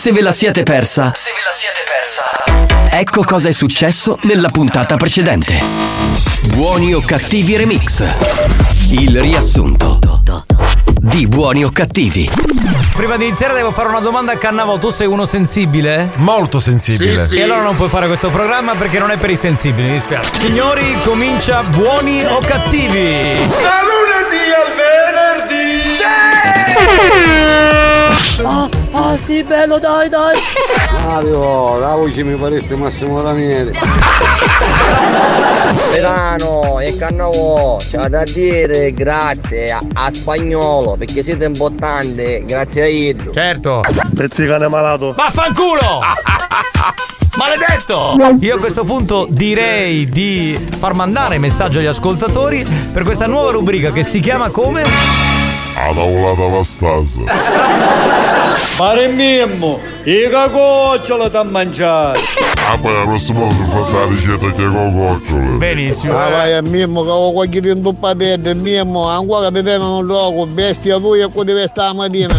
Se ve la siete persa, ecco cosa è successo nella puntata precedente. Buoni o cattivi remix. Il riassunto di Buoni o cattivi. Prima di iniziare devo fare una domanda a Cannavò. Tu sei uno sensibile? Molto sensibile. Sì. E allora non puoi fare questo programma perché non è per i sensibili, mi dispiace. Signori, comincia Buoni o cattivi. Da lunedì al venerdì. Sì, bello, dai. Mario, la voce mi pareste Massimo Ranieri. Verano e Cannavò, c'è da dire grazie a Spagnolo perché siete importanti, grazie a Iddo. Certo. Pezzicane malato. Vaffanculo! Maledetto! Io a questo punto direi di far mandare messaggio agli ascoltatori per questa nuova rubrica che si chiama come? A tavolata vastasa. Pare mimmo, i cococciolo da mangiare. Ah, poi la prossima volta faccio la ricetta che cococciolo. Benissimo. Ah, vai a Mimmo che ho qualche tempo per perdere. Mimmo, ancora che bevono un gioco, bestia tu e qua deve stare la mattina.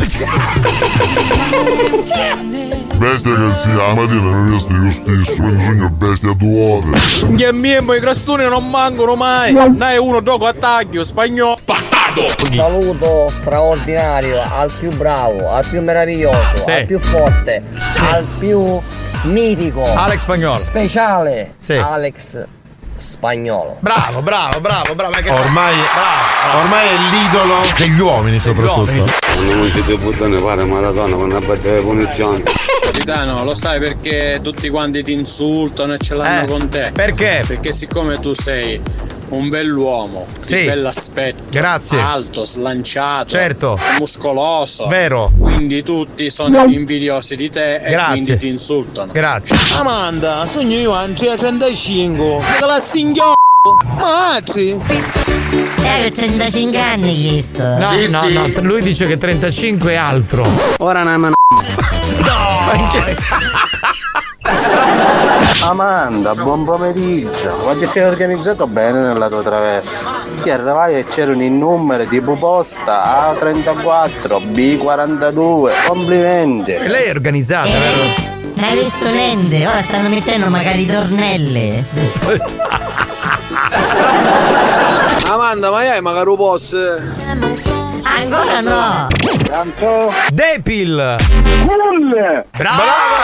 Bestia che sia, la mattina non riesco io stesso, quindi sogno bestia 2 ore. Che mimmo, i crostoni non mancano mai. Dai uno dopo attacchi, spagnolo. Bastardo! Un saluto straordinario al più bravo, al più meraviglioso, Sì. al più forte, al più mitico, Alex Spagnolo. speciale, Sì. Alex Spagnolo. Bravo. Ormai è l'idolo degli uomini soprattutto. Quando non ci devo fare maratona con una battaglia di punizione. Capitano, lo sai perché tutti quanti ti insultano e ce l'hanno con te? Perché? Perché siccome tu sei un bell'uomo, Sì. di bell'aspetto, Grazie. alto, slanciato, Certo. muscoloso, Vero. quindi tutti sono invidiosi di te e Grazie. quindi ti insultano. Grazie. Amanda, sogno io anche a 35, che la singhiò, matri. 35 anni chiesto. No, lui dice che 35 è altro. Ora una Amanda, buon pomeriggio. Oggi sei organizzato bene nella tua traversa. Ti arrivai e c'erano i numeri tipo posta A34, B42. Complimenti. E lei è organizzata, vero? Hai visto lente? Ora stanno mettendo magari tornelle. Amanda, ma hai magari un boss? Ancora no. Tanto? Depil. Bravo.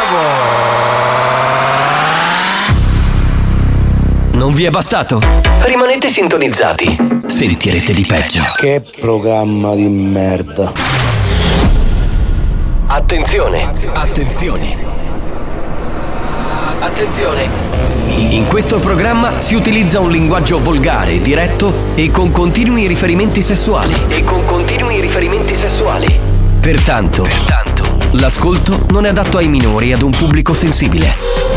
Non vi è bastato? Rimanete sintonizzati. Sentirete di peggio. Che programma di merda. Attenzione. In questo programma si utilizza un linguaggio volgare, diretto e con continui riferimenti sessuali. Pertanto, l'ascolto non è adatto ai minori e ad un pubblico sensibile.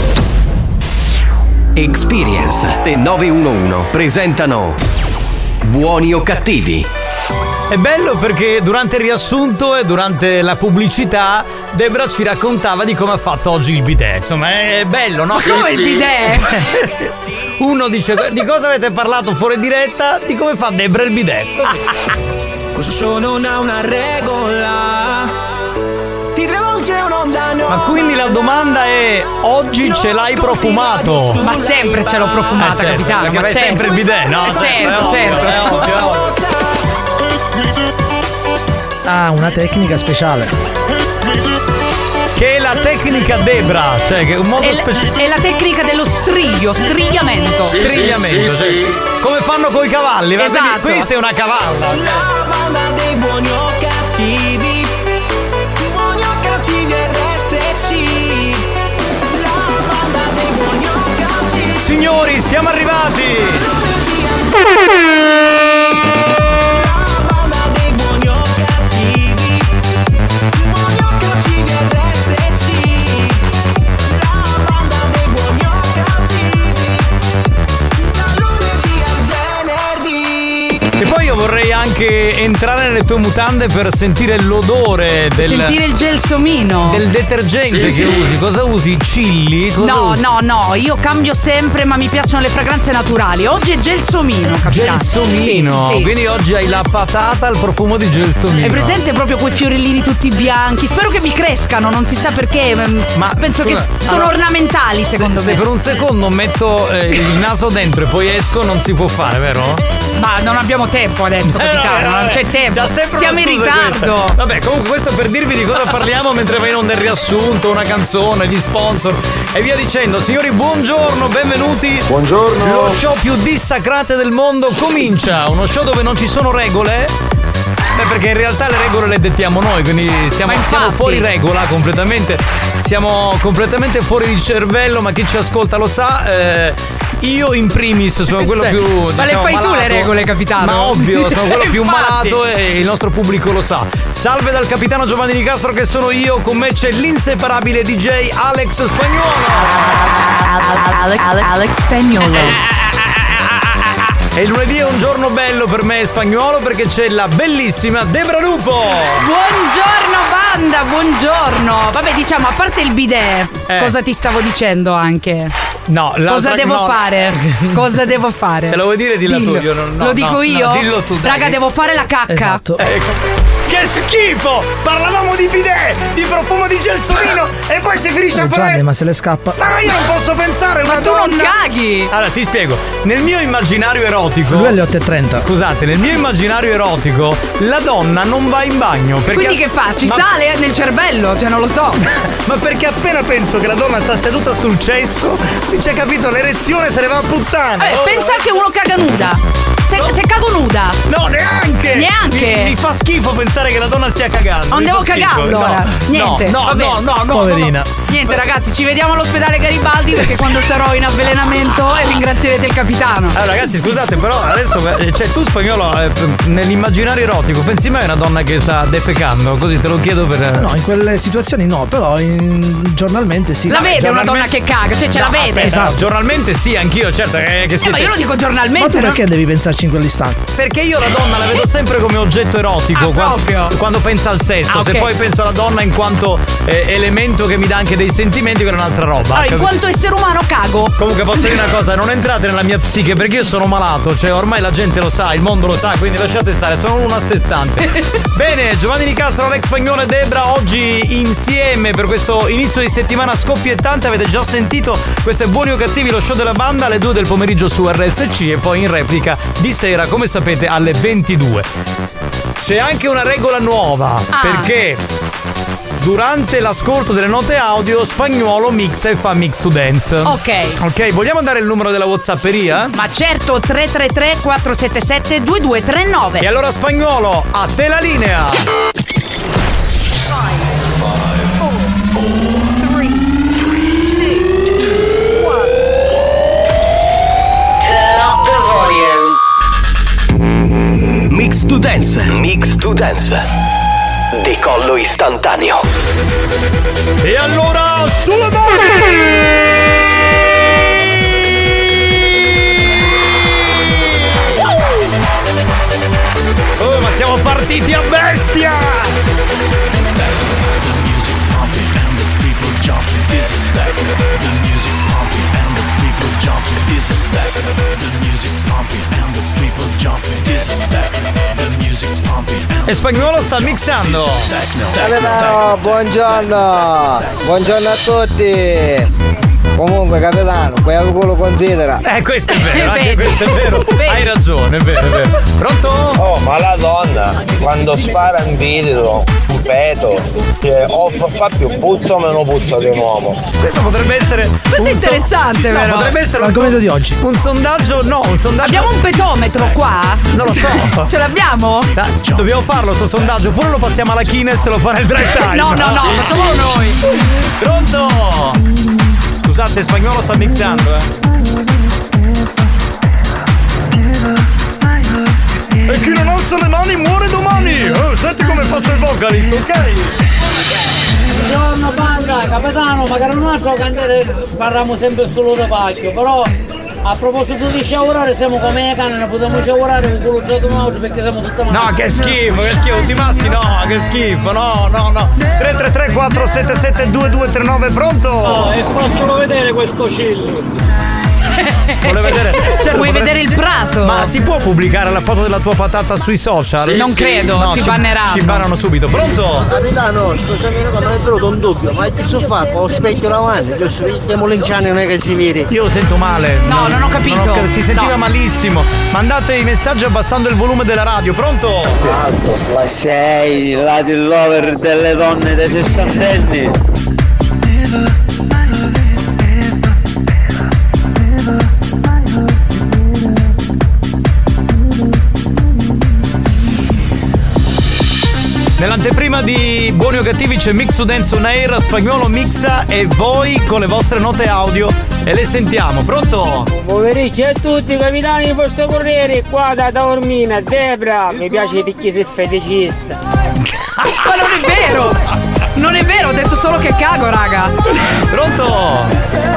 Experience e 911 presentano Buoni o cattivi. È bello perché durante il riassunto e durante la pubblicità Debra ci raccontava di come ha fatto oggi il bidet. Insomma, è bello, no? Ma come il bidet? Uno dice di cosa avete parlato fuori diretta, di come fa Debra il bidet. Questo show non ha una regola. Ti travolge un'onda nuova. Ma quindi la domanda è: oggi ce l'hai profumato? Ma sempre ce l'ho profumata, certo, capitano. perché Ma vai sempre il bidet, no? Certo. È ovvio. Ah, una tecnica speciale. Che è la tecnica Debra, cioè che è un modo speciale. È la tecnica dello strigliamento. Strigliamento, sì. Come fanno coi cavalli, ma Esatto. qui sei una cavalla. La banda dei buoni o cattivi. Buoni o cattivi RSC. La banda dei buoni o cattivi. Signori, siamo arrivati! E poi io vorrei anche entrare nelle tue mutande per sentire l'odore Sentire il gelsomino. del detergente che usi. Cosa usi? Chilli? Cosa usi? No, io cambio sempre, ma mi piacciono le fragranze naturali. Oggi è gelsomino, capitano. Gelsomino. Sì. Quindi oggi hai la patata al profumo di gelsomino. Hai presente proprio quei fiorellini tutti bianchi? Spero che mi crescano, non si sa perché. Ma penso che sono ornamentali, secondo me. Se per un secondo metto il naso dentro e poi esco, non si può fare, vero? Ma non abbiamo tempo adesso, capitano. Non c'è tempo. Siamo in ritardo. Questa. Vabbè, comunque questo per dirvi di cosa parliamo mentre va in onda il riassunto, una canzone, gli sponsor e via dicendo. Signori, buongiorno, benvenuti. Buongiorno. Lo show più dissacrate del mondo comincia. Uno show dove non ci sono regole. Beh, perché in realtà le regole le dettiamo noi, quindi siamo fuori regola completamente. Siamo completamente fuori di cervello, ma chi ci ascolta lo sa. Io in primis sono quello più. Ma le fai malato. Tu le regole, capitano? Ma ovvio, sono quello più Infatti. malato e il nostro pubblico lo sa. Salve dal capitano Giovanni Nicastro, che sono io. Con me c'è l'inseparabile DJ Alex Spagnuolo. Alex Spagnuolo. E il lunedì è un giorno bello per me Spagnuolo, perché c'è la bellissima Debra Lupo. Buongiorno banda, buongiorno. Vabbè, diciamo, a parte il bidet, cosa ti stavo dicendo anche? No, cosa devo fare? Cosa devo fare? Se lo vuoi dire dillo tu. Io Lo dico io? Dillo tu, dai. Raga, devo fare la cacca. Esatto. Che schifo! Parlavamo di bidet, di profumo di gelsomino e poi si finisce a parlare. Ma se le scappa. Ma io non posso pensare una donna. Tu non caghi! Allora ti spiego. Nel mio immaginario erotico. Lui alle 8:30. Scusate, nel mio immaginario erotico la donna non va in bagno. Perché quindi che fa? Ci sale nel cervello? Cioè non lo so. Ma perché appena penso che la donna sta seduta sul cesso, c'è, capito, l'erezione se ne va a puttane. Pensa che uno caga nuda. Se cago nuda. No, neanche. Mi fa schifo pensare che la donna stia cagando. Non devo cagare allora. Niente. No. Poverina. Niente ragazzi, ci vediamo all'ospedale Garibaldi, perché quando sarò in avvelenamento ringrazierete il capitano. Allora ragazzi, scusate, però adesso cioè tu Spagnolo nell'immaginario erotico pensi mai a una donna che sta defecando? Così te lo chiedo per. No, in quelle situazioni no, però giornalmente sì. La vede una donna che caga, cioè ce la vede. Esatto. Giornalmente sì, anch'io, certo che siete. Ma io lo dico giornalmente. Ma tu perché devi pensarci in quell'istante? Perché io la donna la vedo sempre come oggetto erotico quando pensa al sesso. Okay. Se poi penso alla donna in quanto elemento che mi dà anche dei sentimenti, quella è un'altra roba. Allora, in quanto essere umano cago. Comunque posso dire una cosa, non entrate nella mia psiche, perché io sono malato, cioè ormai la gente lo sa, il mondo lo sa, quindi lasciate stare, sono uno a sé stante. Bene, Giovanni Nicastro, Alex Spagnuolo e Debra oggi insieme per questo inizio di settimana scoppiettante. Avete già sentito, questo è Buoni o Cattivi, lo show della banda alle 2 del pomeriggio su RSC e poi in replica di sera, come sapete, alle 22. C'è anche una regola nuova, perché durante l'ascolto delle note audio Spagnuolo mixa e fa mix to dance. Ok, vogliamo dare il numero della WhatsApperia? Ma certo, 333 477 2239. E allora Spagnuolo, a te la linea. 5, 4, 3, 2, 1. Turn up the volume. Mix to dance. Decollo istantaneo. E allora sulle mani! Oh, ma siamo partiti a bestia! E Spagnuolo sta mixando. Capitano, buongiorno. Buongiorno a tutti. Comunque capitano, quel culo considera. Questo è vero, anche questo è vero. Hai ragione, è vero. Pronto? Oh, ma la donna quando spara in video un feto fa più puzza o meno puzza di un uomo? Questo potrebbe essere. Questo è interessante, però. Potrebbe essere l'argomento di oggi. Un sondaggio. Abbiamo un petometro qua? Non lo so. Ce l'abbiamo? Dobbiamo farlo sto sondaggio, oppure lo passiamo alla Guinness e lo farà il drive time. No, facciamolo noi. Pronto? Scusate, Spagnuolo sta mixando, E chi non alza le mani muore domani. Senti come faccio il vocalist, ok? Buongiorno banda, capitano, magari un altro cantare parliamo sempre solo da pacchio, però A proposito di sciaurare, siamo come le canne, non possiamo sciaurare con quello già domato perché siamo tutta male. No, che schifo, tutti maschi, no, che schifo, no. 333 477 2239, pronto? No, e facciano vedere questo cibo. Vuole vedere? Certo, vuoi vedere il prato? Ma si può pubblicare la foto della tua patata sui social? Sì, non credo, no, ci banneranno. Ci bannano subito, pronto? Capitano, scusami, ma è venuto un dubbio, ma che so fa con lo specchio davanti? Giusto, vediamo l'inciano non è che si vede. Io lo sento male. No, non ho capito. Si sentiva malissimo. Mandate i messaggi abbassando il volume della radio, pronto? Sei la lover delle donne dei 60enni. Nell'anteprima di Buoni o Cattivi c'è Mix to Dance on Air, Spagnuolo mixa e voi con le vostre note audio e le sentiamo, pronto? Povericci a tutti, capitani di Posto Corriere, qua da Taormina, Debra, mi piace perché sei feticista. Ma non è vero! Non è vero, ho detto solo che cago, raga! Pronto?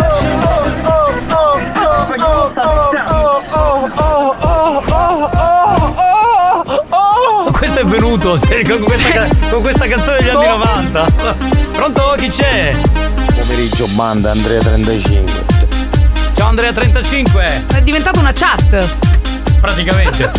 Questo è venuto con questa canzone degli anni 90. Pronto? Chi c'è? Pomeriggio banda Andrea 35. Ciao Andrea 35. È diventata una chat. Praticamente.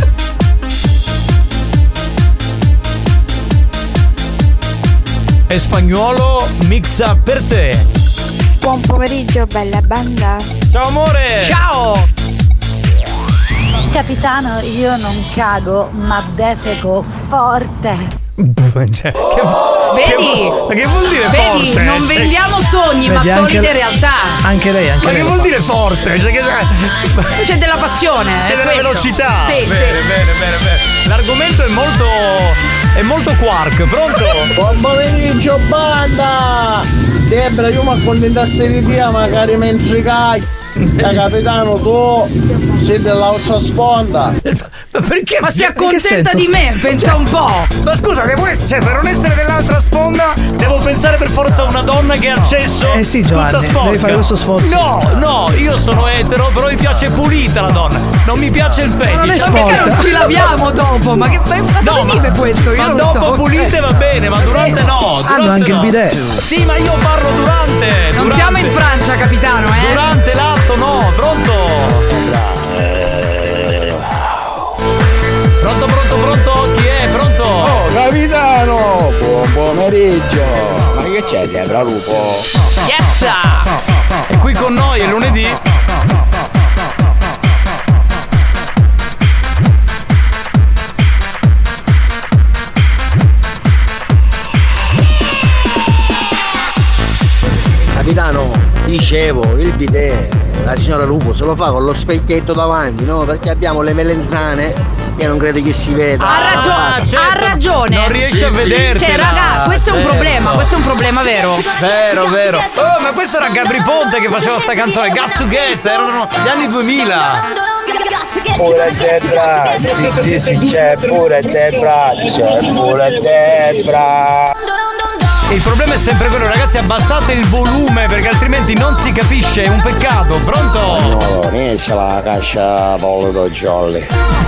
E Spagnuolo mixa per te. Buon pomeriggio, bella banda. Ciao amore. Ciao. Capitano, io non cago, ma defeco forte. Cioè, Vedi? Ma che vuol dire Vedi, forte? non vendiamo sogni, ma solide realtà. Anche lei, Ma che vuol dire forte? Cioè, C'è della passione. C'è della questo. velocità. Sì, bene. L'argomento è molto quark, pronto? Buon pomeriggio banda! Debra, io mi accontentassi di te magari mentre cagli. Capitano, tu sei dell'altra sponda. Ma perché? Ma si accontenta di me, pensa un po'. Ma scusa, per non essere dell'altra sponda, devo pensare per forza a una donna che ha accesso. Sì, tutta Giovanni, sporca. devi fare questo sforzo. No, io sono etero, però mi piace pulita la donna. Non mi piace il fetish. Ma non è Ma perché non ci laviamo dopo? Ma dove vive questo? Io ma non dopo lo so. pulite va bene, ma durante no. Hanno anche il bidet. Sì, ma io parlo durante. Non siamo in Francia, capitano, Durante l'atto no, pronto? Pronto? Chi è? Pronto? Oh, capitano! Buon pomeriggio! Ma che c'è, Debra Lupo? Yes! È qui con noi, è lunedì. Capitano, dicevo, il bidet, la signora Lupo se lo fa con lo specchietto davanti, no? Perché abbiamo le melenzane e non credo che si veda. Ha ragione. Non riesci a vederti. Cioè, raga, questo è un problema, vero? Vero. Oh, ma questo era Gabri Ponte che faceva sta canzone, Got to Get, erano gli anni 2000. Pure Debra, sì, c'è pure Debra, Il problema è sempre quello, ragazzi, abbassate il volume perché altrimenti non si capisce, è un peccato. Pronto? No, riesce la cascia Paolo Do Jolly.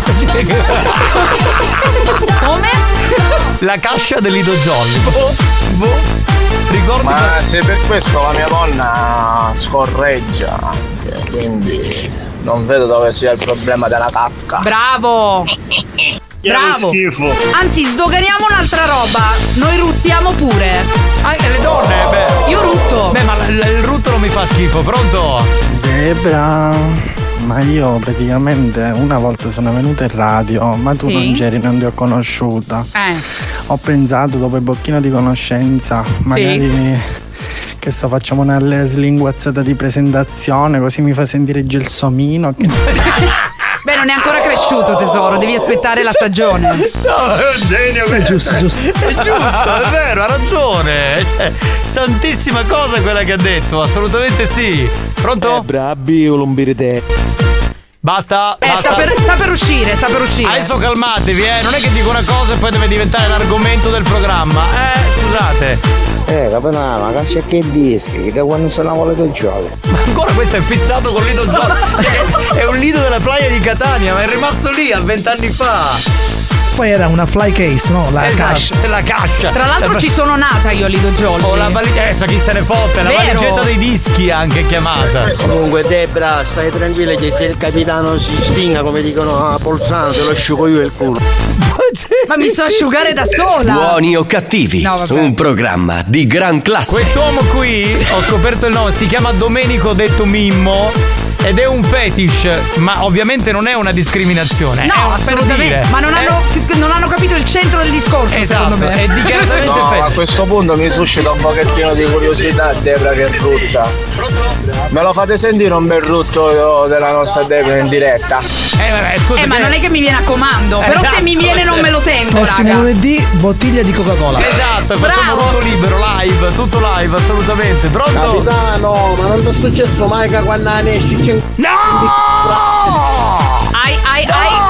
Come? La cascia dell'Ido Jolly. Ricordi? Ma se per questo la mia donna scorreggia anche, quindi non vedo dove sia il problema della cacca. Bravo! Schifo. Anzi, sdoganiamo un'altra roba. Noi ruttiamo pure. Anche le donne, beh. Io rutto. Beh, ma il rutto non mi fa schifo, pronto? Debra, ma io praticamente una volta sono venuta in radio, ma tu Sì? non c'eri, non ti ho conosciuta. Ho pensato dopo il bocchino di conoscenza, magari che so, facciamo una slinguazzata di presentazione, così mi fa sentire il gelsomino. Beh, non è ancora cresciuto, tesoro, devi aspettare la stagione. No, è un genio. È giusto. È giusto, è vero, ha ragione. Cioè, santissima cosa quella che ha detto, assolutamente sì. Pronto? Bravi, te. Basta. Sta per uscire. Adesso calmatevi, non è che dico una cosa e poi deve diventare l'argomento del programma. Scusate. capitano, ma che dischi, che quando suonavo le tue gioche. Ma ancora questo è fissato con Lido Giochi. È un lido della playa di Catania, ma è rimasto lì a 20 anni fa. Poi era una fly case, no? La cascia. La cascia. Tra l'altro ci sono nata io Lido Jolly. O la valigetta, chi se ne fotte, la valigetta dei dischi anche chiamata. Comunque Debra, stai tranquilla che se il capitano si stinga, come dicono a Polzano, te lo asciugo io il culo. Ma mi so asciugare da sola. Buoni o cattivi, No, vabbè. un programma di gran classe. Quest'uomo qui, ho scoperto il nome, si chiama Domenico detto Mimmo. Ed è un fetish, ma ovviamente non è una discriminazione. No, assolutamente. Ma non hanno capito il centro del discorso, esatto, secondo me. È dichiaratamente No, fetish. a questo punto mi suscita un pochettino di curiosità, Debra, che è brutta. Me lo fate sentire un bel rutto della nostra Debra in diretta? Vabbè, scusa. Ma non è che mi viene a comando. Però se mi viene non me lo tengo, Prossimo raga. lunedì, bottiglia di Coca-Cola. Esatto, facciamo tutto libero, live, tutto live, assolutamente. Pronto? Capitano, ma non ti è successo mai che quando ne esci Ai.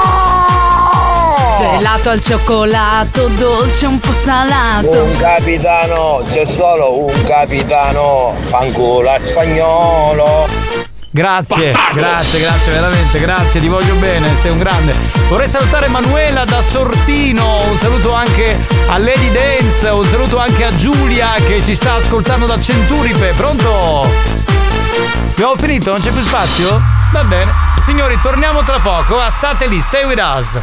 Gelato al cioccolato, dolce un po' salato. Un capitano, c'è solo un capitano, fanculo spagnolo. Grazie, veramente, grazie, ti voglio bene, sei un grande. Vorrei salutare Manuela da Sortino, un saluto anche a Lady Dance, un saluto anche a Giulia che ci sta ascoltando da Centuripe. Pronto? Abbiamo finito? Non c'è più spazio? Va bene. Signori, torniamo tra poco. State lì, stay with us.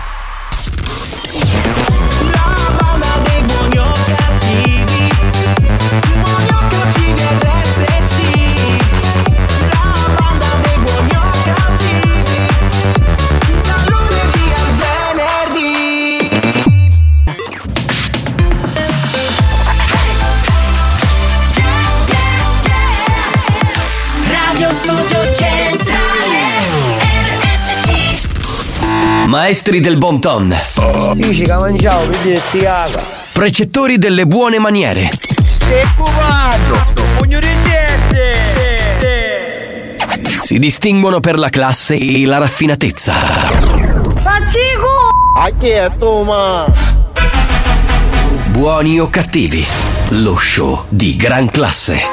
Studio Centrale RSC. Maestri del bon ton. Dici che mangiavo per dirti caga. Precettori delle buone maniere. Stai cubando. Pugno di gente. Si distinguono per la classe e la raffinatezza. Faccico. A chi è tu, ma? Buoni o cattivi, lo show di gran classe.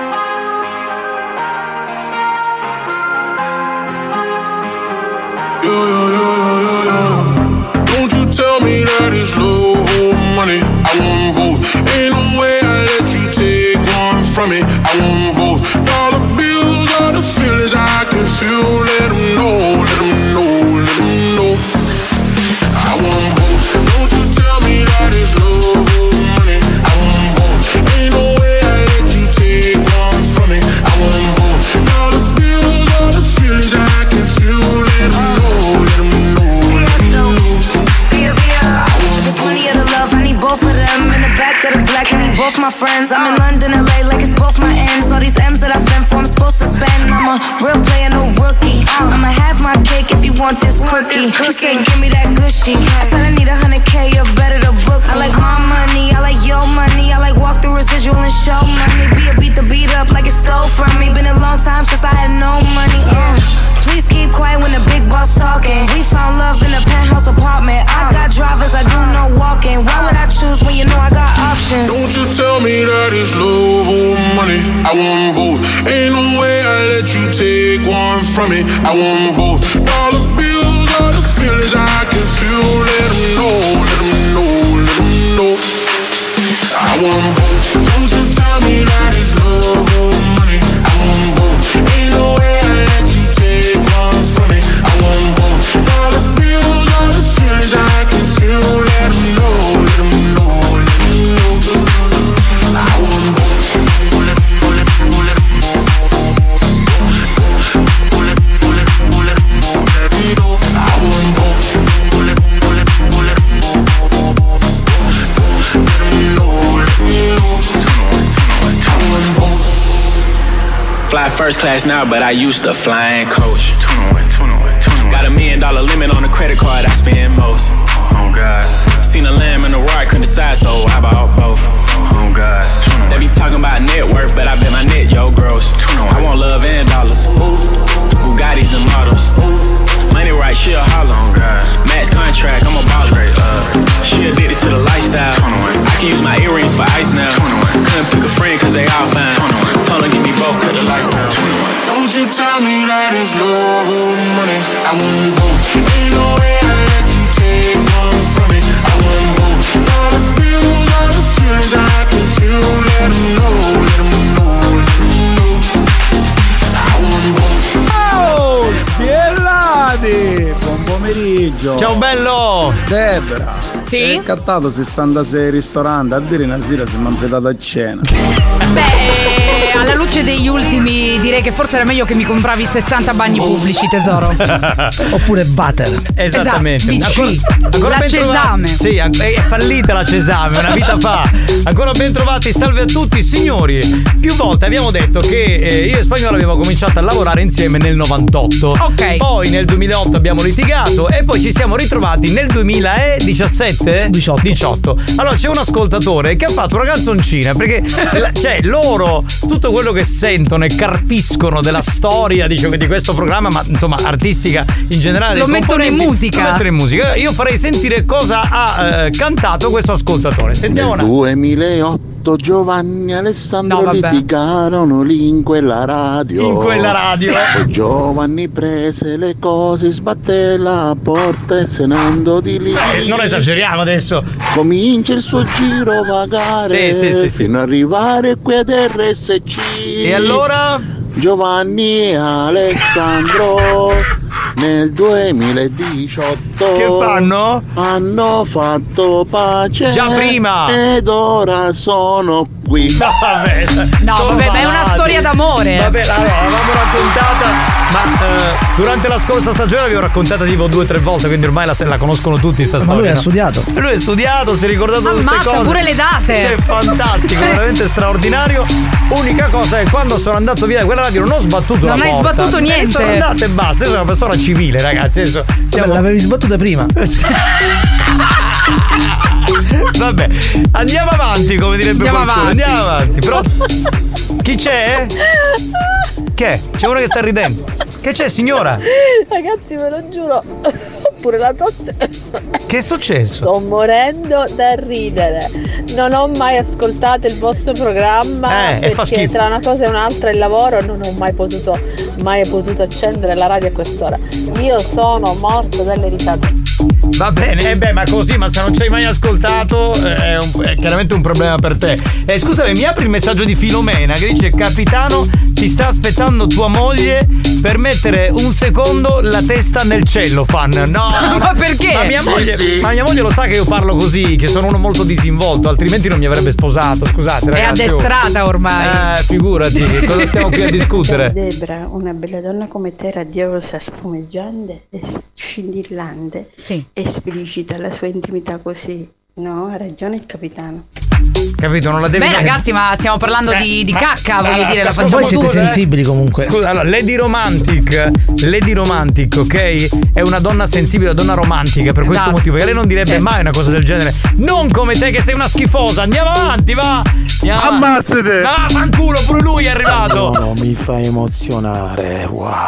Don't you tell me that it's love or money. I want both. Ain't no way I let you take one from me. I want both. Dollar bills are the feelings I can feel. Let them know, let them know, let them know. I want both. Don't you tell me that it's love or money. I want both. Ain't no way I let you take one from me. I want both. Dollar bills are the feelings I can feel. Let them know, let them know. Both of them in the back of the black, I need both my friends. I'm in London, LA, like it's both my ends. All these M's that I've been for, I'm supposed to spend. I'm a real player, no rookie. I'ma have my cake if you want this cookie. He said, give me that gushy. I said, I need 100K, you're better to book me. I like my money, I like your money. I like walk through residual and show money. Be a beat the beat up like it stole from me. Been a long time since I had no money. Please keep quiet when the big boss talking. We found love in a penthouse apartment. I got drivers, I do no walking. Why would I choose when you know I got options? Don't you tell me that it's love or money. I want both. Ain't no way I let you take one from me. I want both. Dollar bills are the feelings I can feel. Let them know, let them know, let them know. I want both. Don't you tell me that it's love or money. I want both. Ain't no way I let you take one from me. I want both. Dollar bills are the feelings I can feel. Let them know, let them know, let them know. I want both. Fly first class now, but I used to flying coach. Got $1 million limit on the credit card I spend most. Oh God. Seen a lamb and a roar, couldn't decide, so I bought both. Oh God. They be talking about net worth, but I bet my net, yo, gross. I want love and dollars. Bugattis and models. Money right, she a holler. Oh God. Max contract, I'm a baller. She addicted to the lifestyle. I can use my earrings for ice now. Couldn't pick a all fine. Told her give me both, cut the lights down. Don't you tell me that it's love or money. I want both. Ain't no way I let you take one from me. I want both. All the bills, all the feelings I can feel. Let them know, let them know, let them know. I want both. Oh, spiellati! Buon pomeriggio. Ciao bello! Debra. Sì? Hai cattato 66 ristoranti, a dire una sera siamo invitati a cena. Beh, alla luce degli ultimi direi che forse era meglio che mi compravi 60 bagni pubblici, tesoro. Oppure Vater. Esattamente. Ancora la Cesame. Sì, è fallita la Cesame, una vita fa. Ancora ben trovati, salve a tutti signori. Più volte abbiamo detto che io e Spagnolo abbiamo cominciato a lavorare insieme nel 98. Ok. Poi nel 2008 abbiamo litigato e poi ci siamo ritrovati nel 2017. 18. Allora c'è un ascoltatore che ha fatto una canzoncina perché cioè loro tutto quello che sentono e carpiscono della storia di questo programma, ma insomma artistica in generale, lo mettono in musica. Io farei sentire cosa ha cantato questo ascoltatore. Sentiamo. Nel 2008 Giovanni e Alessandro litigarono lì in quella radio. Poi Giovanni prese le cose, sbatté la porta e se ne andò di lì. Non esageriamo adesso. Comincia il suo giro vagare sì. fino ad arrivare qui ad RSC. E allora? Giovanni e Alessandro nel 2018 che fanno? Hanno fatto pace già prima ed ora sono qui. No vabbè, ma è una storia d'amore. Vabbè, l'avevamo raccontata, ma durante la scorsa stagione l'avevo raccontata tipo 2 o 3 volte, quindi ormai la conoscono tutti sta storia. Ma lui ha studiato. Lui ha studiato, si è ricordato tutte cose. Pure le date. Cioè, fantastico, veramente straordinario. Unica cosa è quando sono andato via da quella radio non ho sbattuto la porta. Non hai sbattuto niente. Sono andato e basta. Io sono una persona civile, ragazzi. L'avevi sbattuta prima. Vabbè, andiamo avanti, come direbbe qualcuno. Andiamo avanti. Chi c'è? Che? C'è uno che sta ridendo. Che c'è, signora? Ragazzi, ve lo giuro, pure la tosse. Che è successo? Sto morendo da ridere. Non ho mai ascoltato il vostro programma perché tra una cosa e un'altra il lavoro non ho mai potuto accendere la radio a quest'ora. Io sono morto dalle risate. Va bene, ma così, ma se non ci hai mai ascoltato è chiaramente un problema per te. Scusami, mi apri il messaggio di Filomena che dice: capitano, ti sta aspettando tua moglie per mettere un secondo la testa nel cellophane. No, ma perché? Ma mia moglie lo sa che io parlo così, che sono uno molto disinvolto, altrimenti non mi avrebbe sposato. Scusate, ragazzi. È addestrata ormai. Figurati, cosa stiamo qui a discutere? Debra, una bella donna come te, radiosa, spumeggiante e scintillante. Sì. Esplicita la sua intimità così. No, ha ragione il capitano. Capito, non la devi. Beh, ragazzi, ma stiamo parlando di cacca, voglio dire. La voi siete sensibili comunque. Scusa, allora, Lady Romantic, ok? È una donna sensibile, una donna romantica, per questo motivo. Che lei non direbbe mai una cosa del genere. Non come te che sei una schifosa. Andiamo avanti, va. Ammazzate. Ah, fanculo, pure lui è arrivato. No, mi fa emozionare.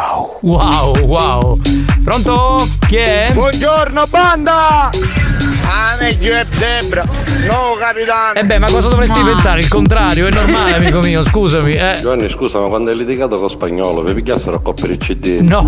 Wow. Pronto? Chi è? Buongiorno, banda! Meglio è Debra, no capitano. Ma cosa dovresti pensare? Il contrario, è normale, amico mio, scusami. Giovanni, scusa, ma quando hai litigato con Spagnolo, vi pigliassero a coppie di CD? No.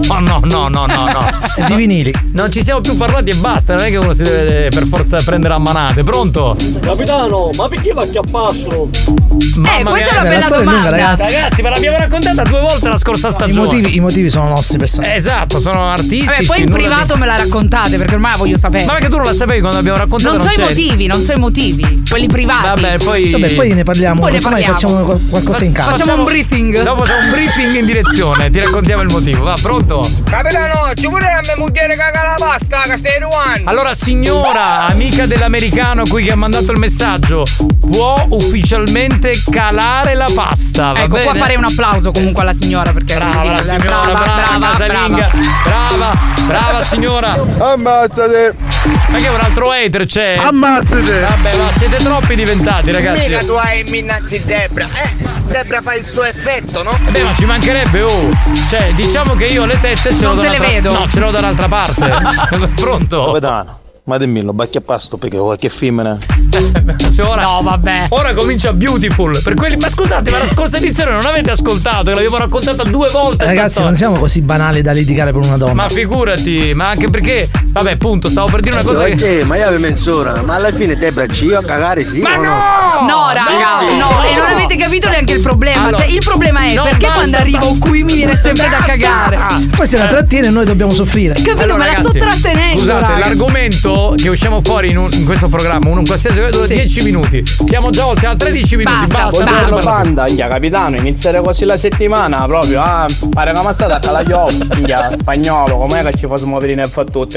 Di vinili. Non ci siamo più parlati e basta, non è che uno si deve per forza prendere a manate. Pronto? Capitano, ma perché va acchiappasso? Questa è una bella domanda. Ragazzi, ma l'abbiamo raccontata 2 volte la scorsa stagione. I motivi sono nostri personali. Esatto, sono artistici. Poi in privato me la raccontate, perché ormai la voglio sapere. Ma perché tu non la sapevi quando abbiamo raccontato? Non so i motivi, quelli privati. Vabbè, poi ne parliamo. Facciamo qualcosa in casa. Facciamo un briefing. Dopo c'è un briefing in direzione. Ti raccontiamo il motivo. Va, pronto? Capitano, ci vuole a me mugliere caga la pasta, che stai ruando. Allora, signora, amica dell'americano qui che ha mandato il messaggio, può ufficialmente calare la pasta. Va bene? Può fare un applauso comunque alla signora, perché brava casalinga. Brava signora. Ammazzate. Ma che un altro hater c'è? Ammazzate. Vabbè, ma siete troppi diventati, ragazzi. Mica tu hai minacci Debra. Debra fa il suo effetto, no? Ma ci mancherebbe, Cioè, diciamo che io le tette ce l'ho non te le vedo. No, ce l'ho dall'altra parte. Pronto? Capitano, Ma dimmelo, bacchi a pasto perché qualche femmina. No, vabbè. Ora comincia Beautiful. Per quelli. Ma scusate, ma la scorsa edizione non avete ascoltato? Che l'abbiamo raccontata 2 volte. Ragazzi, non siamo così banali da litigare per una donna. Ma figurati, ma anche perché. Vabbè, punto, stavo per dire una cosa. Ma io avevo mezz'ora, ma alla fine te bracci io a cagare, sì. Ma o No, raga, no, e non avete capito neanche il problema. Allora, cioè, il problema è perché quando arrivo qui mi viene sempre da cagare. Poi se la trattiene noi dobbiamo soffrire. Capito, Allora, me la ragazzi, sto trattenendo. Scusate, raga. l'argomento che usciamo fuori in questo programma, un qualsiasi dura 10 minuti. Siamo già oltre a 13 minuti. Basta. Banda, capitano, iniziare così la settimana proprio. Pare che mi è stata la chiocca, spagnolo, com'è che ci fossimo vedere nel fattutte?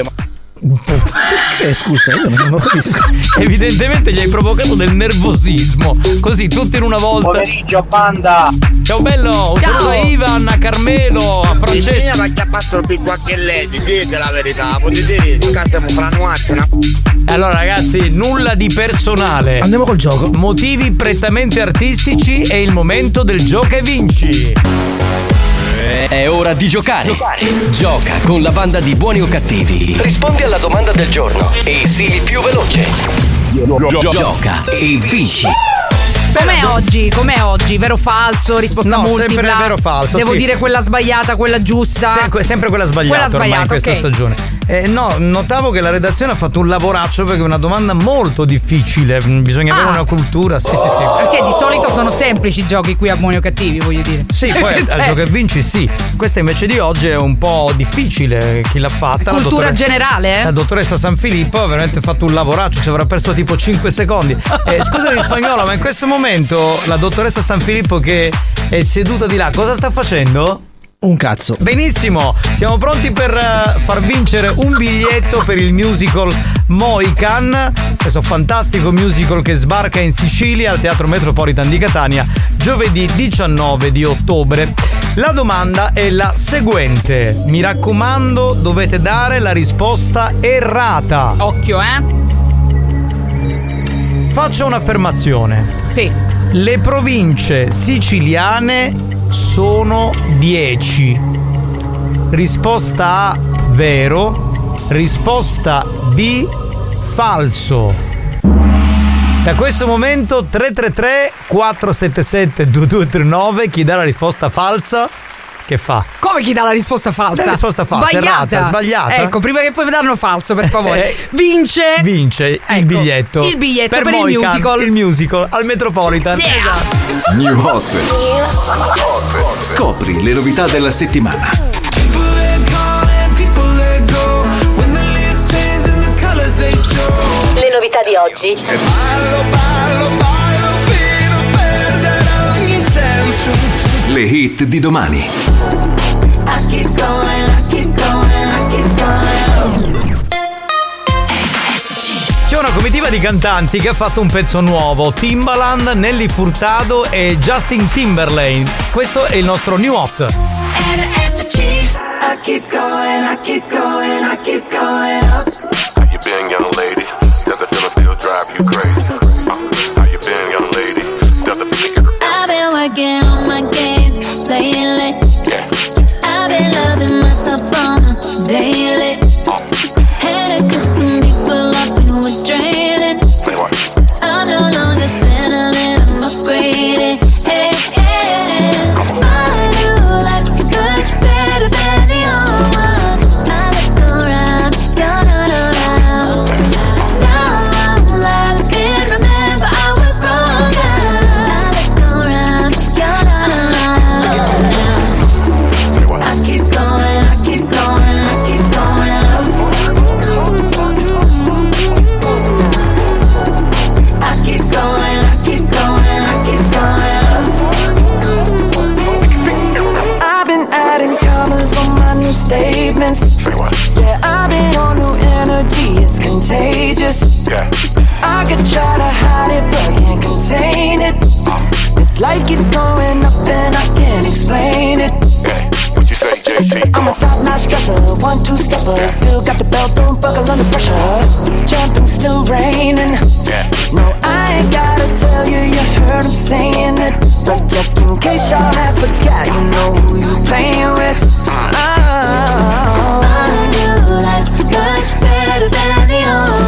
Scusa, io non lo capisco. Evidentemente gli hai provocato del nervosismo. Così, tutti in una volta. Pomeriggio, banda. Ciao bello, un saluto a Ivan, a Carmelo, a Francesco. Ma che ha fatto il qualche lady, dite la verità, potete dire, in casa siamo frannuacci, no? Allora ragazzi, nulla di personale. Andiamo col gioco. Motivi prettamente artistici, è il momento del gioca e vinci. È ora di giocare. Gioca con la banda di Buoni o Cattivi. Rispondi alla domanda del giorno e sii il più veloce. Gioca e vinci. Com'è oggi? Vero o falso? Risposta multipla? Sempre vero o falso. Devo sì. dire quella sbagliata, quella giusta. Sempre quella sbagliata ormai in questa stagione. No, notavo che la redazione ha fatto un lavoraccio perché è una domanda molto difficile. Bisogna avere una cultura. Sì. Perché di solito sono semplici i giochi qui a Buoni o Cattivi, voglio dire. Sì, poi al gioco e vinci sì. Questa invece di oggi è un po' difficile. Chi l'ha fatta? Cultura generale, La dottoressa Sanfilippo ha veramente fatto un lavoraccio, ci avrà perso tipo 5 secondi. Scusami spagnolo, ma in questo momento la dottoressa Sanfilippo che è seduta di là, cosa sta facendo? Un cazzo. Benissimo, siamo pronti per far vincere un biglietto per il musical Mohican, questo fantastico musical che sbarca in Sicilia al Teatro Metropolitan di Catania giovedì 19 di ottobre. La domanda è la seguente, mi raccomando dovete dare la risposta errata. Occhio, Faccio un'affermazione. Sì. Le province siciliane sono 10. Risposta A, vero. Risposta B, falso. Da questo momento 333 477 2239, chi dà la risposta falsa che fa? Come chi dà la risposta falsa? La risposta falsa, sbagliata. Ecco, prima che poi danno falso, per favore. Vince il biglietto. Il biglietto per il Mohican, musical. Il musical al Metropolitan. Yeah. Esatto. New Hot. Scopri le novità della settimana. Le novità di oggi. Le hit di domani. C'è una comitiva di cantanti che ha fatto un pezzo nuovo. Timbaland, Nelly Furtado e Justin Timberlake. Questo è il nostro New Hot. I keep going, I keep going, I keep going up. How you been, young lady? Does the feeling still drive you crazy? How you been, young lady? Does the feeling I've been working on my games lately. I've been loving myself on a daily. Had to cut some people off who were draining. I'm no longer settling, I'm upgrading. Hey, hey. My new life's much better than the old one. I look around, you're not around. Now I'm laughing, remember I was wrong. I look around, you're not around. I keep going, I keep going, I keep going up. I keep going, I keep going, I keep going up. I've been adding colors on my new statements. Say what? Yeah, I've been on new energy, it's contagious. Yeah. I could try to hide it, but can't contain it. This life keeps going up and I can't explain it. Yeah. What you say, JT? I'm a top-notch dresser, 1-2 stepper. Still got the belt, don't buckle under pressure. Jumping, still raining. Yeah. No, I ain't gotta tell you, you heard him saying it. But just in case y'all have forgot, you know who you playing with. Oh, my new life's much better than the old.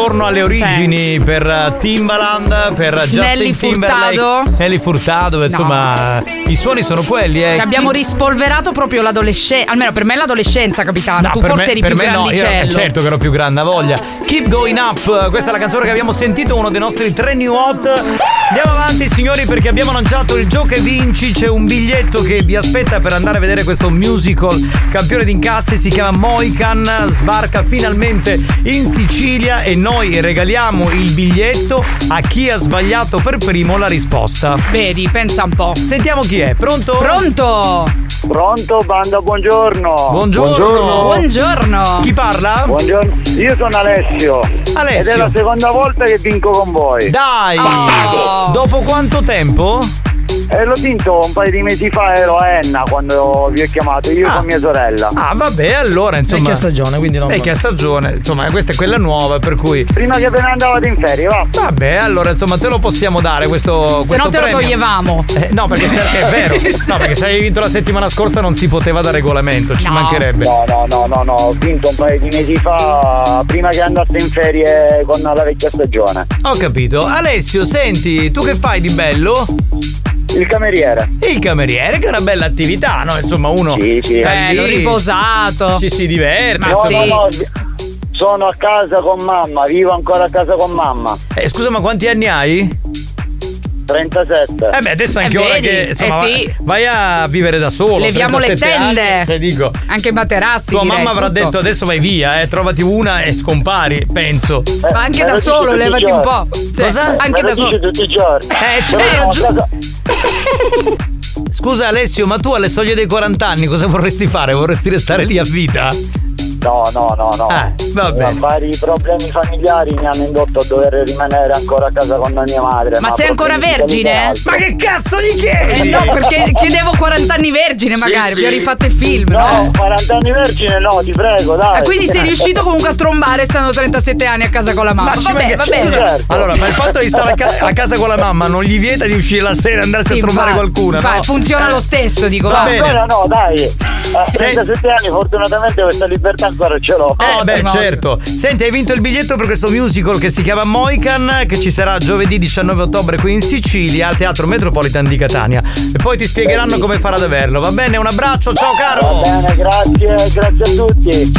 ritorno alle origini per Timbaland, per Justin Nelly Timberlake, Furtado. Nelly Furtado, insomma, i suoni sono quelli. Che abbiamo rispolverato proprio l'adolescenza, almeno per me l'adolescenza, capitano. Tu per forse eri più grandicello. No, certo che ero più grande, a voglia. Keep Going Up, questa è la canzone che abbiamo sentito, uno dei nostri 3 new hot. Andiamo avanti, signori, perché abbiamo lanciato il Gioca e Vinci. C'è un biglietto che vi aspetta per andare a vedere questo musical campione di incassi, si chiama Mohican, sbarca finalmente in Sicilia e noi regaliamo il biglietto a chi ha sbagliato per primo la risposta. Vedi, pensa un po'. Sentiamo chi è, pronto? Pronto, banda, buongiorno. Buongiorno. Chi parla? Buongiorno, io sono Alessio. Ed è la seconda volta che vinco con voi. Dai! Dopo quanto tempo? L'ho vinto un paio di mesi fa, ero a Enna quando vi ho chiamato, io con mia sorella. Ah, vabbè, allora insomma. Vecchia stagione, quindi non. Vecchia stagione, insomma, questa è quella nuova, per cui. Prima che ve ne andavate in ferie, va. Vabbè, allora insomma te lo possiamo dare questo Se no te premio. lo toglievamo. No, perché è vero. No, perché se hai vinto la settimana scorsa non si poteva da regolamento, ci mancherebbe. No, ho vinto un paio di mesi fa, prima che andaste in ferie con la vecchia stagione. Ho capito. Alessio, senti, tu che fai di bello? Il cameriere. Il cameriere, che è una bella attività, no? Insomma, uno sta lì, riposato. ci si diverte. No, sono a casa con mamma, vivo ancora a casa con mamma. Scusa, ma quanti anni hai? 37. Beh, adesso è anche ora che insomma vai a vivere da solo. Leviamo le tende. Anni, dico. Anche i materassi. Tua mamma avrà detto adesso vai via, trovati una e scompari, penso. Ma anche da solo, levati un po'. Cosa? Anche da solo. Tutti i giorni. Scusa Alessio, ma tu alle soglie dei 40 anni cosa vorresti fare? Vorresti restare lì a vita? No. Vabbè. Vari problemi familiari mi hanno indotto a dover rimanere ancora a casa con la mia madre. Ma sei ancora vergine? Ma che cazzo gli chiedi? No, perché chiedevo 40 anni vergine magari, vi ho rifatto il film. No, 40 anni vergine no, ti prego, dai. E quindi sei riuscito comunque a trombare stando 37 anni a casa con la mamma. Vabbè. Certo. Allora, ma il fatto di stare a casa con la mamma non gli vieta di uscire la sera e andarsi a trovare qualcuno, no? Funziona lo stesso, dico. Va bene. No, dai. A 37 anni fortunatamente questa libertà ancora ce l'ho. Certo. Senti, hai vinto il biglietto per questo musical che si chiama Mohican, che ci sarà giovedì 19 ottobre qui in Sicilia al Teatro Metropolitan di Catania. E poi ti spiegheranno come fare ad averlo. Va bene, un abbraccio, ciao caro. Va bene, grazie a tutti.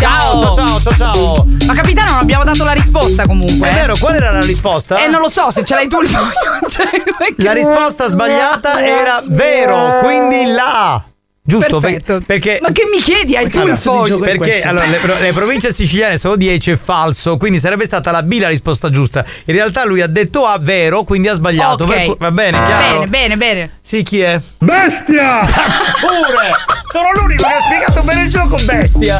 Ciao. Ma capitano, non abbiamo dato la risposta comunque. È vero, qual era la risposta? Non lo so, se ce l'hai tu il foglio. La risposta sbagliata era vero, quindi la. Giusto? Perfetto. Perché ma che mi chiedi? Hai tu il foglio? Perché allora, le province siciliane sono 10 e falso, quindi sarebbe stata la B la risposta giusta. In realtà lui ha detto A vero, quindi ha sbagliato. Okay. Va bene, chiaro? Bene. Sì, chi è? Bestia! Pure! Sono l'unico che ha spiegato bene il gioco, bestia!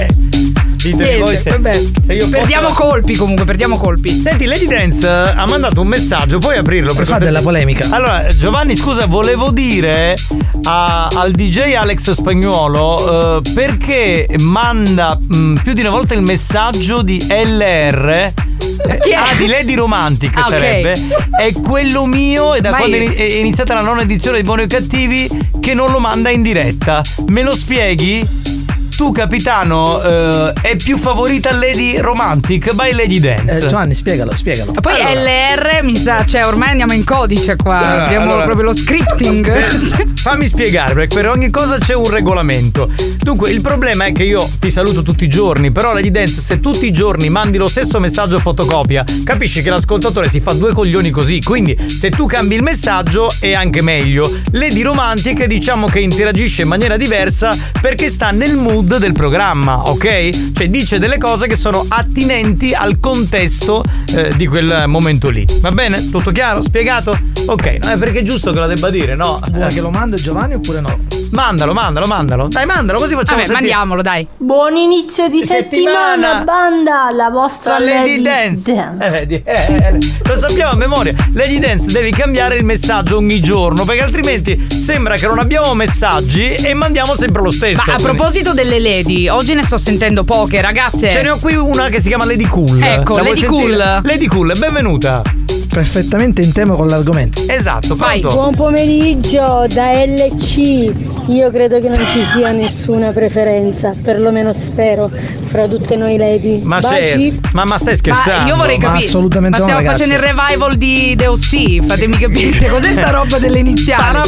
Ditemi voi se io perdiamo colpi comunque, perdiamo colpi. Senti, Lady Dance ha mandato un messaggio, puoi aprirlo? Per fare della polemica. Allora, Giovanni, scusa, volevo dire al DJ Alex Spagnuolo perché manda più di una volta il messaggio di LR. Chi è? Di Lady Romantic sarebbe. È quello mio e da quando è iniziata la 9ª edizione di Buoni o Cattivi che non lo manda in diretta. Me lo spieghi? Tu capitano è più favorita Lady Romantic by Lady Dance. Giovanni, spiegalo. Ma poi LR mi sa, cioè ormai andiamo in codice qua. Abbiamo proprio lo scripting. Fammi spiegare, perché per ogni cosa c'è un regolamento. Dunque, il problema è che io ti saluto tutti i giorni, però Lady Dance, se tutti i giorni mandi lo stesso messaggio fotocopia, capisci che l'ascoltatore si fa 2 coglioni così. Quindi, se tu cambi il messaggio è anche meglio. Lady Romantic diciamo che interagisce in maniera diversa perché sta nel mood del programma, ok? Cioè dice delle cose che sono attinenti al contesto di quel momento lì. Va bene? Tutto chiaro? Spiegato? Ok, no, è perché è giusto che la debba dire, no? Vuoi che lo mando Giovanni oppure no? Mandalo. Dai, mandalo, così facciamo sentire. Mandiamolo, dai. Buon inizio di settimana, banda, la vostra Lady Dance. Lo sappiamo a memoria. Lady Dance, devi cambiare il messaggio ogni giorno, perché altrimenti sembra che non abbiamo messaggi e mandiamo sempre lo stesso. Ma a proposito delle Lady, oggi ne sto sentendo poche, ragazze. Ce ne ho qui una che si chiama Lady Cool. Ecco, Lady Cool. Lady Cool, benvenuta. perfettamente in tema con l'argomento. Esatto, pronto? Buon pomeriggio da LC. Io credo che non ci sia nessuna preferenza, perlomeno spero, fra tutte noi lady. Ma baci. Ma stai scherzando? Ma io vorrei capire. Assolutamente ma stiamo no, facendo il revival di The O.C. Fatemi capire cos'è sta roba delle iniziali.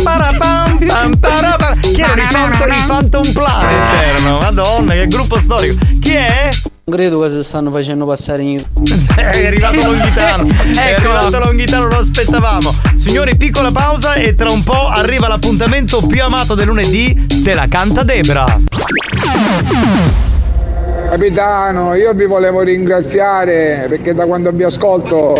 Chi erano i Phantom Planet? Erano, madonna, che gruppo storico. Chi è? Non credo che si stanno facendo passare in. È arrivato Longhitano. È arrivato Longhitano, lo aspettavamo. Signori, piccola pausa e tra un po' arriva l'appuntamento più amato del lunedì. Te la canta Debra. Capitano, io vi volevo ringraziare perché da quando vi ascolto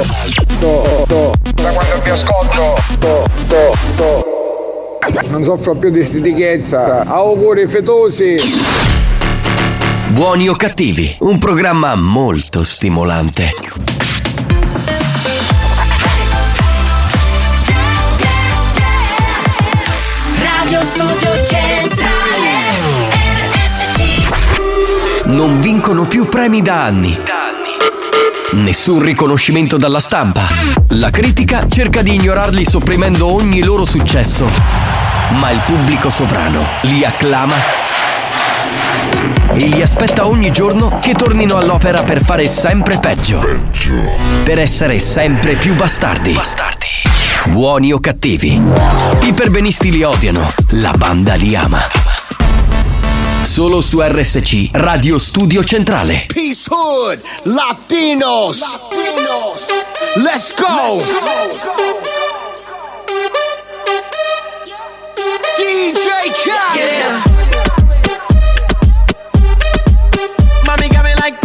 non soffro più di stitichezza. Auguri fetosi. Buoni o cattivi, un programma molto stimolante. Radio Studio Centrale RSC. Non vincono più premi da anni. Nessun riconoscimento dalla stampa. La critica cerca di ignorarli sopprimendo ogni loro successo. Ma il pubblico sovrano li acclama e li aspetta ogni giorno che tornino all'opera per fare sempre peggio. Per essere sempre più bastardi. Buoni o cattivi, i perbenisti li odiano, la banda li ama. Solo su RSC, Radio Studio Centrale. Peace Hood, Latinos. Let's go. DJ Khaled. Mami got me like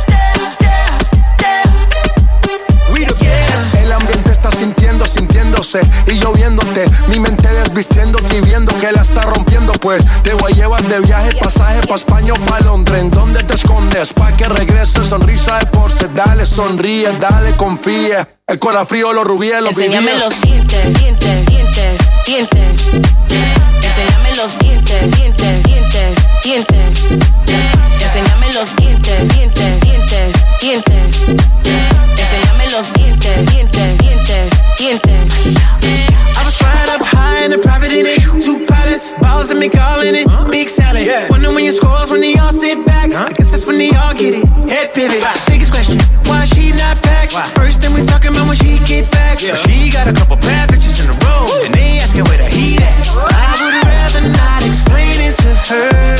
we the best. El ambiente está sintiéndose y yo viéndote, mi mente desvistiéndote y viendo que la está rompiendo, pues te voy a llevar de viaje, pasaje pa' España o pa' Londres. ¿En dónde te escondes? Pa' que regreses, sonrisa de porce, dale, sonríe, dale, confía. El corazón frío, los rubíes, los vivíes. Enséñame los dientes, dientes, dientes, dientes. Enséñame los dientes, dientes, dientes, dientes. Enséñame los dientes, dientes, dientes, dientes. Enséñame los dientes, dientes, dientes, dientes. I was flying up high in a private in it. Two pilots, balls and me calling it Big Sally. Wonder when your scores when they all sit back. I guess that's when they all get it. Head pivot. Biggest question, why she not back? First thing we talking about when she get back. She got a couple bad bitches in a row, and they asking where the heat at. I would rather not explain it to her.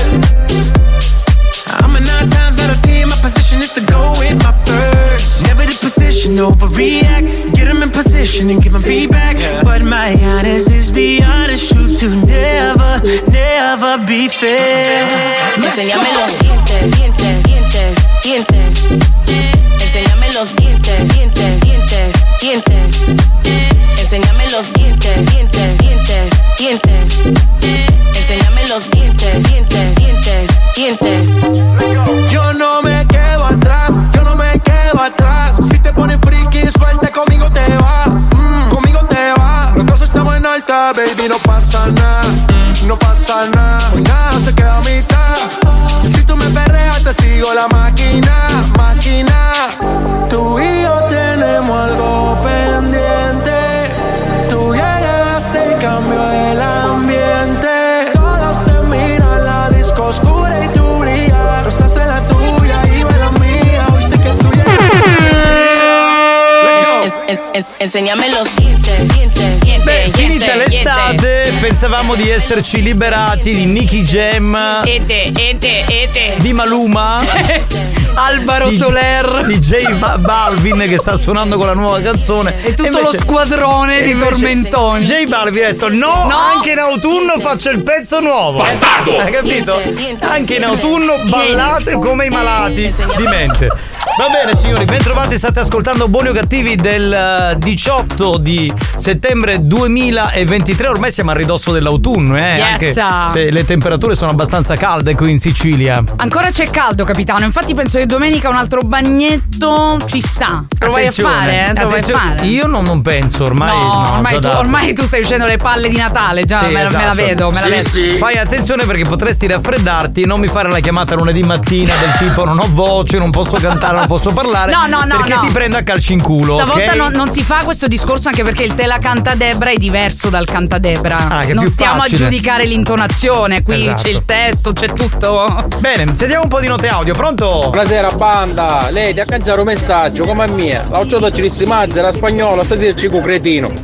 I'm a 9 times out of 10, my position is to go with my first. Never the position, overreact. Get them in position and give them feedback. But my honest is the honest truth to never, never be fair. Enséñame los dientes, dientes, dientes, dientes. Enséñame los dientes, dientes, dientes, dientes. Enséñame los dientes, dientes, dientes, dientes. Enséñame los dientes, dientes, dientes, dientes. Yo no me quedo atrás, yo no me quedo atrás. Si te pones friki, suelta, conmigo te vas, conmigo te vas. Los dos estamos en alta, baby, no pasa nada, no pasa nada. Hoy nada se queda a mitad. Si tú me perreas, te sigo la máquina, máquina. Tú y yo tenemos algo pendiente. Tú llegaste y cambió el ambiente. Todos te miran, la disco oscura y tú brillas. Tú estás en la tuya y va en la mía. Hoy sé que tú Enséñame los dientes, dientes, dientes. Beh, finita l'estate, pensavamo di esserci liberati di Nicky Jam, di Maluma, Alvaro Soler, di J Balvin che sta suonando con la nuova canzone e tutto lo squadrone di tormentoni. J Balvin ha detto no, anche in autunno faccio il pezzo nuovo. Hai capito? Anche in autunno ballate come i malati di mente. Va bene signori, ben trovati, state ascoltando Buoni o Cattivi del 18 di settembre 2023. Ormai siamo a ridosso ridosso dell'autunno, anche se le temperature sono abbastanza calde qui in Sicilia. Ancora c'è caldo, capitano. Infatti penso che domenica un altro bagnetto ci sta. Te lo vai a fare? Te lo vai a fare? Io non penso, ormai. Ormai tu stai uscendo le palle di Natale, già me la vedo. Sì. Fai attenzione perché potresti raffreddarti, non mi fare la chiamata lunedì mattina del tipo non ho voce, non posso cantare, non posso parlare. No. Perché ti prendo a calci in culo. Stavolta non si fa questo discorso, anche perché il te la canta Debra è diverso dal canta Debra. Non stiamo a giudicare l'intonazione, qui c'è il testo, c'è tutto. Bene, sentiamo un po' di note audio, pronto? Buonasera banda, lei ti ha cangiato un messaggio come a mia. L'altro giorno ci disse mazza, era spagnolo, stasera ci cretino.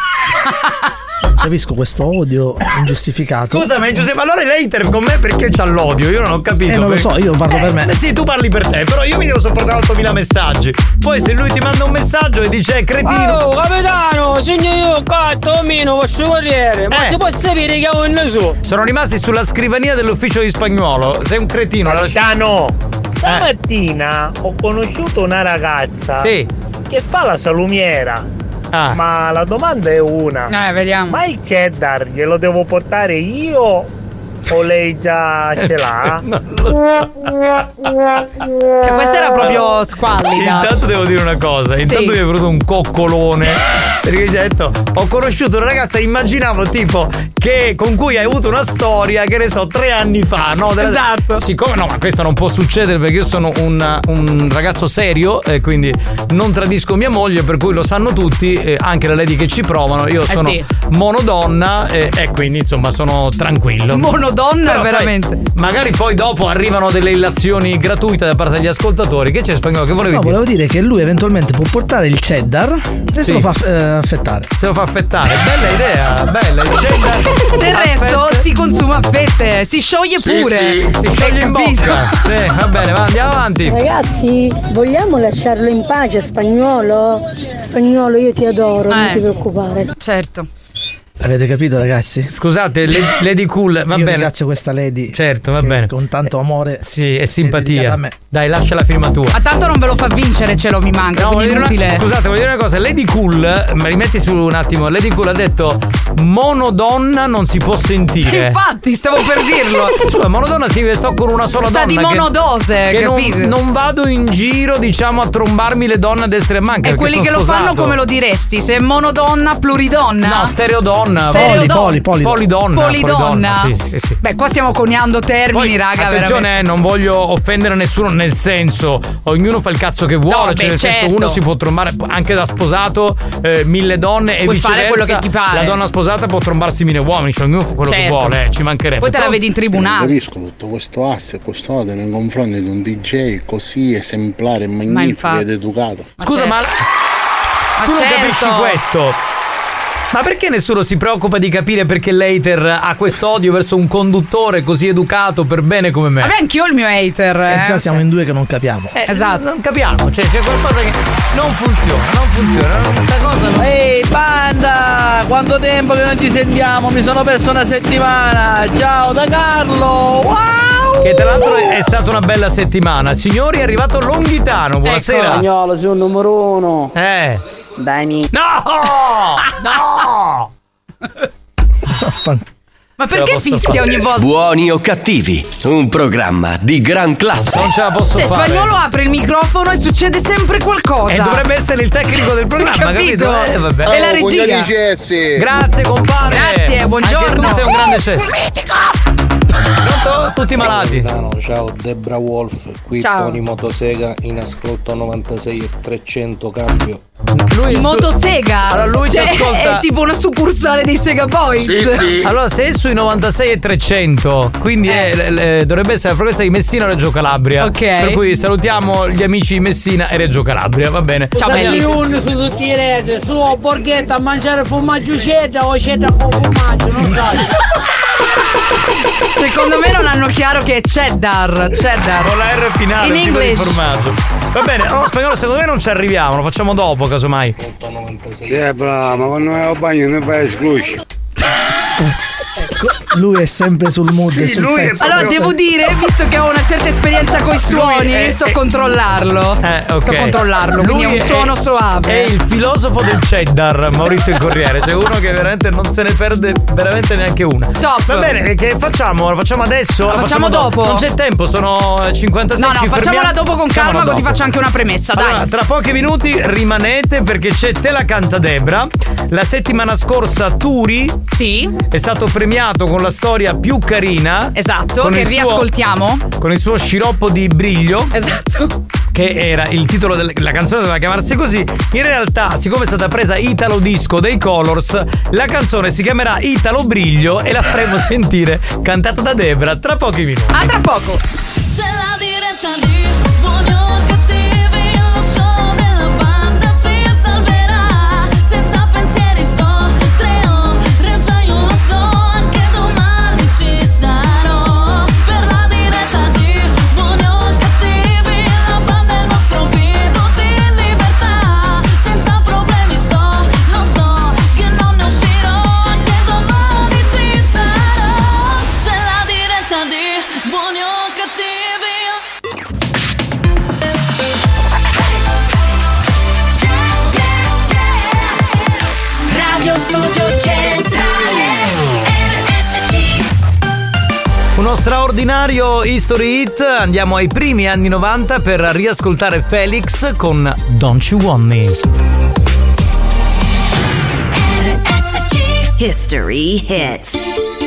Capisco questo odio ingiustificato. Scusami Giuseppe, ma allora lei con me perché c'ha l'odio? Io non ho capito. Non lo so, io parlo per me. Sì, tu parli per te, però io mi devo sopportare 8.000 messaggi. Poi se lui ti manda un messaggio e dice cretino. Oh capitano, segno io catto meno posso corriere. Ma si può sapere che ho in su. Sono rimasti sulla scrivania dell'ufficio di spagnolo. Sei un cretino. Capitano, stamattina ho conosciuto una ragazza che fa la salumiera. Ma la domanda è una. Vediamo. Ma il cheddar glielo devo portare io o lei già ce l'ha? Non lo so. Cioè, questa era proprio squallida. Intanto devo dire una cosa. Intanto mi è venuto un coccolone. Perché ci ha detto, ho conosciuto una ragazza, immaginavo tipo che con cui hai avuto una storia, che ne so, 3 anni fa, no? Esatto. Siccome ma questo non può succedere perché io sono un ragazzo serio e quindi non tradisco mia moglie, per cui lo sanno tutti, anche le lady che ci provano. Io sono monodonna e quindi insomma sono tranquillo. Monodonna. Però, veramente. Sai, magari poi dopo arrivano delle illazioni gratuite da parte degli ascoltatori. Che c'è spagnolo? Che volevi dire? Volevo dire che lui eventualmente può portare il cheddar e se lo fa affettare. Se lo fa affettare, bella idea, bella. Il cheddar del resto si consuma a fette, si scioglie pure. Si scioglie in bocca. Va bene, andiamo avanti. Ragazzi, vogliamo lasciarlo in pace, spagnolo? Spagnolo, io ti adoro, non ti preoccupare. Certo. Avete capito, ragazzi? Scusate, Lady Cool, va bene. Ringrazio questa Lady. Certo, va bene. Con tanto amore. Sì, e simpatia. Dai, lascia la firma tua. Ma tanto non ve lo fa vincere, ce lo mi manca. No, quindi inutile. Scusate, voglio dire una cosa. Lady Cool, rimetti su un attimo. Lady Cool ha detto monodonna non si può sentire. Infatti, stavo per dirlo. Scusa, monodonna sto con una sola donna. Di monodose, che capito? Non vado in giro, diciamo, a trombarmi le donne a destra e manca. E quelli che lo fanno come lo diresti? Se è monodonna, pluridonna? No, stereodonna. Polidonna. Sì. Beh, qua stiamo coniando termini, poi, raga. Attenzione, non voglio offendere nessuno, nel senso, ognuno fa il cazzo che vuole, nel senso, uno si può trombare anche da sposato 1000 donne e puoi viceversa. Fare quello che ti pare. La donna sposata può trombarsi 1000 uomini, cioè ognuno fa quello che vuole, ci mancherebbe. Poi te la vedi in tribunale. Capisco tutto questo asse e questo odio nei confronti di un DJ così esemplare, magnifico ed educato. Scusa, ma tu non capisci questo? Ma perché nessuno si preoccupa di capire perché l'hater ha questo odio verso un conduttore così educato per bene come me? Vabbè, anch'io ho il mio hater. Già siamo in due che non capiamo. Esatto. Non capiamo, cioè c'è qualcosa che non funziona. Questa cosa non... Ehi, banda! Quanto tempo che non ci sentiamo? Mi sono perso una settimana. Ciao da Carlo! Wow! Che tra l'altro è stata una bella settimana. Signori, è arrivato Longhitano. Buonasera. Spagnolo, sei un numero 1. Dai, No! Ma perché fischia ogni volta? Buoni o cattivi, un programma di gran classe. Non ce la posso fare. Spagnolo apre il microfono e succede sempre qualcosa. E dovrebbe essere il tecnico del programma, capito? Vabbè. E la regia. Grazie, compare. Grazie, buongiorno. Anche tu sei un grande chef. Pronto? Tutti malati. Ciao, Debra Wolf, qui Tony Motosega in ascolto 96 e 300 cambio. Lui Motosega? Allora lui ci ascolta. È tipo una succursale dei Sega Boys. Sì. Allora se è sui 96 e 300, quindi dovrebbe essere la frequenza di Messina o Reggio Calabria. Ok. Per cui salutiamo gli amici di Messina e Reggio Calabria, va bene? Ciao belli. Uno su tutti i rete, su a borghetta a mangiare formaggio cheddar o cheddar con formaggio, non so. Secondo me non hanno chiaro che è cheddar. Con la R finale in English. Formaggio. Va bene, spagnolo, secondo me non ci arriviamo, lo facciamo dopo, casomai. Bravo, ma quando vai al bagno ne fai esclusi. Lui è sempre sul mood. Sì, sul lui pezzo. Allora devo dire, visto che ho una certa esperienza coi suoni, so controllarlo. Okay. So controllarlo, quindi è un suono soave. È il filosofo del cheddar, Maurizio il Corriere. Cioè uno che veramente non se ne perde veramente neanche una. Top. Va bene, che facciamo? Lo facciamo adesso? Lo facciamo dopo. Non c'è tempo, sono 56. No, facciamola dopo con calma, così faccio anche una premessa, dai. Allora, tra pochi minuti rimanete perché c'è Te la canta Debra. La settimana scorsa Turi è stato premiato con la storia più carina. Esatto, che riascoltiamo. Con il suo sciroppo di briglio. Esatto. Che era il titolo della canzone, doveva chiamarsi così. In realtà, siccome è stata presa Italo Disco dei Colors, la canzone si chiamerà Italo Briglio e la faremo sentire cantata da Debra tra pochi minuti. A tra poco. C'è la diretta di Buoni o Cattivi, lo show della banda ci salverà. Senza pensieri sto, 3 ore già io lo so, anche domani ci sarò. Per la diretta di Buoni o Cattivi, la banda è il nostro beat, tutti in libertà. Senza problemi sto, lo so, che non ne uscirò, anche domani ci sarò. C'è la diretta di Buoni o Cattivi. Radio Studio Centrale RSC. Uno straordinario History Hit. Andiamo ai primi anni 90 per riascoltare Felix con Don't You Want Me. RSC History Hit.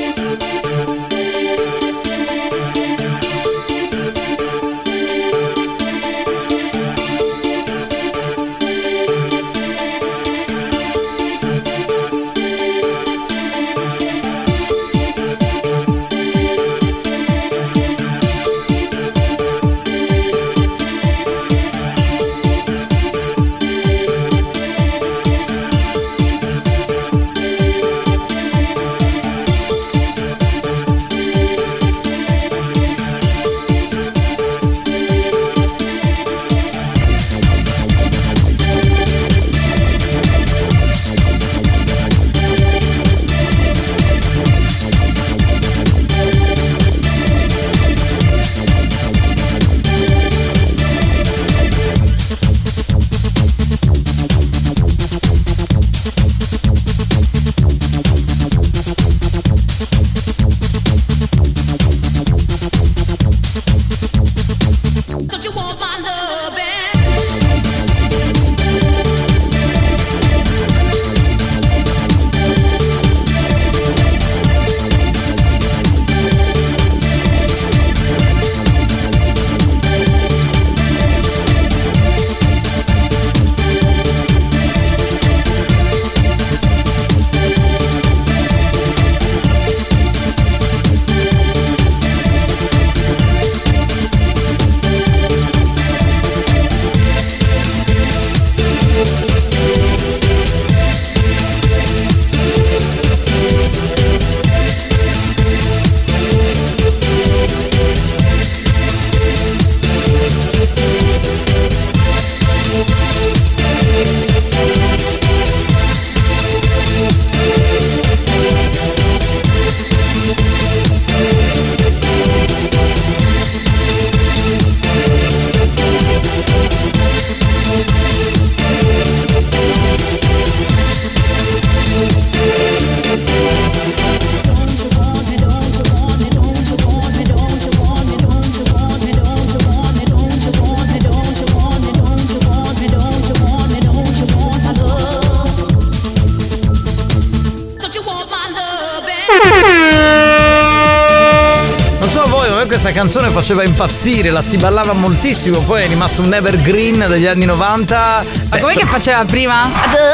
Questa canzone faceva impazzire, la si ballava moltissimo, poi è rimasto un evergreen degli anni 90. Ma com'è che faceva prima?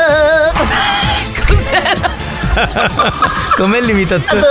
Com'è l'imitazione?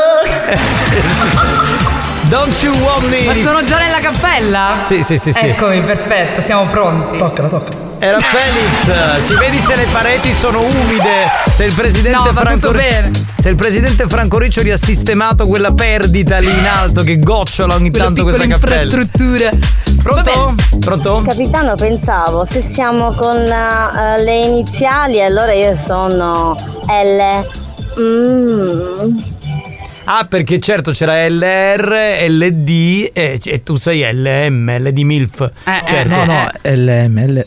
Don't You Want Me. Ma sono già nella cappella? Sì. Eccomi, perfetto, siamo pronti. Tocca. Era Felix, si vedi se le pareti sono umide, se il presidente se il presidente Franco Riccioli ha sistemato quella perdita lì in alto che gocciola ogni tanto questa cappella. Infrastrutture. Pronto? Capitano, pensavo, se siamo con le iniziali, allora io sono L. Ah, perché certo c'era LR, LD e tu sei LM, LD MILF. Certo. No, LM.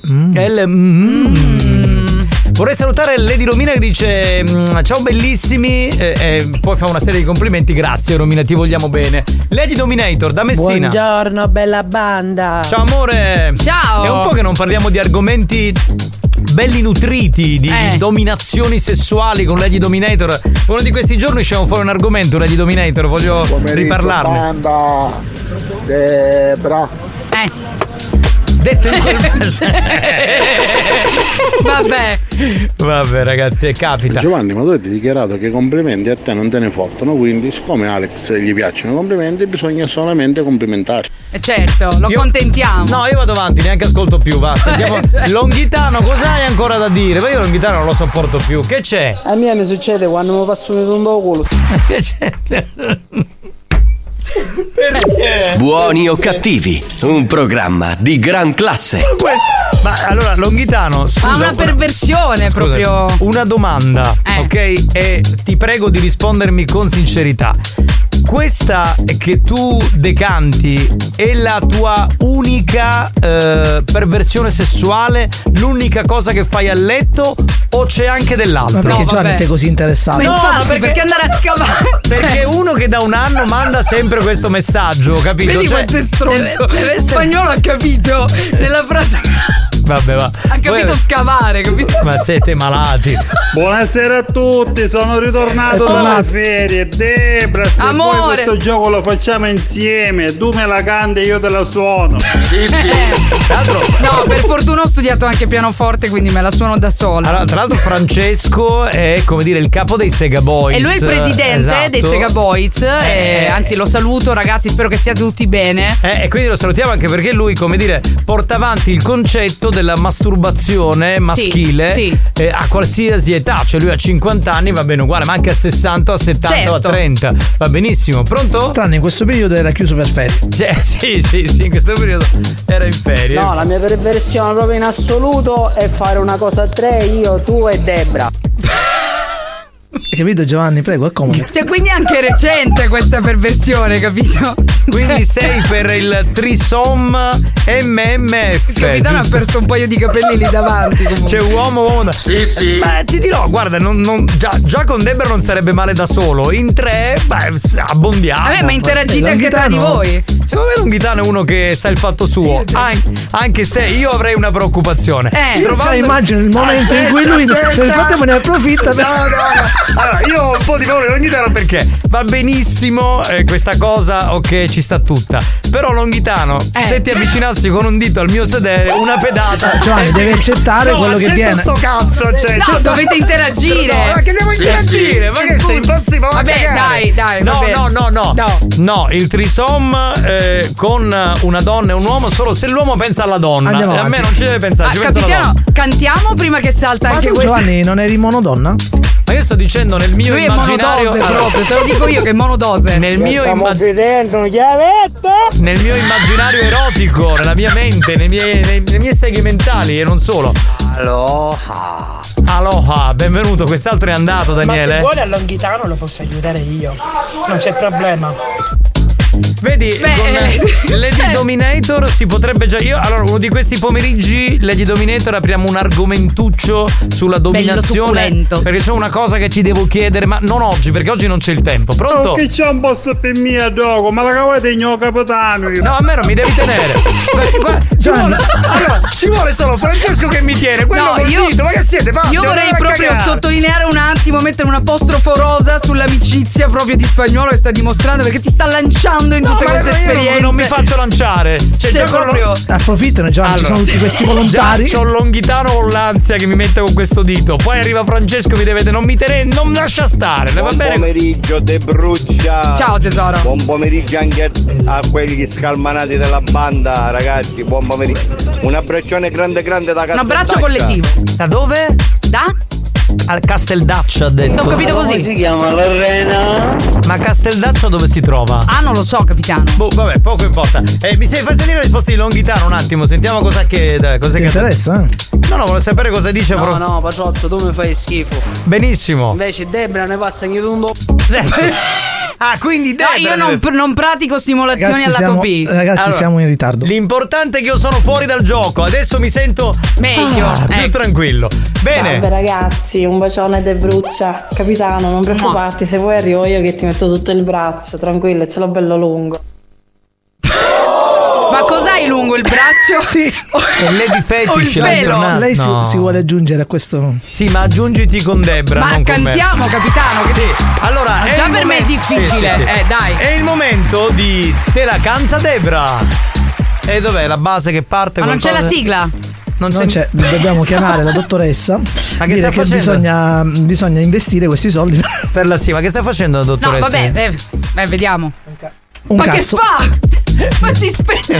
Vorrei salutare Lady Romina che dice ciao bellissimi, poi fa una serie di complimenti. Grazie Romina, ti vogliamo bene. Lady Dominator da Messina. Buongiorno bella banda. Ciao amore. Ciao. È un po' che non parliamo di argomenti belli nutriti, di dominazioni sessuali con Lady Dominator. Uno di questi giorni usciamo fuori un argomento, Lady Dominator, voglio riparlarne. Banda Debra. Detto in quel Vabbè ragazzi, capita. Giovanni, ma tu hai dichiarato che i complimenti a te non te ne fottano, quindi siccome a Alex gli piacciono i complimenti bisogna solamente complimentarsi. Certo, lo contentiamo. No, io vado avanti, neanche ascolto più, va. Sentiamo. Longhitano, cos'hai ancora da dire? Ma io Longhitano non lo sopporto più. Che c'è? A me mi succede quando mi passo un tondo culo. Che c'è? Buoni o cattivi, un programma di gran classe. Ma allora Longhitano, scusa, ha una perversione proprio. Una domanda, ok? E ti prego di rispondermi con sincerità. Questa che tu decanti è la tua unica perversione sessuale, l'unica cosa che fai a letto, o c'è anche dell'altro? Ma perché Giovanni sei così interessato? Ma infatti, perché andare a scavare? Perché uno che da un anno manda sempre questo messaggio, capito? Vedi quanto è stronzo. Deve Spagnolo ha capito nella frase. Vabbè, va. Ha capito scavare, capito? Ma siete malati. Buonasera a tutti, sono ritornato dalle ferie. Debra, se amore, poi questo gioco lo facciamo insieme, tu me la canti e io te la suono. Sì. No, per fortuna ho studiato anche pianoforte, quindi me la suono da sola. Allora, tra l'altro Francesco è, come dire, il capo dei Sega Boys. E lui è il presidente dei Sega Boys. Anzi, lo saluto ragazzi, spero che stiate tutti bene. E quindi lo salutiamo anche perché lui, come dire, porta avanti il concetto della masturbazione maschile a qualsiasi età. Cioè lui a 50 anni va bene uguale, ma anche a 60, a 70 o a 30 va benissimo. Pronto? Tranne in questo periodo era chiuso per ferie. Sì, in questo periodo era in ferie. No, la mia perversione proprio in assoluto è fare una cosa a tre, io, tu e Debra. Hai capito Giovanni? Prego, accomoda. Cioè, quindi è anche recente questa perversione, capito? Quindi sei per il trisom MMF. Il capitano ha perso un paio di capelli lì davanti comunque. C'è uomo da... Sì. Beh, ti dirò, guarda, già con Debra non sarebbe male da solo. In tre, abbondiamo. Vabbè, ma interagite anche tra di voi. Secondo me Longhitano è uno che sa il fatto suo. Anche se io avrei una preoccupazione. Cioè, immagino il momento in cui lui nel frattempo ne approfitta. No. Allora, io ho un po' di paura di Longhitano perché va benissimo questa cosa, ok, ci sta tutta. Però Longhitano, se ti avvicinassi con un dito al mio sedere, una pedata. Giovanni, devi accettare quello che viene. Sto cazzo, cioè. No, dovete interagire. Ma che devo interagire? Ma che sei impazzito? Vabbè, dai. No, il trisom con una donna e un uomo solo se l'uomo pensa alla donna. A me non ci deve pensare, ci pensa alla donna. Cantiamo prima che salta anche questo. Giovanni, non eri monodonna? Ma io sto dicendo nel mio immaginario. Lui è monodose proprio, te lo dico io che è monodose. Nel mio immaginario erotico, nella mia mente, nelle mie seghe mentali e non solo. Aloha, benvenuto, quest'altro è andato, Daniele. Ma se vuole a Longhitano lo posso aiutare io, non c'è problema. Vedi, con Lady Dominator si potrebbe già. Allora, uno di questi pomeriggi, Lady Dominator, apriamo un argomentuccio sulla dominazione. Perché c'è una cosa che ti devo chiedere, ma non oggi, perché oggi non c'è il tempo. Pronto? Che c'è un posto per mia dogo, ma la cavate il mio capitano. No, a me non mi devi tenere. Ci vuole solo Francesco che mi tiene. Quello col dito, ma che siete pazzi? Io vorrei proprio sottolineare un attimo, mettere un apostrofo rosa sull'amicizia proprio di Spagnolo che sta dimostrando, perché ti sta lanciando in tutte queste esperienze. Non mi faccio lanciare. Cioè proprio. Approfittano, Giovanni, allora, ci sono tutti questi volontari. C'ho Longhitano con l'ansia che mi mette con questo dito. Poi arriva Francesco, mi deve non lascia stare. Va bene. Buon pomeriggio, De Bruccia. Ciao tesoro. Buon pomeriggio anche a quegli scalmanati della banda, ragazzi. Buon pomeriggio. Un abbraccione grande da Casteldaccia. Un abbraccio collettivo. Da dove? Da? Al Casteldaccia ha detto. Ho capito così. Come si chiama Lorena? Ma Casteldaccia dove si trova? Ah, non lo so, capitano. Vabbè, poco importa. Mi stai facendo sentire la risposta di Longhitano un attimo, sentiamo cosa che ti interessa? No, volevo sapere cosa dice. No, Paciozzo, tu mi fai schifo. Benissimo. Invece Debra ne passa anche tu un quindi Debra io non pratico stimolazioni al lato B. Ragazzi, allora, siamo in ritardo. L'importante è che io sono fuori dal gioco. Adesso mi sento meglio, più tranquillo. Bene. Vabbè ragazzi, un bacione Debruccia. Capitano, non preoccuparti, se vuoi arrivo io che ti metto tutto il braccio. Tranquillo, ce l'ho bello lungo. Ma cos'hai lungo il braccio? Sì. Lady Fetish, lei si vuole aggiungere a questo. Sì, ma aggiungiti con Debra. Ma non cantiamo, con me. capitano. Che sì. Allora, già per me è difficile. Sì. Dai. È il momento di Te la canta Debra. E dov'è la base che parte? Ma non c'è la sigla? Non c'è. Dobbiamo chiamare la dottoressa. Ma che dire che bisogna investire questi soldi per la sigla. Ma che sta facendo la dottoressa? No, vabbè, vediamo. Un ma cazzo. Che fa? Ma si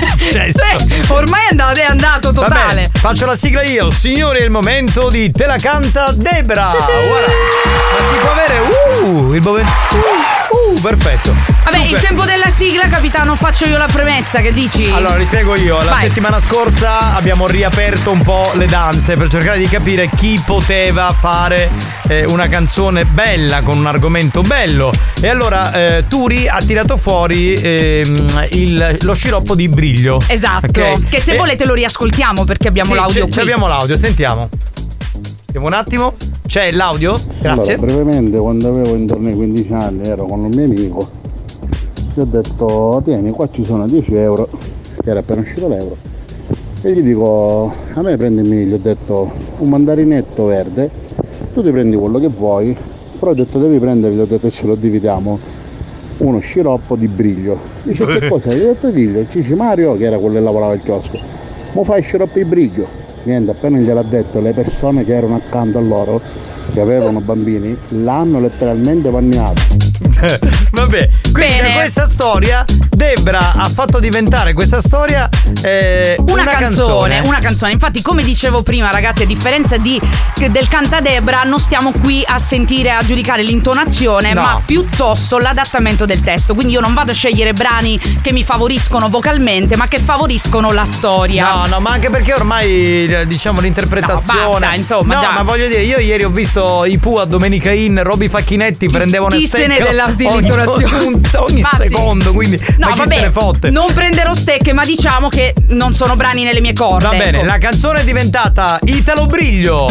ormai è andato totale. Vabbè, faccio la sigla io. Signori, è il momento di Te la canta Debra. Guarda. Ma si può avere il momento. Perfetto. Vabbè, il tempo della sigla, capitano, faccio io la premessa, che dici? Allora, vi spiego io. La settimana scorsa abbiamo riaperto un po' le danze per cercare di capire chi poteva fare una canzone bella con un argomento bello. E allora Turi ha tirato fuori lo sciroppo di Briglio. Esatto. Okay? Che se volete lo riascoltiamo perché abbiamo l'audio qui. Abbiamo l'audio, sentiamo. Sentiamo un attimo. C'è l'audio? Grazie. Allora, brevemente, quando avevo intorno ai 15 anni ero con un mio amico. Gli ho detto: tieni, qua ci sono 10 euro, che era appena uscito l'euro. E gli dico: a me prendimi, gli ho detto, un mandarinetto verde, tu ti prendi quello che vuoi, però ho detto devi prendere, gli ho detto, e ce lo dividiamo, uno sciroppo di Briglio. Dice: che cos'è? Gli ho detto: dillo, Cici Mario, che era quello che lavorava al chiosco, mo fai sciroppo di Briglio. Niente, appena gliel'ha detto, le persone che erano accanto a loro, che avevano bambini, l'hanno letteralmente bagnato. Vabbè, quindi da questa storia Debra ha fatto diventare questa storia una canzone. Una canzone. Infatti, come dicevo prima, ragazzi, a differenza del canta Debra, non stiamo qui a sentire, a giudicare l'intonazione, ma piuttosto l'adattamento del testo. Quindi io non vado a scegliere brani che mi favoriscono vocalmente, ma che favoriscono la storia. No, ma anche perché ormai, diciamo, l'interpretazione. No, basta, insomma, no, già. Ma voglio dire, io ieri ho visto i Pooh a Domenica Inn, Roby Facchinetti prendevano chi se ne dell'intonazione ogni secondo, quindi no, ma chi vabbè, se ne fotte? Non prenderò stecche, ma diciamo che non sono brani nelle mie corde. Va bene, la canzone è diventata Italo Briglio.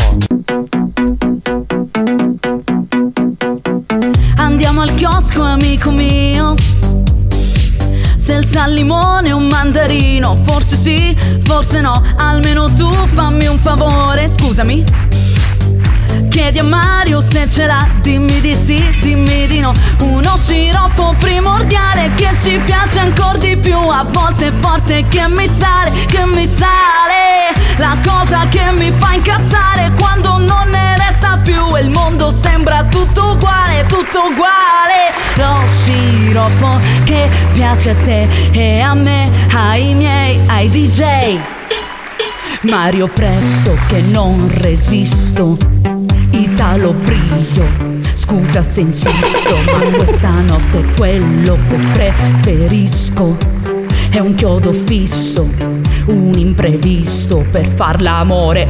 Andiamo al chiosco, amico mio, senza il limone o un mandarino. Forse sì, forse no, almeno tu fammi un favore. Scusami. Chiedi a Mario se ce l'ha, dimmi di sì, dimmi di no. Uno sciroppo primordiale che ci piace ancora di più. A volte è forte che mi sale, la cosa che mi fa incazzare quando non ne resta più e il mondo sembra tutto uguale, tutto uguale. Lo sciroppo che piace a te e a me, ai miei, ai DJ. Mario presto che non resisto, Italo Briglio, scusa se insisto, ma questa notte quello che preferisco è un chiodo fisso, un imprevisto per far l'amore.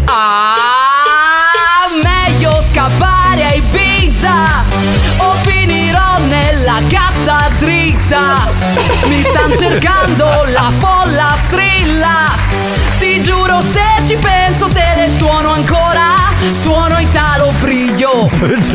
Meglio scappare a Ibiza o finirò nella cassa dritta. Mi stan cercando, la folla strilla. Ti giuro, se ci penso te le suono ancora. Suono Italo Briglio.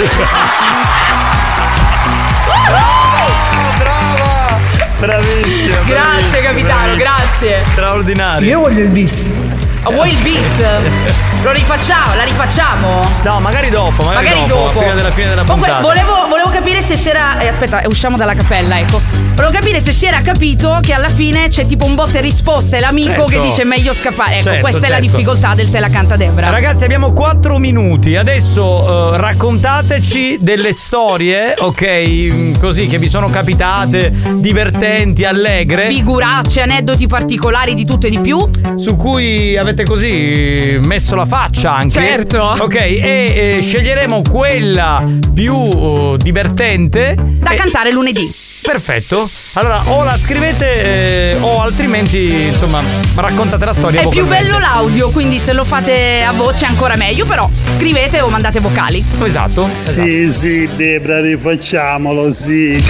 Brava! Bravissima! Grazie capitano, grazie. Straordinario. Io voglio il bis. Vuoi il bis? Lo rifacciamo? La rifacciamo? No, magari dopo. Magari dopo. Fine della puntata. Volevo capire se si era. Aspetta, usciamo dalla cappella, ecco. Volevo capire se si era capito che alla fine c'è tipo un botta e risposta. E l'amico che dice meglio scappare. Ecco, questa è la difficoltà del Te la canta Debra. Ragazzi, abbiamo 4 minuti. Adesso raccontateci delle storie, ok? Così che vi sono capitate, divertenti, allegre. Figuracce, aneddoti particolari di tutto e di più. Su cui avete così messo la faccia anche. Certo. Ok, e sceglieremo quella più divertente divertente da cantare lunedì. Perfetto. Allora o la scrivete o altrimenti insomma raccontate la storia. È più bello l'audio, quindi se lo fate a voce è ancora meglio, però scrivete o mandate vocali. Esatto. Sì, Debra, rifacciamolo, sì.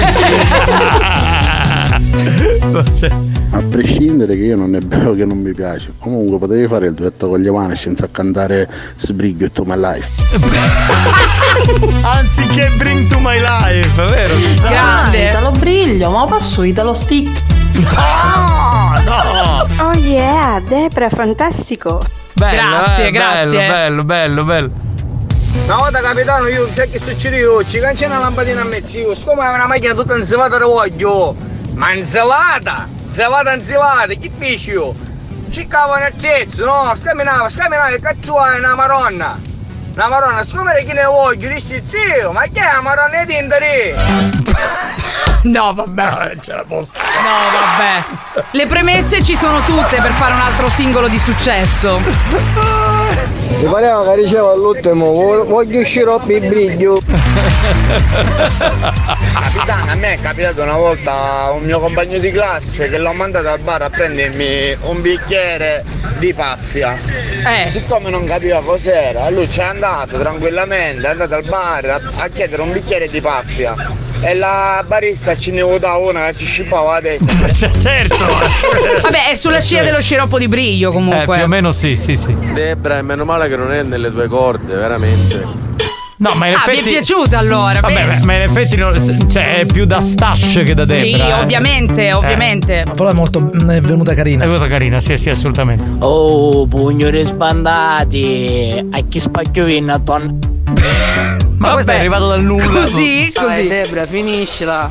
A prescindere che io non è vero che non mi piace, comunque potevi fare il duetto con gli Evanescence a cantare Sbriglio to My Life. Anziché Bring to My Life, vero? Grande. Italo Briglio, ma passo Italo Stick. No! Oh yeah, Debra, fantastico. Bello, grazie. Bello. Una volta capitano io sai che succede io, ci cancella una lampadina a mezzio, siccome è una macchina tutta inzevata da voglio, ma inzevata, che dici io? Ci cavano a cezzo, no, scamminava, che cazzo è una maronna, siccome che ne voglio, dici zio, ma che è la maronna di Indari? No, vabbè. Ce la posso. No, vabbè. Le premesse ci sono tutte per fare un altro singolo di successo. Mi pareva che diceva all'ultimo, voglio uscire a Briglio. Capitano, a me è capitato una volta un mio compagno di classe che l'ho mandato al bar a prendermi un bicchiere di paffia. Siccome non capiva cos'era, lui ci è andato tranquillamente, è andato al bar a chiedere un bicchiere di paffia. E la barista ci ne votava una che ci scippava la testa. Certo. Vabbè, è sulla scia dello sciroppo di Briglio comunque. Più o meno sì. Debra, meno male che non è nelle tue corde, veramente. No, ma in effetti. Mi è piaciuto allora. Vabbè, ma in effetti è più da Stash che da Debra. Sì, ovviamente. Ma però è venuta carina. È venuta carina, sì, assolutamente. Oh, pugno rispandati. A chi spacchio in a ton. Ma questo è arrivato dal nulla. Così. Dai, Debra, finiscila.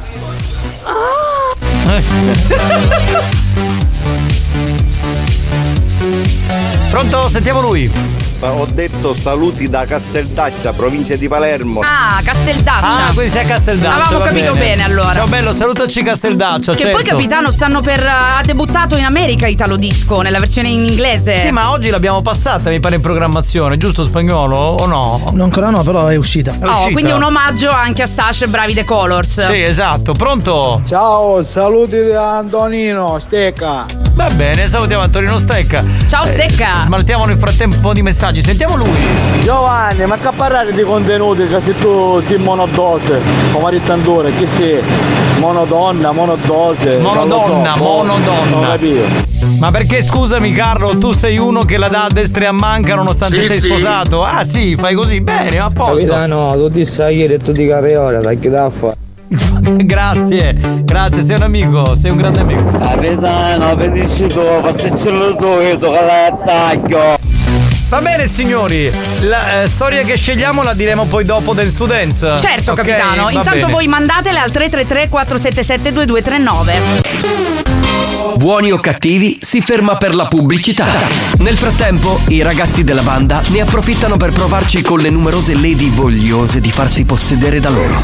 Pronto? Sentiamo lui. Ho detto saluti da Casteldaccia, provincia di Palermo. Ah, Casteldaccia. Quindi sei a Casteldaccia. Avevamo capito bene allora. Ciao bello, salutaci Casteldaccia. Che poi capitano ha debuttato in America Italo Disco nella versione in inglese. Sì, ma oggi l'abbiamo passata, mi pare, in programmazione, giusto Spagnolo o no? No, ancora no, però è uscita. Quindi un omaggio anche a Stash e Bravi The Colors. Sì, esatto. Pronto? Ciao, saluti da Antonino Stecca. Va bene, salutiamo Antonino Stecca. Ciao Stecca. Smaltiamo nel frattempo un po' di messaggi. Sentiamo lui. Giovanni, ma che parlare di contenuti che se tu sei monodose, come rittandore, che sei monodonna, monodose. Monodonna. Non capito. Ma perché scusami Carlo, tu sei uno che la dà a destra e a manca nonostante sei sposato? Ah sì, fai così, bene, a posto. Capitano, tu ti sai ieri e tu di carriola, dai che da fare. Grazie, sei un amico, sei un grande amico. Capitano, vedici tu, fatecelo tu, io tocca l'attacco. Va bene signori, la storia che scegliamo la diremo poi dopo Dance to Dance. Certo, okay, capitano, intanto bene. Voi mandatele al 333 477 2239. Buoni o cattivi si ferma per la pubblicità. Nel frattempo i ragazzi della banda ne approfittano per provarci con le numerose lady vogliose di farsi possedere da loro.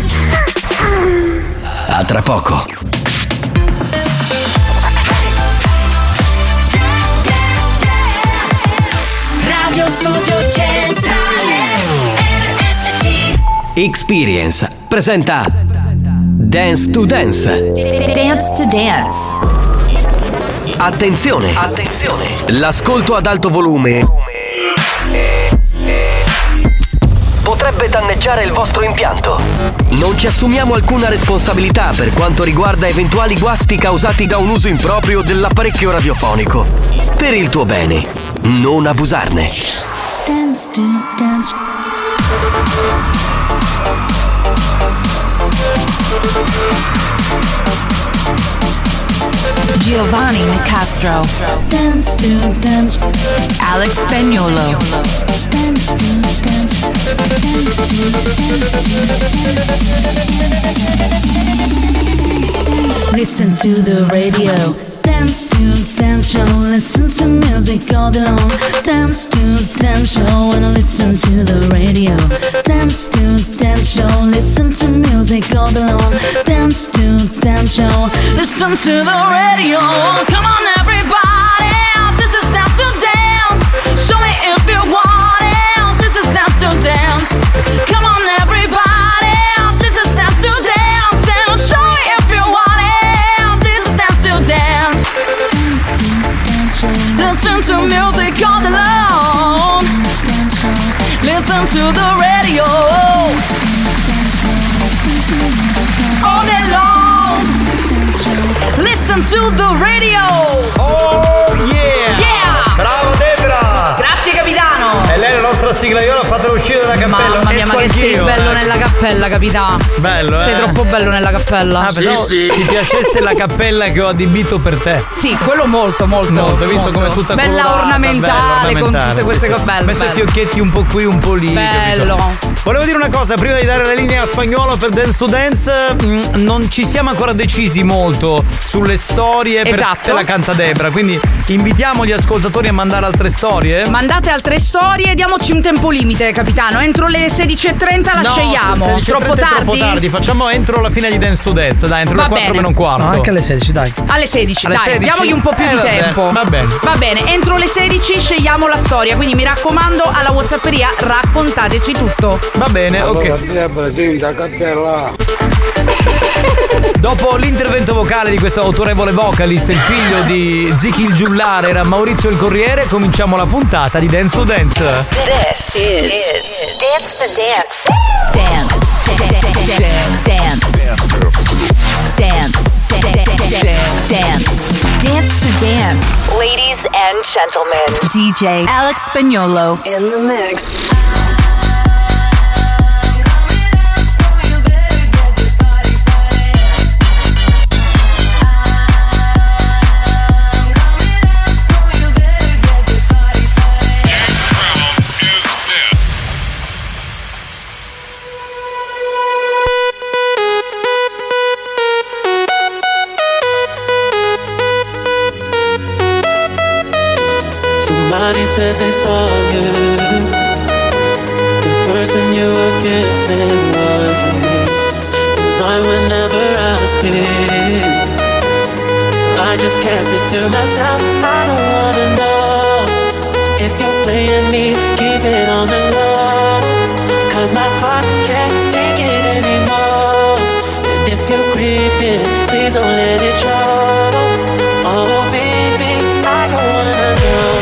A tra poco. Radio Studio Centrale RSC Experience presenta Dance to Dance. Dance to Dance. Attenzione! L'ascolto ad alto volume potrebbe danneggiare il vostro impianto. Non ci assumiamo alcuna responsabilità per quanto riguarda eventuali guasti causati da un uso improprio dell'apparecchio radiofonico. Per il tuo bene, non abusarne. Dance to Dance. Giovanni Nicastro. Dance to Dance. Alex Spagnolo. Dance to Dance. Listen to the radio. Dance to Dance Show. Listen to music all day long. Dance to Dance Show and listen to the radio. Dance to Dance Show. Listen to music all day long. Dance to Dance Show. Listen to the radio. Come on everybody. This is Dance to Dance. Show me if you want it. This is Dance to Dance. Come on everybody. This is Dance to Listen to the radio all day long. Listen to the radio. Oh yeah! Yeah! Bravo Debra! Grazie capitano! E lei è la nostra siglaiola, fatela uscire dalla cappella. Mamma mia, ma che sei bello nella cappella, capitano. Bello, Sei troppo bello nella cappella. Ah, pensavo ti piacesse la cappella che ho adibito per te. Sì, quello molto. Hai visto come è tutta bella colorata, ornamentale con tutte queste cose belle. Messo i fiocchetti un po' qui, un po' lì. Bello. Capito? Volevo dire una cosa, prima di dare la linea a Spagnuolo per Dance to Dance, non ci siamo ancora decisi molto sulle storie per la Canta Debra, quindi invitiamo gli ascoltatori a mandare altre storie. Mandate altre storie, diamoci un tempo limite, capitano. Entro le 16:30 la scegliamo. 16:30 Troppo tardi? Troppo tardi, facciamo entro la fine di Dance to Dance, dai, entro le 4 meno un quarto. No, anche alle 16, dai. Alle 16, Alle dai, 16? diamogli un po' più di Vabbè, tempo. va bene. Va bene, entro le 16 scegliamo la storia, quindi mi raccomando, alla WhatsApperia raccontateci tutto. Va bene, ok. Dopo l'intervento vocale di questo autorevole vocalist, il figlio di Zichi il Giullare era Maurizio il Corriere, cominciamo la puntata di Dance to Dance. This is Dance to Dance. Dance to Dance. Ladies and gentlemen, DJ Alex Spagnuolo in the mix. Somebody said they saw you. The person you were kissing wasn't me. And I would never ask you. I just kept it to myself. I don't wanna know if you're playing me. Keep it on the low, 'cause my heart can't take it anymore. And if you're creeping, please don't let it show. Oh baby, I don't wanna know.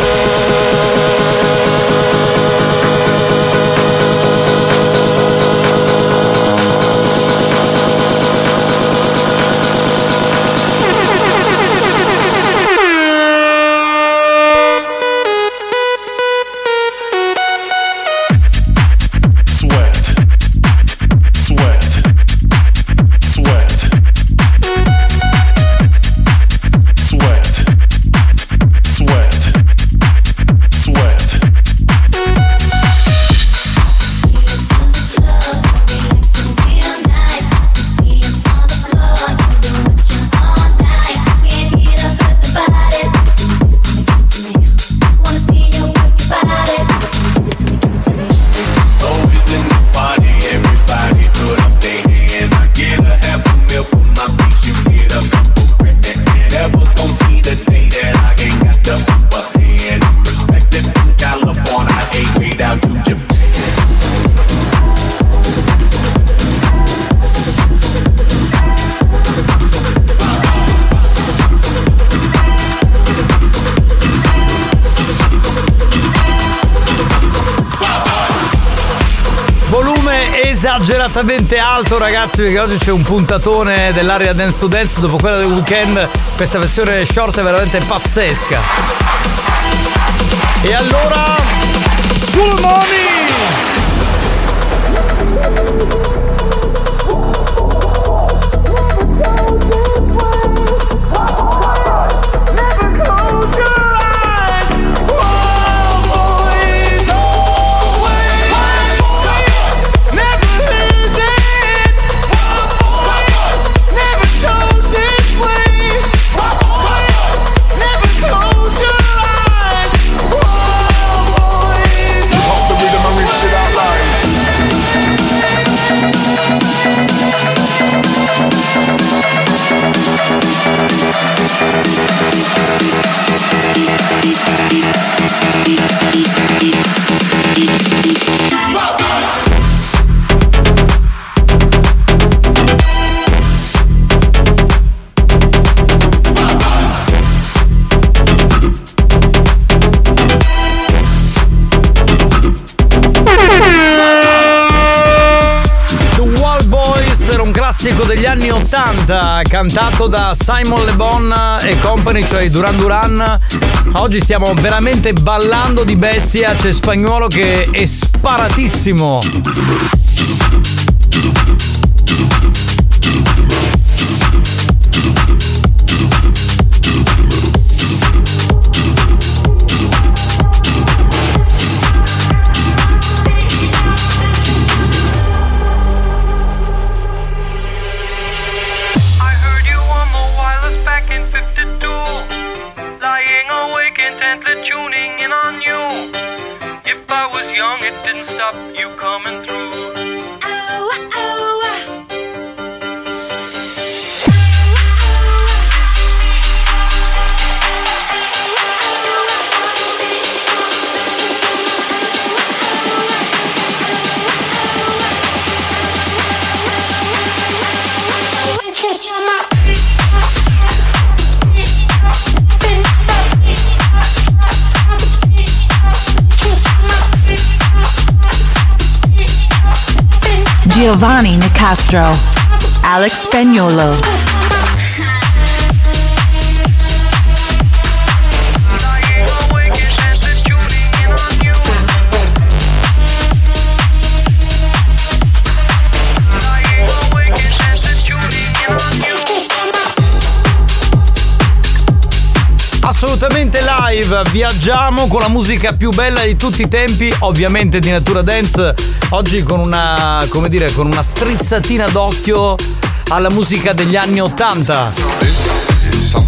Esageratamente alto, ragazzi, perché oggi c'è un puntatone dell'area Dance to Dance. Dopo quella del weekend, questa versione short è veramente pazzesca. E allora, sul money! Questo era un classico degli anni 80, cantato da Simon Le Bon e company, cioè Duran Duran. Oggi stiamo veramente ballando di bestia, c'è Spagnuolo che è sparatissimo. Giovanni Nicastro, Alex Spagnuolo. Assolutamente live, viaggiamo con la musica più bella di tutti i tempi, ovviamente di natura dance, oggi con una, come dire, con una strizzatina d'occhio alla musica degli anni 80.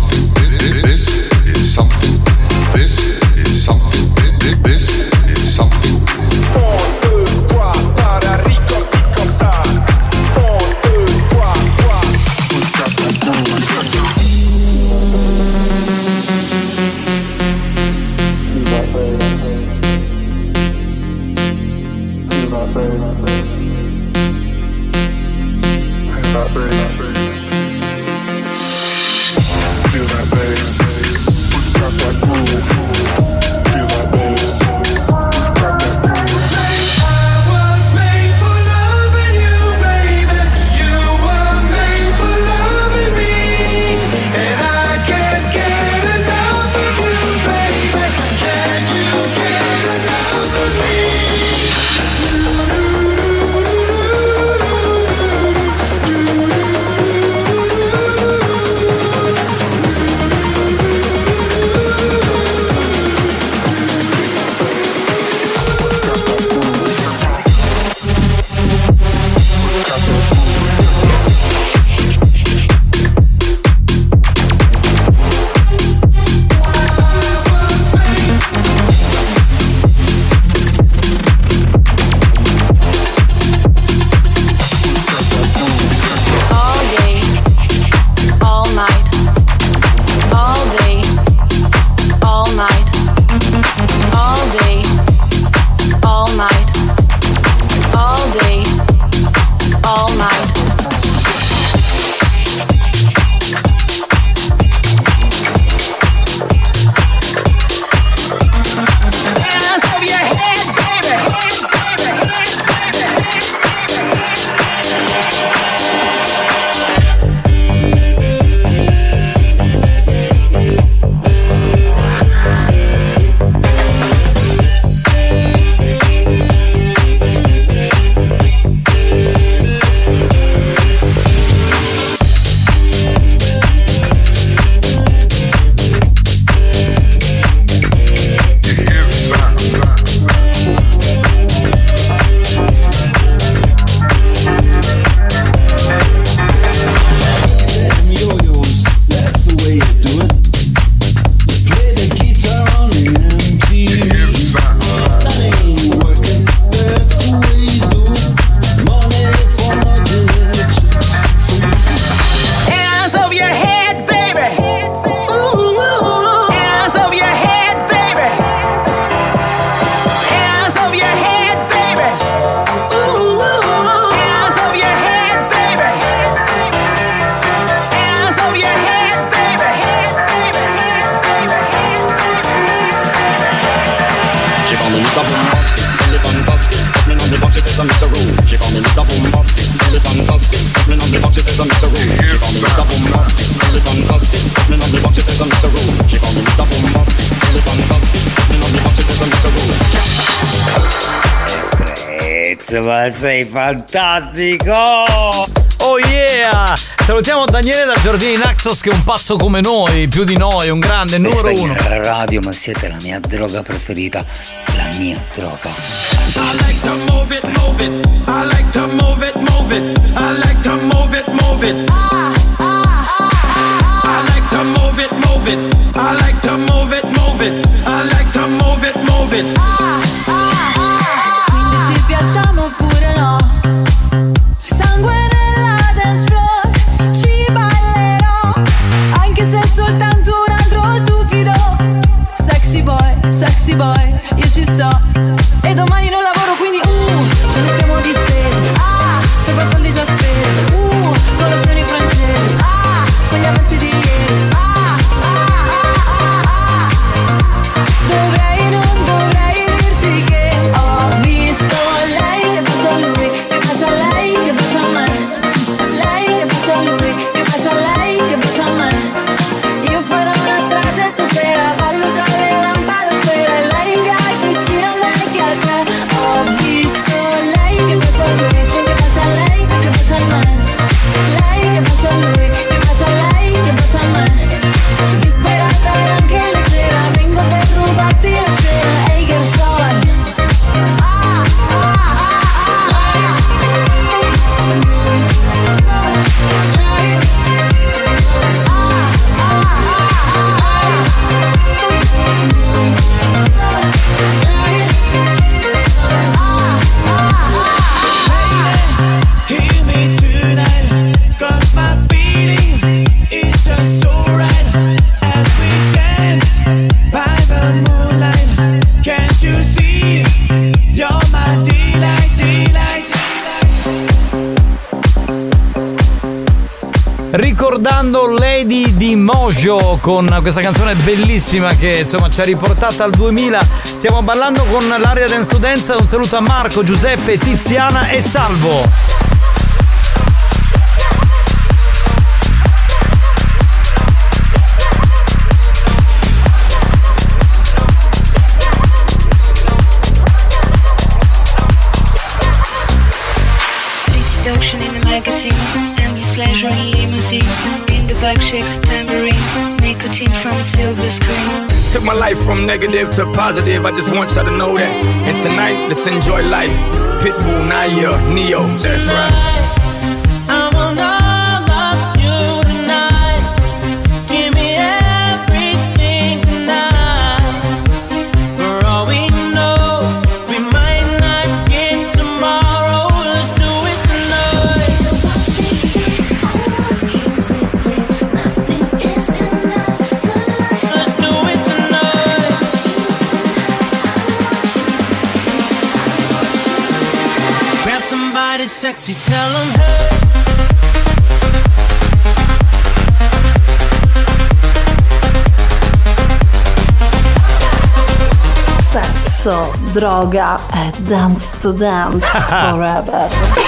I'm Mr. Rude. She call me Mr. Bombastic, really fantastic. Me on the box, she says I'm Mr. Rude. She call me Mr. Bombastic, really fantastic. Me on the box, she says I'm Mr. Rude. Ma sei fantastico! Oh yeah! Salutiamo Daniele da Giardini Naxos che è un pazzo come noi, più di noi, un grande, numero uno. La radio, ma siete la mia droga preferita, la mia droga. I like to move it, move it. I like to move it, move it. I like to move it, move it. I like to move it, move it. I like to move it, move it. I like to move it, move it. Quindi ci piacciamo oppure no? Sangue nella dance floor, ci ballerò, anche se è soltanto un altro stupido. Sexy boy, io ci sto. E domani non lavoro quindi ce ne stiamo distesi. Sopra soldi già spesi. Colazioni francesi. Con gli avanzi di ieri. Non dovrei dirti che ho visto lei che bacia a lui, che bacia a lei, che bacia a me. Lei che bacia a lui, che bacia a lei, che bacia a me. Io farò una strage stasera, ballo tra le lampadosfere. Lei piace sia a me che a te. Ho visto lei che bacia a lui, che bacia a lei, che bacia a me. Lei che bacia a lui, che bacia a lei, che bacia a me. Disperata e anche leggera, vengo per rubarti la scena. Ehi Gerson. Hear me tonight, 'cause my feeling is just so right. As we dance by the moonlight, can't you see? You're my delight, delight. Ricordando Lady di Mojo con questa canzone bellissima che insomma ci ha riportata al 2000. Stiamo ballando con l'area Dance to Dance. Un saluto a Marco, Giuseppe, Tiziana e Salvo. Seduction in the magazine, endless pleasure in limousine. In the back shakes a tambourine, nicotine from a silver screen. Took my life from negative to positive, I just want y'all to know that. And tonight, let's enjoy life. Pitbull, Naya, Neo, that's right. I want all of you tonight. Give me everything tonight. For all we know, we might not get tomorrow. Let's do it tonight. Let's do it tonight. Grab somebody sexy, tell them hey. Sesso, droga e dance to dance forever.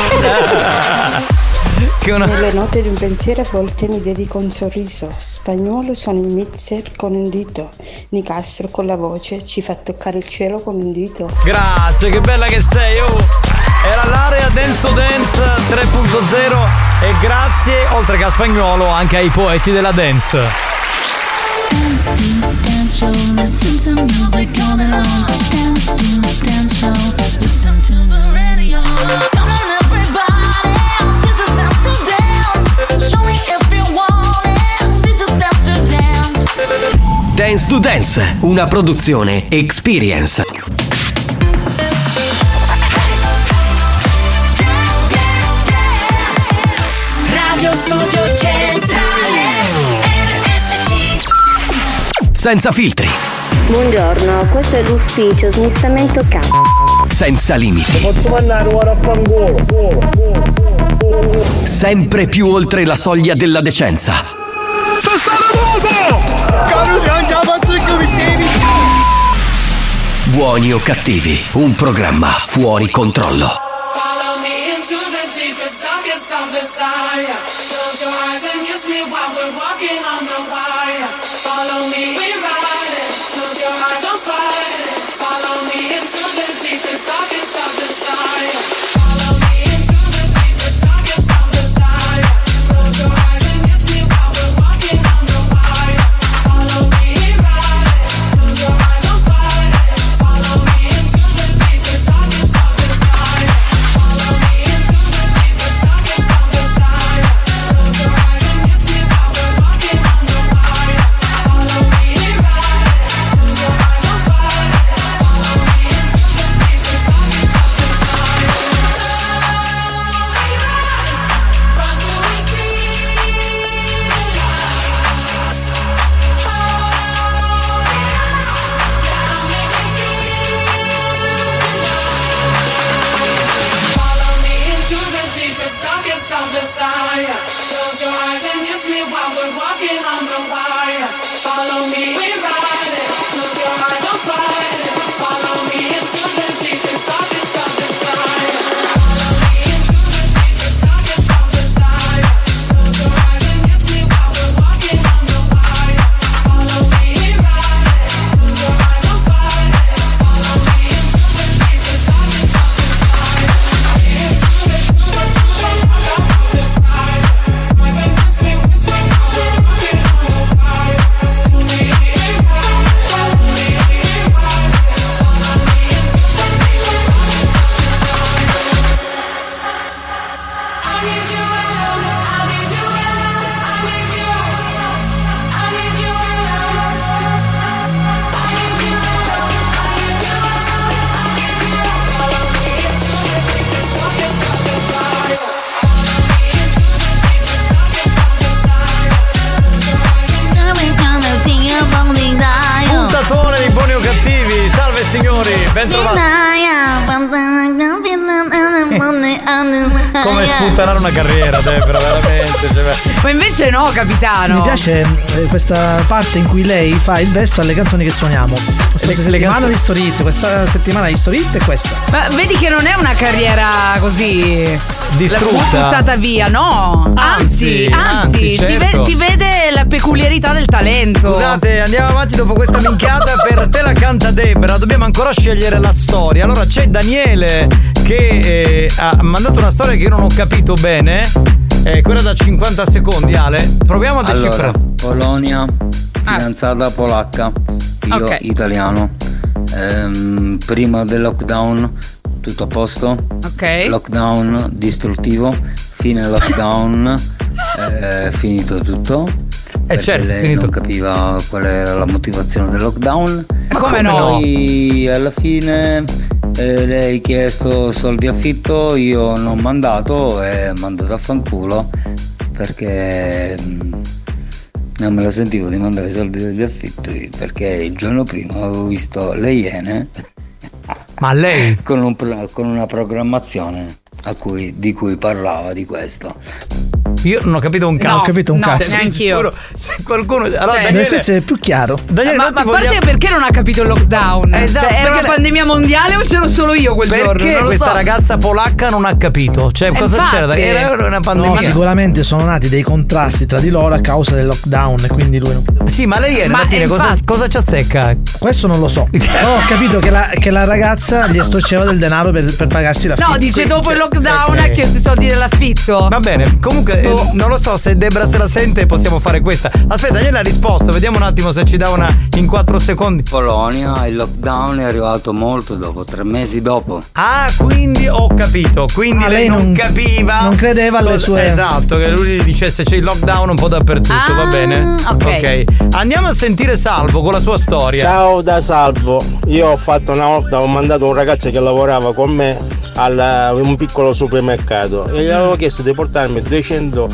Nelle note di un pensiero a volte mi dedico un sorriso. Spagnuolo sono il mixer con un dito. Nicastro con la voce ci fa toccare il cielo con un dito. Grazie, che bella che sei, oh! Era l'area Dance to Dance 3.0 e grazie, oltre che a Spagnuolo, anche ai poeti della dance. Dance to dance show, listen to music all day long. Dance to dance show, listen to the radio. Come on everybody, this is dance to dance. Show me if you want it, this is dance to dance. Dance to Dance, una produzione Experience. Radio Studio Centrale RSC. Senza filtri, Buongiorno, questo è l'ufficio smistamento senza limiti, Posso mandare ora a fangolo? sempre più oltre la soglia della decenza. Buoni o cattivi, un programma fuori controllo. Follow me into the deepest, darkest of desire. Close your eyes and kiss me while we're walking on the wire. Follow me, we ride it. Close your eyes, I'm fighting. Follow me into the deepest, darkest of desire. Follow me into the deepest, darkest of desire. Close your eyes and kiss me while we're walking on the wire. Follow me, we ride it. Close your eyes, I'm fighting. Follow me into the deepest, darkest of desire. Follow me into the deepest, darkest of desire. Close your eyes and kiss me while we're walking on the wire. Follow me, we ride it. Close your eyes, I'm fighting. Follow me into the deepest, darkest of desire. Run till we see the light. Hold me down, make me feel tonight. Follow me into the deepest, darkest of desire. Close your eyes and kiss me while we're walking on the wire. Follow me, we ride it. Close your eyes, I'm fighting. Follow me into the deepest, darkest of desire. Follow me into the deepest, darkest of desire. Close your eyes and kiss me while we're walking on the wire. Follow me, we ride it. Close your eyes, I'm fighting. Follow me into the deepest, darkest of desire. Into the desire. Eyes and kiss me while we're walking on the wire. Follow me, we ride it. Follow me, we ride it. Follow me into the deepest, darkest of desire. I need you alone. I need you alone. I need you. I need you alone. I need you alone. I need you alone. I need you. Follow me into the deepest, darkest of desire. Follow me into the deepest, darkest of desire. Close your eyes and Puntatone di Buoni o Cattivi. Salve signori, ben trovati. Come sputtanare una carriera, Debra, veramente. Ma invece no, capitano. Mi piace questa parte in cui lei fa il verso alle canzoni che suoniamo. Questa settimana History Hit, questa settimana History Hit è questa. Ma vedi che non è una carriera così distrutta, buttata via, no? Anzi, certo. si vede la peculiarità del talento. Scusate, andiamo avanti dopo questa minchiata. Per Te la canta Debra dobbiamo ancora scegliere la storia. Allora c'è Daniele che ha mandato una storia che io non ho capito bene, quella da 50 secondi. Ale, proviamo a decifrare. Allora, Polonia, fidanzata polacca, io italiano. Prima del lockdown tutto a posto. Ok. Lockdown distruttivo, fine lockdown, finito tutto. Certo, lei finito. non capiva qual era la motivazione del lockdown. Come no? Poi alla fine lei ha chiesto soldi affitto, io non ho mandato e mandato a fanculo perché non me la sentivo di mandare i soldi di affitto, perché il giorno prima avevo visto Le Iene. Ma lei? Con una programmazione di cui parlava di questo. Io non ho capito un cazzo. Non ho capito un cazzo. Neanch'io. Se qualcuno. Allora, deve essere più chiaro. Daniele, ma a parte perché non ha capito il lockdown? Esatto, Cioè, era una pandemia mondiale o c'ero solo io quel giorno? Perché Non lo questa so. ragazza polacca non ha capito? Cioè, cosa infatti. c'era? Era una pandemia. No, sicuramente sono nati dei contrasti tra di loro a causa del lockdown e quindi lui non... Sì, ma lei alla fine cosa ci azzecca? Questo non lo so. Però ho capito che la ragazza gli estorceva del denaro per pagarsi l'affitto. No, dice dopo il lockdown ha chiesto i soldi dell'affitto. Va bene, comunque non lo so se Debra se la sente, possiamo fare questa. Aspetta, gliela ha risposto, vediamo un attimo se ci dà una in 4 secondi. Polonia, il lockdown è arrivato molto dopo, 3 mesi dopo. Ah, quindi ho capito. Quindi lei non capiva. Non credeva alle sue. Esatto, che lui gli dicesse c'è il lockdown un po' dappertutto, va bene? Ok. Andiamo a sentire Salvo con la sua storia. Ciao da Salvo, io ho fatto una volta, ho mandato un ragazzo che lavorava con me a un piccolo supermercato e gli avevo chiesto di portarmi 200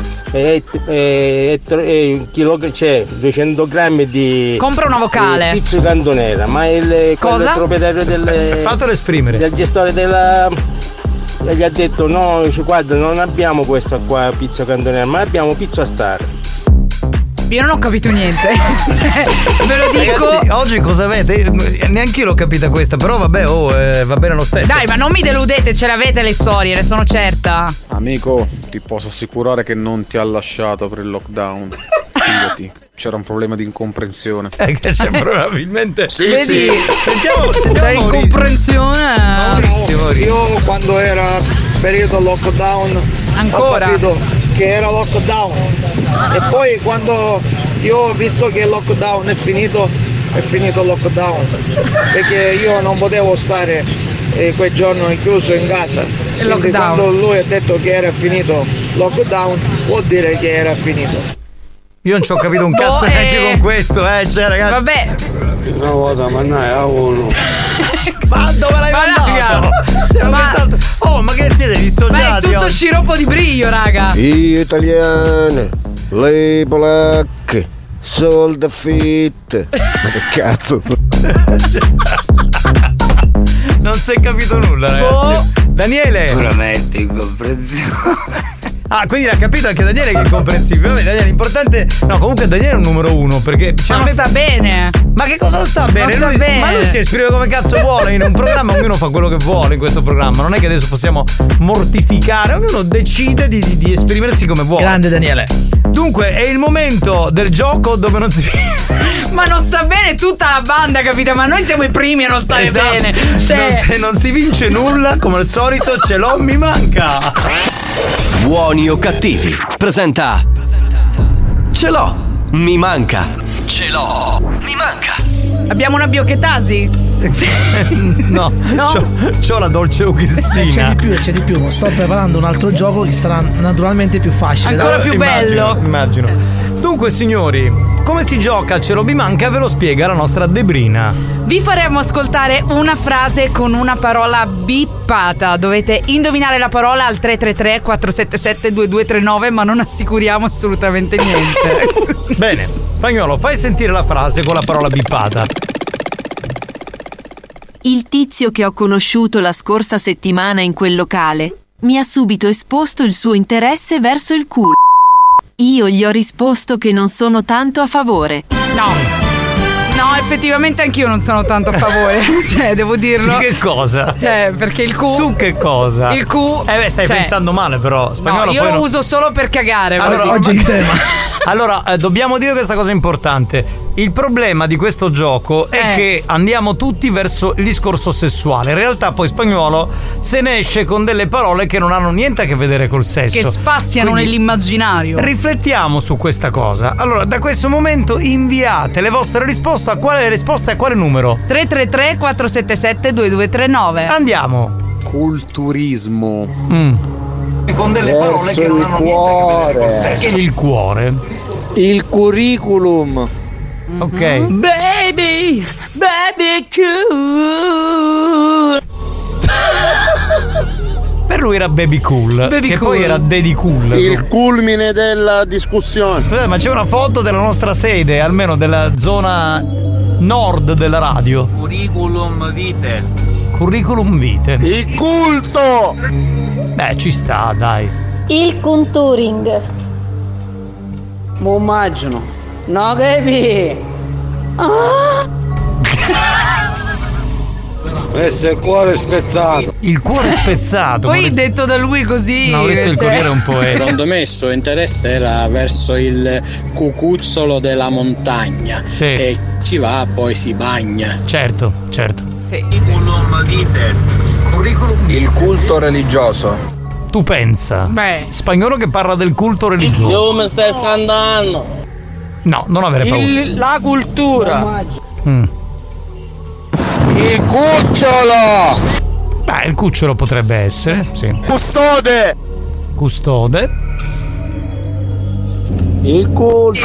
grammi di compra una vocale pizza cantonera, ma il proprietario fatelo esprimere, del gestore della gli ha detto no, guarda, non abbiamo questa qua pizza cantonera, ma abbiamo pizza star. Io non ho capito niente. Cioè, ve lo dico. Ragazzi, oggi cosa avete? Neanche io l'ho capita questa, però vabbè, va bene lo stesso. Dai, ma non mi deludete, ce l'avete le storie, ne sono certa. Amico, ti posso assicurare che non ti ha lasciato per il lockdown. Fidati, c'era un problema di incomprensione. Che c'è probabilmente. Sì. Sentiamo. Incomprensione. Io quando era periodo lockdown ancora ho capito che era lockdown e poi quando io ho visto che il lockdown è finito il lockdown perché io non potevo stare quel giorno chiuso in casa. Quindi quando lui ha detto che era finito lockdown vuol dire che era finito. Io non ci ho capito un cazzo neanche con questo, cioè ragazzi. Vabbè. Una volta mannai a uno. Ma dove l'hai mandato? Ma che siete dissociati? Ma è tutto oggi? sciroppo di briglio, raga. Gli italiani, le polacche, sold fit. Ma che cazzo? Non si è capito nulla, ragazzi. Daniele. Sicuramente incomprensione. Ah, quindi l'ha capito anche Daniele che è comprensibile. Vabbè, Daniele, l'importante. No, comunque Daniele è un numero uno. Perché Ma non sta bene. Ma che cosa non sta bene? Non sta bene. Ma lui si esprime come cazzo vuole in un programma, ognuno fa quello che vuole in questo programma. Non è che adesso possiamo mortificare, ognuno decide di esprimersi come vuole. Grande Daniele. Dunque, è il momento del gioco dove non si. Ma non sta bene tutta la banda, capito? Ma noi siamo i primi a non stare bene. Cioè. Non si vince nulla, come al solito, ce l'ho, mi manca. Buoni o cattivi, presenta Ce l'ho, mi manca. Ce l'ho, mi manca. Abbiamo una Biocchetasi? No. C'ho la dolce uchissina. C'è di più. Sto preparando un altro gioco che sarà naturalmente più facile. Ancora più bello. Immagino. Dunque, signori, come si gioca a Ce l'ho, mi manca ve lo spiega la nostra Debrina. Vi faremo ascoltare una frase con una parola bippata. Dovete indovinare la parola al 333-477-2239, ma non assicuriamo assolutamente niente. Bene, Spagnolo, fai sentire la frase con la parola bippata. Il tizio che ho conosciuto la scorsa settimana in quel locale mi ha subito esposto il suo interesse verso il culo. Io gli ho risposto che non sono tanto a favore. No, effettivamente anch'io non sono tanto a favore. Cioè, devo dirlo. Di che cosa? Cioè, perché il Q. Su che cosa? Il Q. Stai pensando male, però. Spagnolo, no, io lo uso solo per cagare. Allora, oggi è in tema. Allora, dobbiamo dire questa cosa importante. Il problema di questo gioco è che andiamo tutti verso il discorso sessuale. In realtà poi Spagnolo se ne esce con delle parole che non hanno niente a che vedere col sesso, che spaziano quindi nell'immaginario. Riflettiamo su questa cosa. Allora, da questo momento inviate le vostre risposte a quale numero? 333-477-2239. Andiamo. Culturismo. Con delle parole che non hanno niente a che vedere col sesso. Il cuore. Il curriculum. Ok. Baby cool. Per lui era baby cool. Che poi era daddy cool. Il culmine della discussione. Scusate, ma c'è una foto della nostra sede, almeno della zona nord della radio. Curriculum vitae. Curriculum vitae. Il culto. Beh, ci sta, dai. Il contouring. Mo immagino. No, capi. Questo è il cuore spezzato. Il cuore spezzato. Poi detto da lui così. Maurizio il Corriere è un poeta. Secondo me il suo interesse era verso il cucuzzolo della montagna. Sì. E ci va, poi si bagna. Certo. Sì. Il culto religioso. Tu pensa? Beh. Spagnolo che parla del culto religioso. Io mi stai scandando. No, non avere paura. La cultura. Il cucciolo. Beh, il cucciolo potrebbe essere, sì. Custode. Il culto.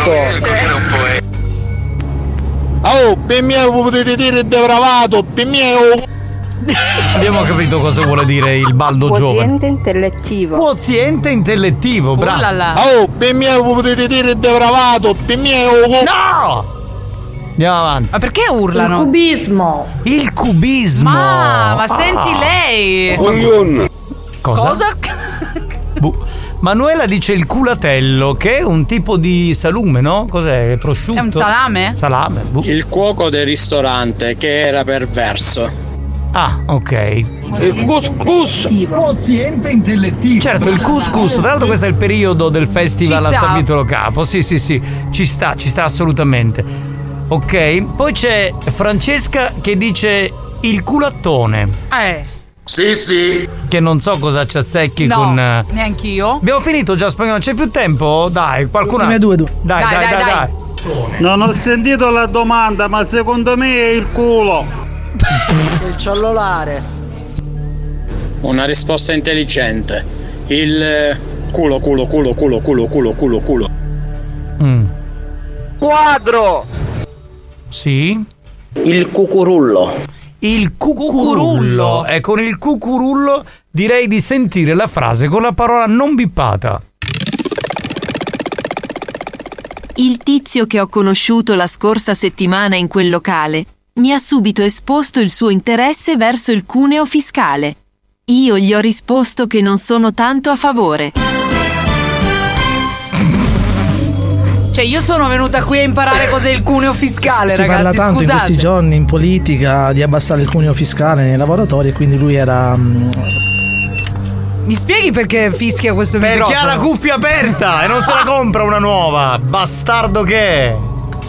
Oh, per me potete dire depravato, per me. Abbiamo capito cosa vuole dire il baldo giovane. Quoziente intellettivo. Quoziente intellettivo, bravo. Oh, per me potete dire depravato, per me. No! Andiamo avanti. Ma perché urlano? Il cubismo. Il cubismo. Ma senti lei. Coglione. Cosa? Manuela dice il culatello, che è un tipo di salume, no? Cos'è? Prosciutto? È un salame? Salame. Il cuoco del ristorante che era perverso. Ah, ok. Il couscous. Quoziente intellettivo. Certo, il couscous. Tra l'altro questo è il periodo del festival a San Vitolo Capo. Sì. Ci sta assolutamente. Ok. Poi c'è Francesca che dice il culattone. Sì. Che non so cosa ci azzecchi con. Neanch'io. Abbiamo finito già spagnolo, c'è più tempo? Dai, qualcuno. Ultime due. Dai. Non ho sentito la domanda, ma secondo me è il culo. Il cellulare. Una risposta intelligente. Il culo. Quadro. Sì. Il cucurullo. Il cucurullo. E con il cucurullo direi di sentire la frase con la parola non bippata. Il tizio che ho conosciuto la scorsa settimana in quel locale mi ha subito esposto il suo interesse verso il cuneo fiscale. Io gli ho risposto che non sono tanto a favore. Cioè, io sono venuta qui a imparare cos'è il cuneo fiscale, si ragazzi. Parla tanto in questi giorni in politica di abbassare il cuneo fiscale nei lavoratori e quindi lui era. Mi spieghi perché fischia questo microfono? Perché ha la cuffia aperta e non se la compra una nuova. Bastardo che è.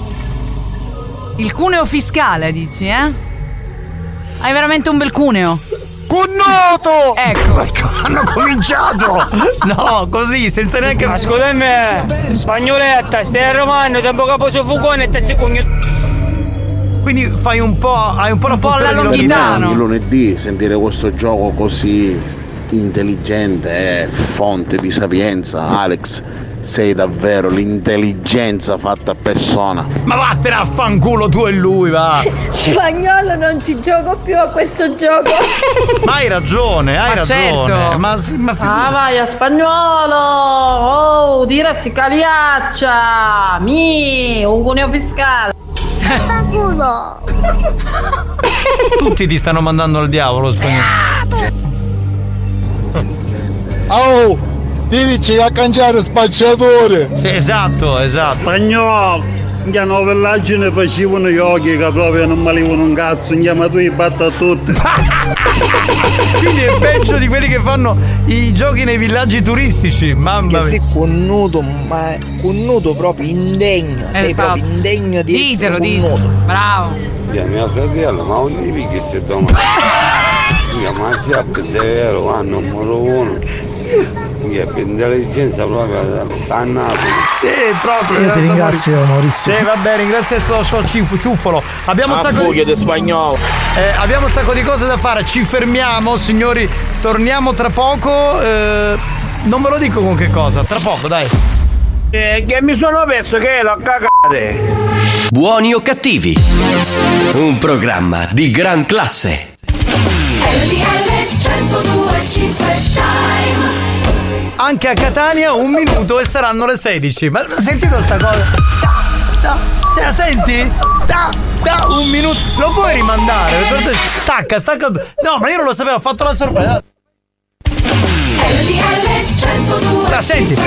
Il cuneo fiscale, dici, eh? Hai veramente un bel cuneo. Connoto! Ecco. Hanno cominciato! No, così, senza neanche. Ascoltami, spagnoletta, stai a romano, tempo capo su fugone e te cugno. Quindi fai un po'. Hai un po' la funzione di Longhitano. Lunedì sentire questo gioco così intelligente è fonte di sapienza. Alex, sei davvero l'intelligenza fatta a persona. Ma vattene a fanculo tu e lui, va! Spagnolo, non ci gioco più a questo gioco. Ma hai ragione, hai ragione. Certo. Ma vai a spagnolo! Oh, diresti cagliaccia! Un cuneo fiscale! Fanculo! Tutti ti stanno mandando al diavolo, spagnolo. Oh! Dici a cangiare spacciatore! Sì, esatto. Spagnolo! Che a villaggio ne facevano yogi che proprio non malivano un cazzo, ma tu i batta a tutti. Quindi è peggio di quelli che fanno i giochi nei villaggi turistici, mamma mia. Che sei connuto, ma connuto proprio indegno. Sei proprio indegno di essere connuto. Bravo. Mio fratello, ma un livi che si domanda. Ma si vero, hanno numero uno. Che intelligenza proprio a Napoli. Sì, proprio. Io ti ringrazio, Maurizio. Sì, vabbè, ringrazio il suo ciuffolo. Abbiamo un sacco di spagnolo. Abbiamo un sacco di cose da fare. Ci fermiamo, signori. Torniamo tra poco. Non ve lo dico con che cosa. Tra poco, dai. Che mi sono perso che l'ho cagate. Buoni o cattivi? Un programma di gran classe. RTL 102.5 Time. Anche a Catania 1 minuto e saranno le 16. Ma hai sentito sta cosa? Ce la senti? Da 1 minuto. Lo puoi rimandare? Stacca. No, ma io non lo sapevo, ho fatto la sorpresa. Senti.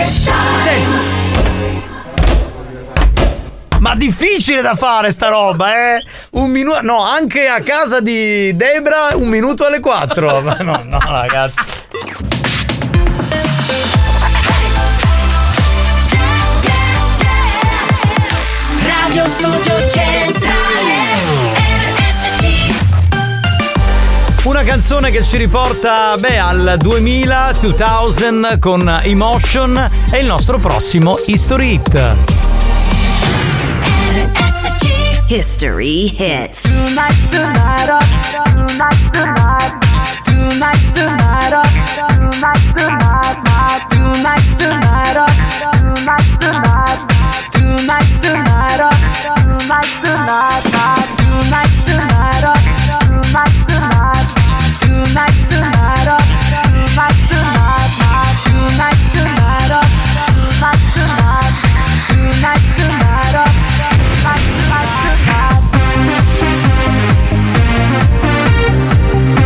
Ma difficile da fare sta roba, 1 minuto. No, anche a casa di Debra 1 minuto alle 4. Ma no, ragazzi. Radio Studio Centrale RSC. Una canzone che ci riporta al 2000 con Emotion e il nostro prossimo History Hit. History Hits. Tonight's the night up. Tonight's the night. Tonight's the night up. Tonight's the night. Tonight's the night up. Tonight's the night. Tonight's the night up. Tonight's the night. Tonight's the night up. Tonight's the night. Tonight's the night up. Tonight's the night. Tonight's the night up. Tonight's the night. Tonight's the night up. Tonight's the night.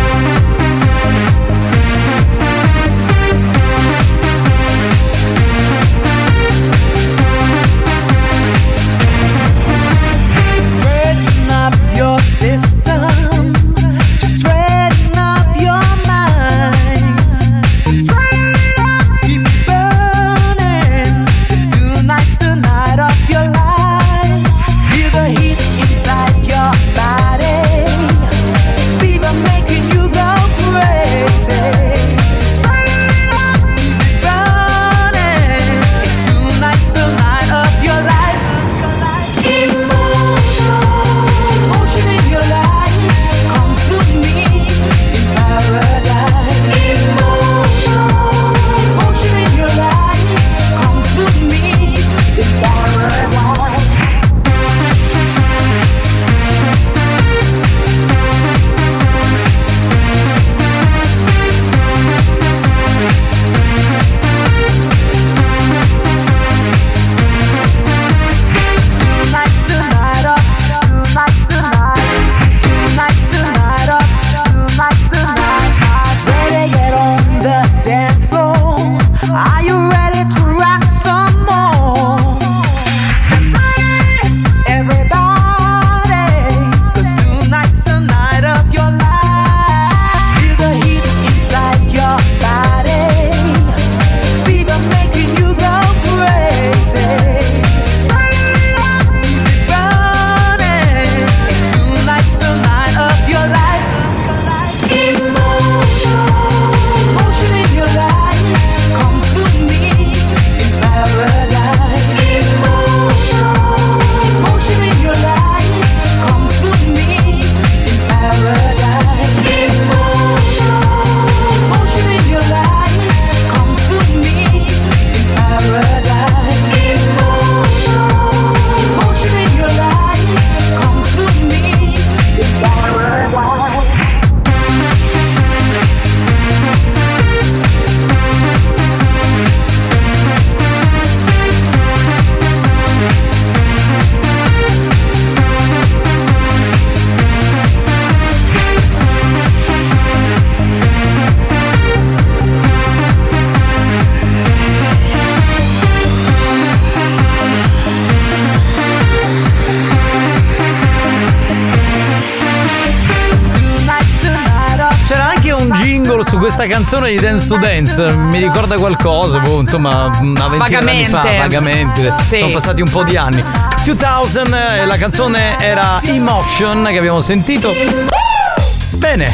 su questa canzone di Dance to Dance mi ricorda qualcosa, insomma, una ventina d'anni fa, vagamente. Sì. Sono passati un po' di anni. 2000, la canzone era Emotion che abbiamo sentito. Bene.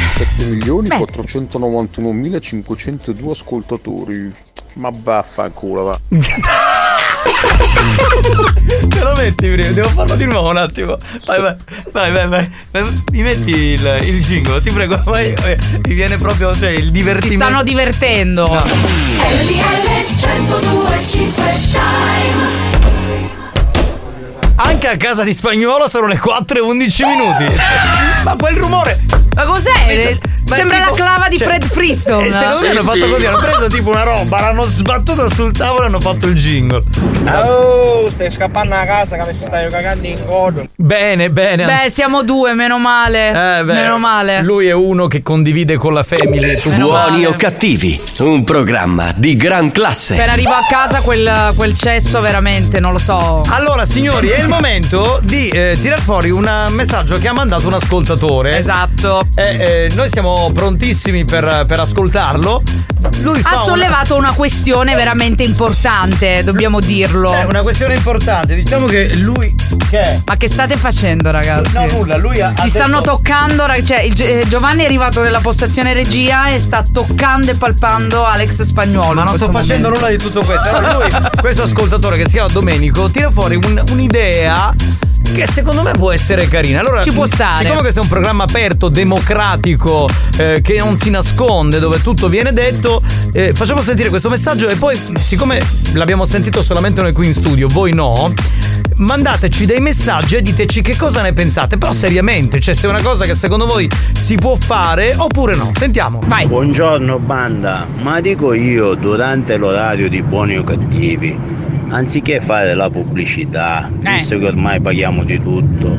7.491.502 ascoltatori. Ma vaffanculo, va. Te lo metti prima, devo farlo di nuovo un attimo. Vai. Mi metti il jingle, ti prego. Vai. Mi viene proprio il divertimento. Si stanno divertendo. No. Anche a casa di Spagnuolo sono le 4:11 minuti. Ma quel rumore. Ma cos'è? Sembra tipo, la clava di Fred Flintstone. Secondo me hanno fatto così, hanno preso tipo una roba, l'hanno sbattuta sul tavolo e hanno fatto il jingle. Oh, stai scappando a casa che mi stai cagando in codo. Bene. Beh, siamo due, meno male. Meno male. Lui è uno che condivide con la family. Buoni o cattivi, un programma di gran classe. Appena arrivo a casa quel cesso veramente, non lo so. Allora signori, è il momento di tirar fuori un messaggio che ha mandato un ascoltatore. Esatto. Noi siamo prontissimi per ascoltarlo. Lui ha sollevato una questione veramente importante, dobbiamo dirlo. È una questione importante. Diciamo che lui Ma che state facendo, ragazzi? No, nulla, lui ha stanno toccando, cioè Giovanni è arrivato nella postazione regia e sta toccando e palpando Alex Spagnuolo. Ma non sto facendo nulla di tutto questo. Allora lui, questo ascoltatore che si chiama Domenico, tira fuori un'idea che secondo me può essere carina. Allora, ci può stare. Siccome questo è un programma aperto, democratico, che non si nasconde, dove tutto viene detto, facciamo sentire questo messaggio e poi, siccome l'abbiamo sentito solamente noi qui in studio, voi no, mandateci dei messaggi e diteci che cosa ne pensate, però seriamente, cioè se è una cosa che secondo voi si può fare oppure no. Sentiamo. Vai. Buongiorno banda, ma dico io, durante l'orario di Buoni o Cattivi, anziché fare la pubblicità, visto che ormai paghiamo di tutto,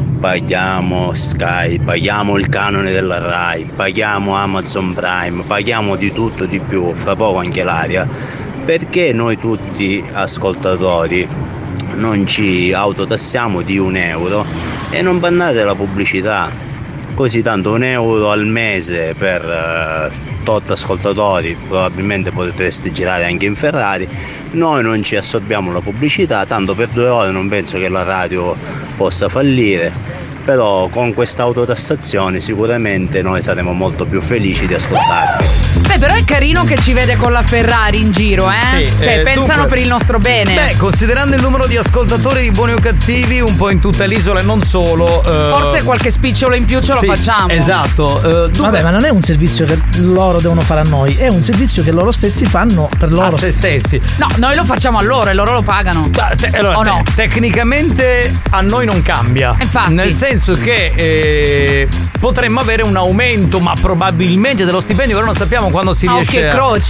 paghiamo Sky, paghiamo il canone della Rai, paghiamo Amazon Prime, paghiamo di tutto di più, fra poco anche l'aria, perché noi tutti ascoltatori non ci autotassiamo di €1 e non bannate la pubblicità? Così tanto €1 al mese per tot ascoltatori, probabilmente potreste girare anche in Ferrari. Noi non ci assorbiamo la pubblicità, tanto per 2 ore non penso che la radio possa fallire, però con questa autotassazione sicuramente noi saremo molto più felici di ascoltarvi. Beh, però è carino che ci vede con la Ferrari in giro, eh? Sì, cioè, pensano per il nostro bene. Beh, considerando il numero di ascoltatori di Buoni o Cattivi un po' in tutta l'isola e non solo, forse qualche spicciolo in più ce lo facciamo. Esatto. Vabbè, ma non è un servizio che loro devono fare a noi, è un servizio che loro stessi fanno per loro a se stessi. No, noi lo facciamo a loro e loro lo pagano. Allora, o no? Tecnicamente a noi non cambia. Infatti. Nel senso che potremmo avere un aumento, ma probabilmente dello stipendio, però non sappiamo quando si riesce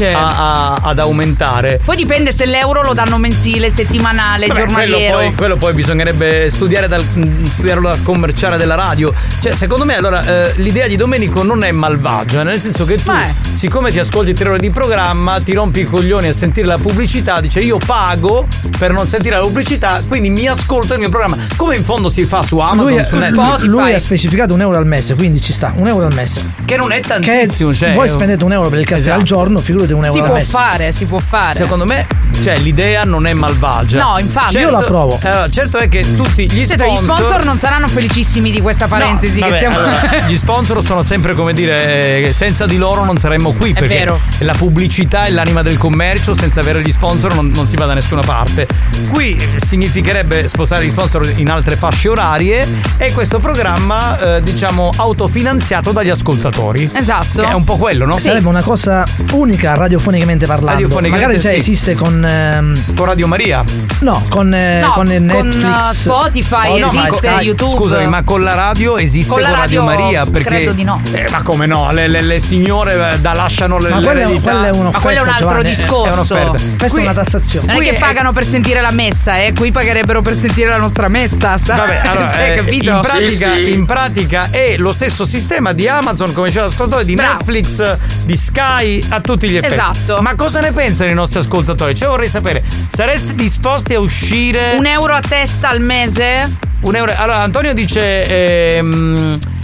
ad aumentare. Poi dipende se l'euro lo danno mensile, settimanale, giornaliero. Quello poi bisognerebbe studiarlo dal commerciale della radio. Cioè, secondo me, allora, l'idea di Domenico non è malvagia, nel senso che tu, siccome ti ascolti 3 ore di programma, ti rompi i coglioni a sentire la pubblicità, dice io pago per non sentire la pubblicità, quindi mi ascolto il mio programma. Come in fondo si fa su Amazon, su Netflix. Lui ha specificato €1 al mese, quindi ci sta, €1 al mese. Che non è tantissimo, cioè. Voi spendete €1 per il caffè al giorno, figurate €1 al mese. Si può fare. Secondo me, cioè, l'idea non è malvagia. No, infatti. Io la approvo. Certo è che tutti gli sponsor non saranno felicissimi di questa parentesi che stiamo. Allora, gli sponsor sono sempre, come dire, senza di loro non saremmo qui, perché vero. La pubblicità è l'anima del commercio, senza avere gli sponsor non si va da nessuna parte. Qui significherebbe spostare gli sponsor in altre fasce orarie e questo programma diciamo autofinanziato dagli ascoltatori. Esatto. È un po' quello, no? Sarebbe una cosa unica radiofonicamente parlando. Magari già esiste con Radio Maria. No, con Netflix, con Spotify, esiste YouTube. Scusami, ma con la radio esiste con Radio Maria? Perché credo di no. Ma come no? Le signore lasciano le eredità. Quella è un'offerta, ma quello è un altro Giovanni, discorso. È un'offerta. Questa è una tassazione. Non è che pagano per sentire la messa, qui pagherebbero per sentire la nostra messa. Vabbè, allora, capito? In pratica è lo stesso sistema di Amazon, come diceva l'ascoltatore, di Netflix, di Sky, a tutti gli effetti. Esatto. Ma cosa ne pensano i nostri ascoltatori? Cioè, vorrei sapere, sareste disposti a uscire €1 a testa al mese? €1. Allora, Antonio dice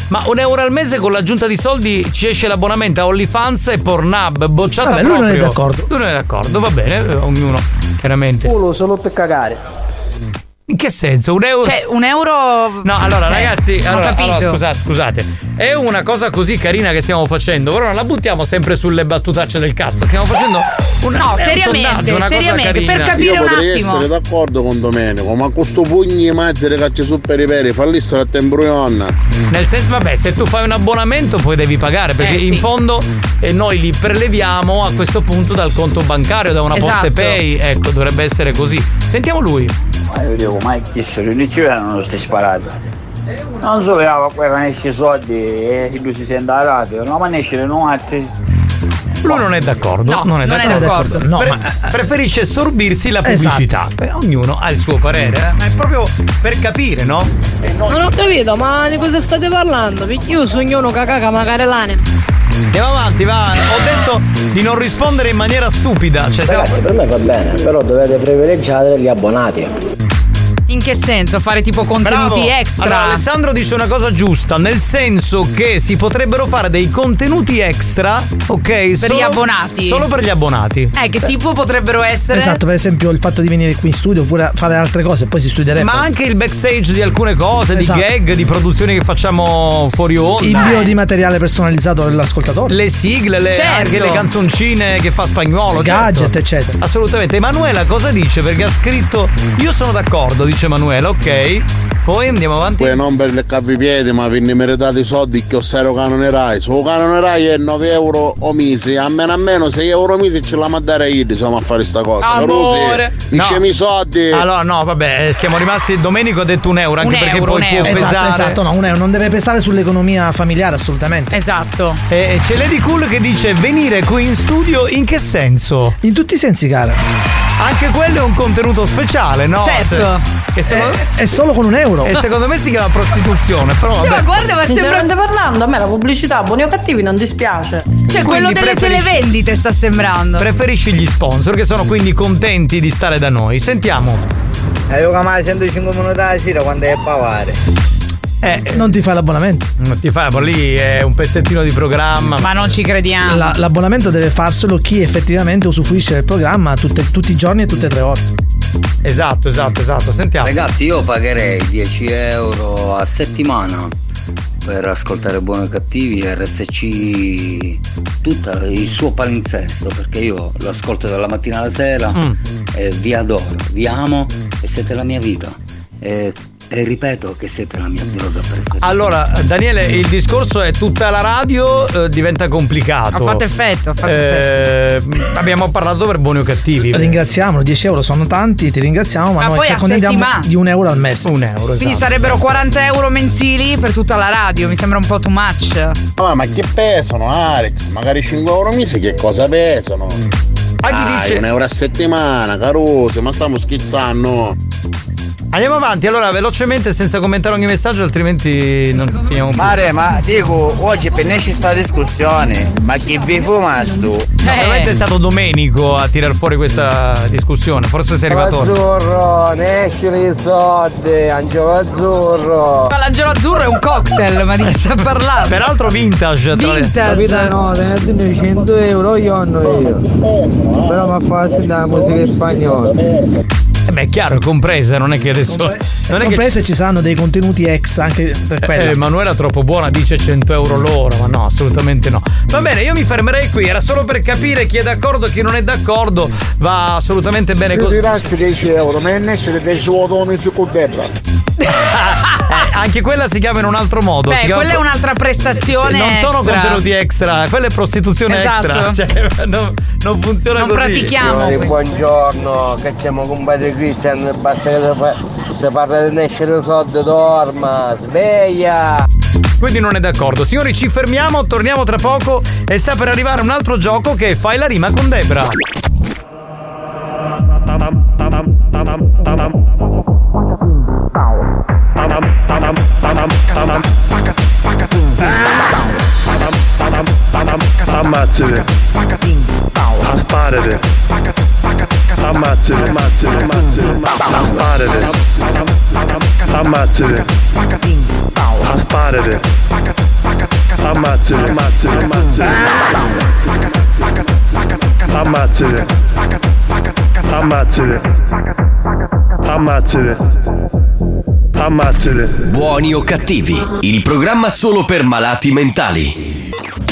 Ma €1 al mese con l'aggiunta di soldi ci esce l'abbonamento a OnlyFans e Pornhub, bocciata Vabbè, proprio. lui non è d'accordo. Lui non è d'accordo, va bene, ognuno chiaramente. Culo solo per cagare. In che senso? €1? Cioè, €1. No, allora ragazzi, ho capito. scusate. È una cosa così carina che stiamo facendo. Ora non la buttiamo sempre sulle battutacce del cazzo. Stiamo facendo seriamente, una cosa carina. per capire Io un potrei attimo. essere d'accordo con Domenico, ma questo pugni mazzi che ci su per i peri, fallissero a tembrionna. Nel senso, vabbè, se tu fai un abbonamento poi devi pagare, perché in fondo noi li preleviamo a questo punto dal conto bancario, da una Postepay. Ecco, dovrebbe essere così. Sentiamo lui. Ma io dico, ma chi se non ci vedono non stai sparato. Non so, quella ne esce soldi e lui si sente a radio, no, ma ne esce non altri. Lui non è d'accordo. No, non è d'accordo. No, preferisce sorbirsi la pubblicità. Ognuno ha il suo parere, ma è proprio per capire, no? Non ho capito, ma di cosa state parlando? Perché io sogno uno cacaca magari lane. Andiamo avanti, va. Ho detto di non rispondere in maniera stupida. Cioè, ragazzi, per me va bene, però dovete privilegiare gli abbonati. In che senso? Fare tipo contenuti Bravo. extra? Allora, Alessandro dice una cosa giusta, nel senso che si potrebbero fare dei contenuti extra, ok? Per gli abbonati. Solo per gli abbonati. Che tipo potrebbero essere? Esatto, per esempio il fatto di venire qui in studio oppure fare altre cose, poi si studierebbe. Ma anche il backstage di alcune cose, Esatto. di gag, di produzioni che facciamo fuori onda. Invio di materiale personalizzato all'ascoltatore. Le sigle, anche le canzoncine che fa Spagnuolo. Gadget, eccetera. Assolutamente. Emanuela cosa dice? Perché ha scritto io sono d'accordo, dice Emanuela, ok. Poi andiamo avanti. Poi non per le capipiedi, ma per ne meritare i soldi che osservo canone Rai. Su canone Rai è €9 o mesi, a meno €6 mesi ce la mandare io, insomma, a fare sta cosa. Amore. Dicemi i soldi. Allora no, vabbè, siamo rimasti. Domenico ha detto €1, anche perché poi può pesare. Esatto, no, €1 non deve pesare sull'economia familiare, assolutamente. Esatto. C'è Lady Cool che dice venire qui in studio in che senso? In tutti i sensi, cara. Anche quello è un contenuto speciale, no? Certo. È solo con €1. E secondo me si chiama prostituzione. Però Sì, vabbè. ma guarda, ma stai parlando? A me la pubblicità, buoni o cattivi, non dispiace. Cioè, quello delle televendite sta sembrando. Preferisci gli sponsor che sono quindi contenti di stare da noi. Sentiamo. Io che mai 105 minuti alla sera quando è a pavare. Non ti fai l'abbonamento. Non ti fai, lì è un pezzettino di programma. Ma non ci crediamo. L'abbonamento deve farselo chi effettivamente usufruisce del programma tutti i giorni e tutte e 3 ore. Esatto. Sentiamo. Ragazzi, io pagherei €10 a settimana per ascoltare Buoni o Cattivi, RSC, tutto il suo palinsesto, perché io lo ascolto dalla mattina alla sera e vi adoro, vi amo e siete la mia vita. E ripeto che siete la mia droga preferita. Allora, Daniele, il discorso è tutta la radio, diventa complicato. Ha fatto effetto. Abbiamo parlato per Buoni o Cattivi. Ringraziamolo, €10 sono tanti, ti ringraziamo, ma noi poi ci a accontentiamo settimana. di €1 al mese. €1, Quindi esatto. sarebbero €40 mensili per tutta la radio. Mi sembra un po' too much. Ma che pesano, Alex? Magari €5 mesi che cosa pesano? Dai, €1 a settimana, Caruso, ma stiamo scherzando. Andiamo avanti, allora velocemente senza commentare ogni messaggio, altrimenti non finiamo più. Mare, ma dico, oggi per esce sta discussione, ma chi vi fuma stu? No, ovviamente è stato Domenico a tirar fuori questa discussione, forse sei arrivato. Azzurro, ne esce i soldi, Angelo Azzurro. Ma l'angelo azzurro è un cocktail, ma di che sta parlando? Peraltro vintage. Capitano, tenete €100, io hanno io. Però mi fa sentire la musica spagnola. Beh, è chiaro, è compresa, non è che adesso. Non è Comprese ci saranno dei contenuti extra anche per quella. Emanuela troppo buona, dice €100 l'ora, ma no, assolutamente no. Va bene, io mi fermerei qui, era solo per capire chi è d'accordo e chi non è d'accordo, va assolutamente bene così. Tirarsi €10, ma ne esce €10 con Debra. Anche quella si chiama in un altro modo. Beh, quella è un'altra prestazione. Non sono extra. contenuti extra, quella è prostituzione Esatto. extra. Cioè, non funziona Non così. pratichiamo. Buongiorno, che siamo compagni Cristian, basta che se parla di nascere soldi dorma, sveglia. Quindi non è d'accordo. Signori, ci fermiamo, torniamo tra poco e sta per arrivare un altro gioco che è Fai la rima con Debra. Ammazzate, sparate, ammazzate, sparate, ammazzate, Sparate. Ammazzate. Buoni o cattivi, il programma solo per malati mentali.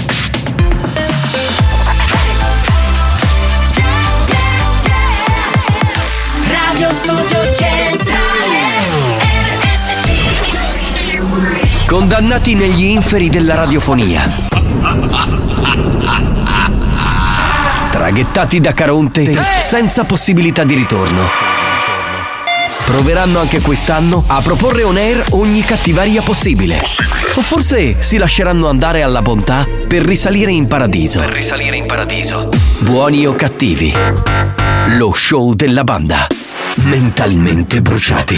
Radio Studio Centrale RSC. Condannati negli inferi della radiofonia. Traghettati da Caronte senza possibilità di ritorno. Proveranno anche quest'anno a proporre on air ogni cattiveria possibile. O forse si lasceranno andare alla bontà per risalire in paradiso. Buoni o cattivi, lo show della banda. Mentalmente bruciati.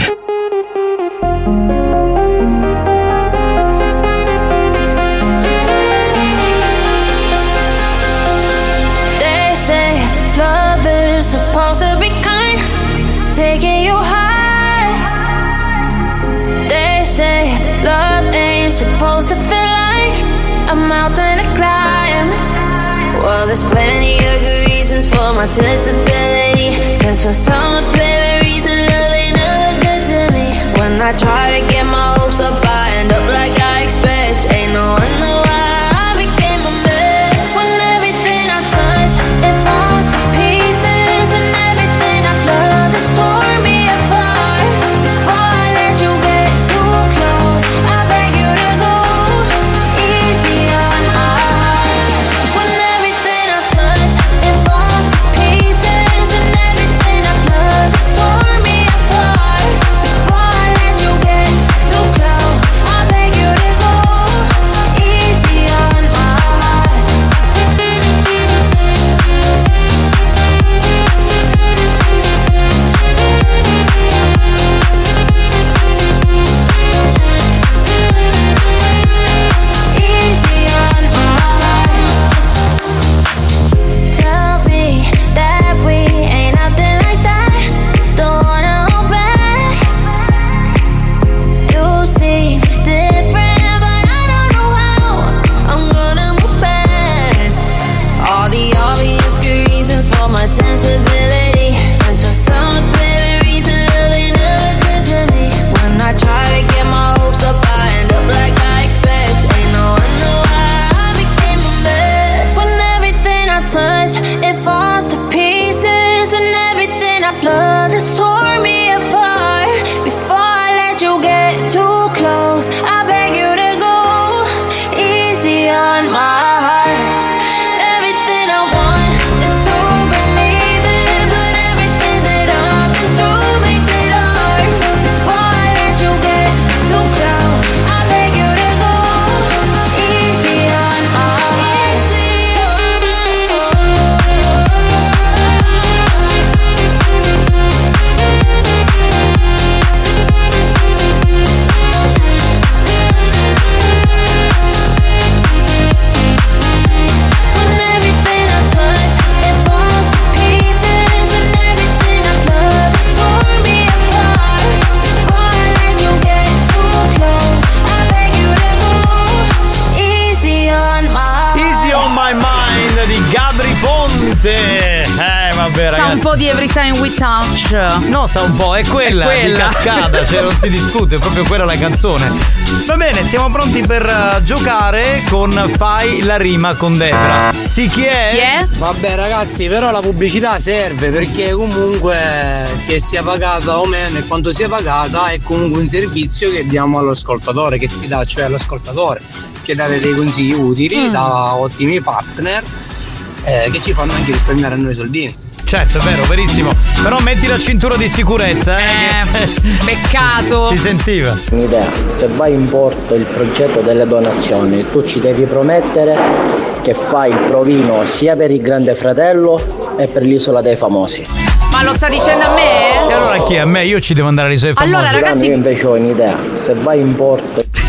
They say love is supposed to be kind, taking you high. They say love ain't supposed to feel like a mountain to climb. Well, there's plenty of good reasons for my sensibility, 'cause for some apparent reason love ain't never good to me. When I try to get my hopes up, I end up like I expect. Ain't no wonder why I became a mess. When everything I touch, it falls to pieces, and everything I love just tore me apart. Before I let you get too close, I beg you to go easy on my heart. When everything I touch, it falls to pieces, and everything I love just tore me apart. Before I let you get too close, I beg you to go easy on my heart. Easy on my heart. Tell me that we ain't nothing like that. Don't wanna hold back. You seem different, but I don't know how I'm gonna move past all the obvious good reasons for my sensibility. 'Cause for some apparent reason love ain't never good to me. When I try to get my hopes up, I end up like I expect. Ain't no wonder why I became a mess. When everything I touch, it falls to pieces, and everything I've loved just tore me apart. Before I let you get too close, I beg you to go easy on my heart. Everything I want is to believe it, but everything that I've been through makes it hard. Before I let you get too close, I beg you to go easy on my heart. When everything I touch, it falls to pieces, and everything I love just tore me apart. Before I let you get too close, I beg you to go easy on my heart. Easy on my mind di Gabri Ponte. Vabbè, Sa ragazzi. un po' di Every Time We Touch. No, sa un po', è quella di Cascata, cioè non si discute, è proprio quella la canzone. Va bene, siamo pronti per giocare con Fai la rima con Debra. Sì, chi è? Chi è? Vabbè ragazzi, però la pubblicità serve, perché comunque che sia pagata o meno e quanto sia pagata è comunque un servizio che diamo all'ascoltatore, che si dà cioè all'ascoltatore, che date dei consigli utili da ottimi partner che ci fanno anche risparmiare a noi soldini. Certo, è vero, verissimo. Però metti la cintura di sicurezza, peccato. Si sentiva. Un'idea, se vai in porto il progetto delle donazioni, tu ci devi promettere che fai il provino sia per il Grande Fratello e per l'Isola dei Famosi. Ma lo sta dicendo a me? E allora chi? A me? Io ci devo andare all'Isola dei Famosi. Allora, ragazzi, Io invece ho un'idea, se vai in porto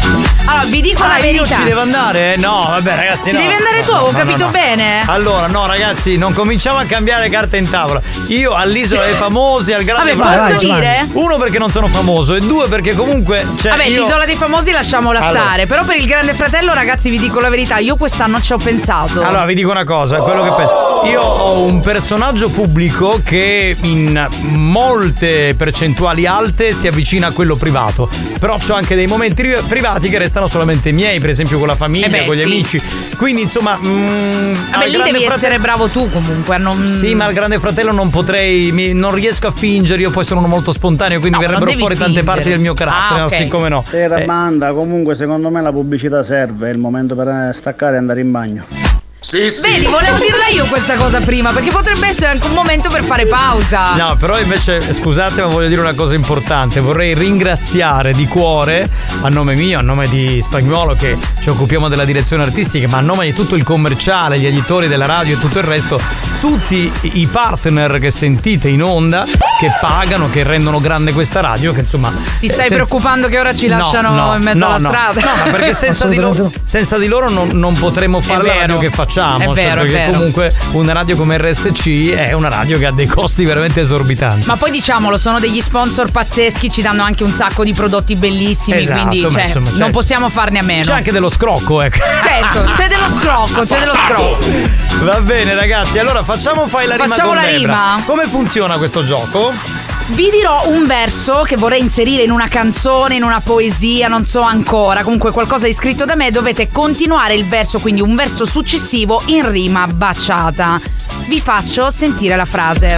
Allora, vi dico la verità. Io ci devo andare? No, vabbè, ragazzi. Ci devi andare tu, ho capito bene. Allora, no, ragazzi, non cominciamo a cambiare carte in tavola. Io all'Isola dei Famosi, al Grande Vabbè, posso dire? Uno, perché non sono famoso, e due, perché comunque. Vabbè, l'Isola dei Famosi lasciamola stare. Però per il Grande Fratello, ragazzi, vi dico la verità, io quest'anno ci ho pensato. Allora, vi dico una cosa, quello che penso. Io ho un personaggio pubblico che in molte percentuali alte si avvicina a quello privato. Però ho anche dei momenti privati che restano solamente miei, per esempio con la famiglia, con gli amici. Quindi, insomma. Vabbè, lì devi essere bravo tu comunque. Sì, ma al Grande Fratello non potrei. Non riesco a fingere, io poi sono molto spontaneo, quindi verrebbero fuori tante parti del mio carattere, okay. Siccome no. Manda, comunque secondo me la pubblicità serve, è il momento per staccare e andare in bagno. Sì. Vedi, volevo dirla io questa cosa prima, perché potrebbe essere anche un momento per fare pausa. No, però invece, scusate, ma voglio dire una cosa importante. Vorrei ringraziare di cuore, a nome mio, a nome di Spagnuolo, che ci occupiamo della direzione artistica, ma a nome di tutto il commerciale, gli editori della radio e tutto il resto, tutti i partner che sentite in onda, che pagano, che rendono grande questa radio, che insomma. Ti stai preoccupando che ora ci lasciano in mezzo alla strada? No, ma perché senza di loro non potremmo fare la radio che facciamo. È vero, perché comunque una radio come RSC è una radio che ha dei costi veramente esorbitanti. Ma poi diciamolo, sono degli sponsor pazzeschi, ci danno anche un sacco di prodotti bellissimi, quindi non possiamo farne a meno. C'è anche dello scrocco, ecco. Certo, c'è dello scrocco. Va bene, ragazzi, allora facciamo Fai la rima con Debra. Come funziona questo gioco? Vi dirò un verso che vorrei inserire in una canzone, in una poesia, non so ancora, comunque qualcosa di scritto da me. Dovete continuare il verso, quindi un verso successivo in rima baciata. Vi faccio sentire la frase.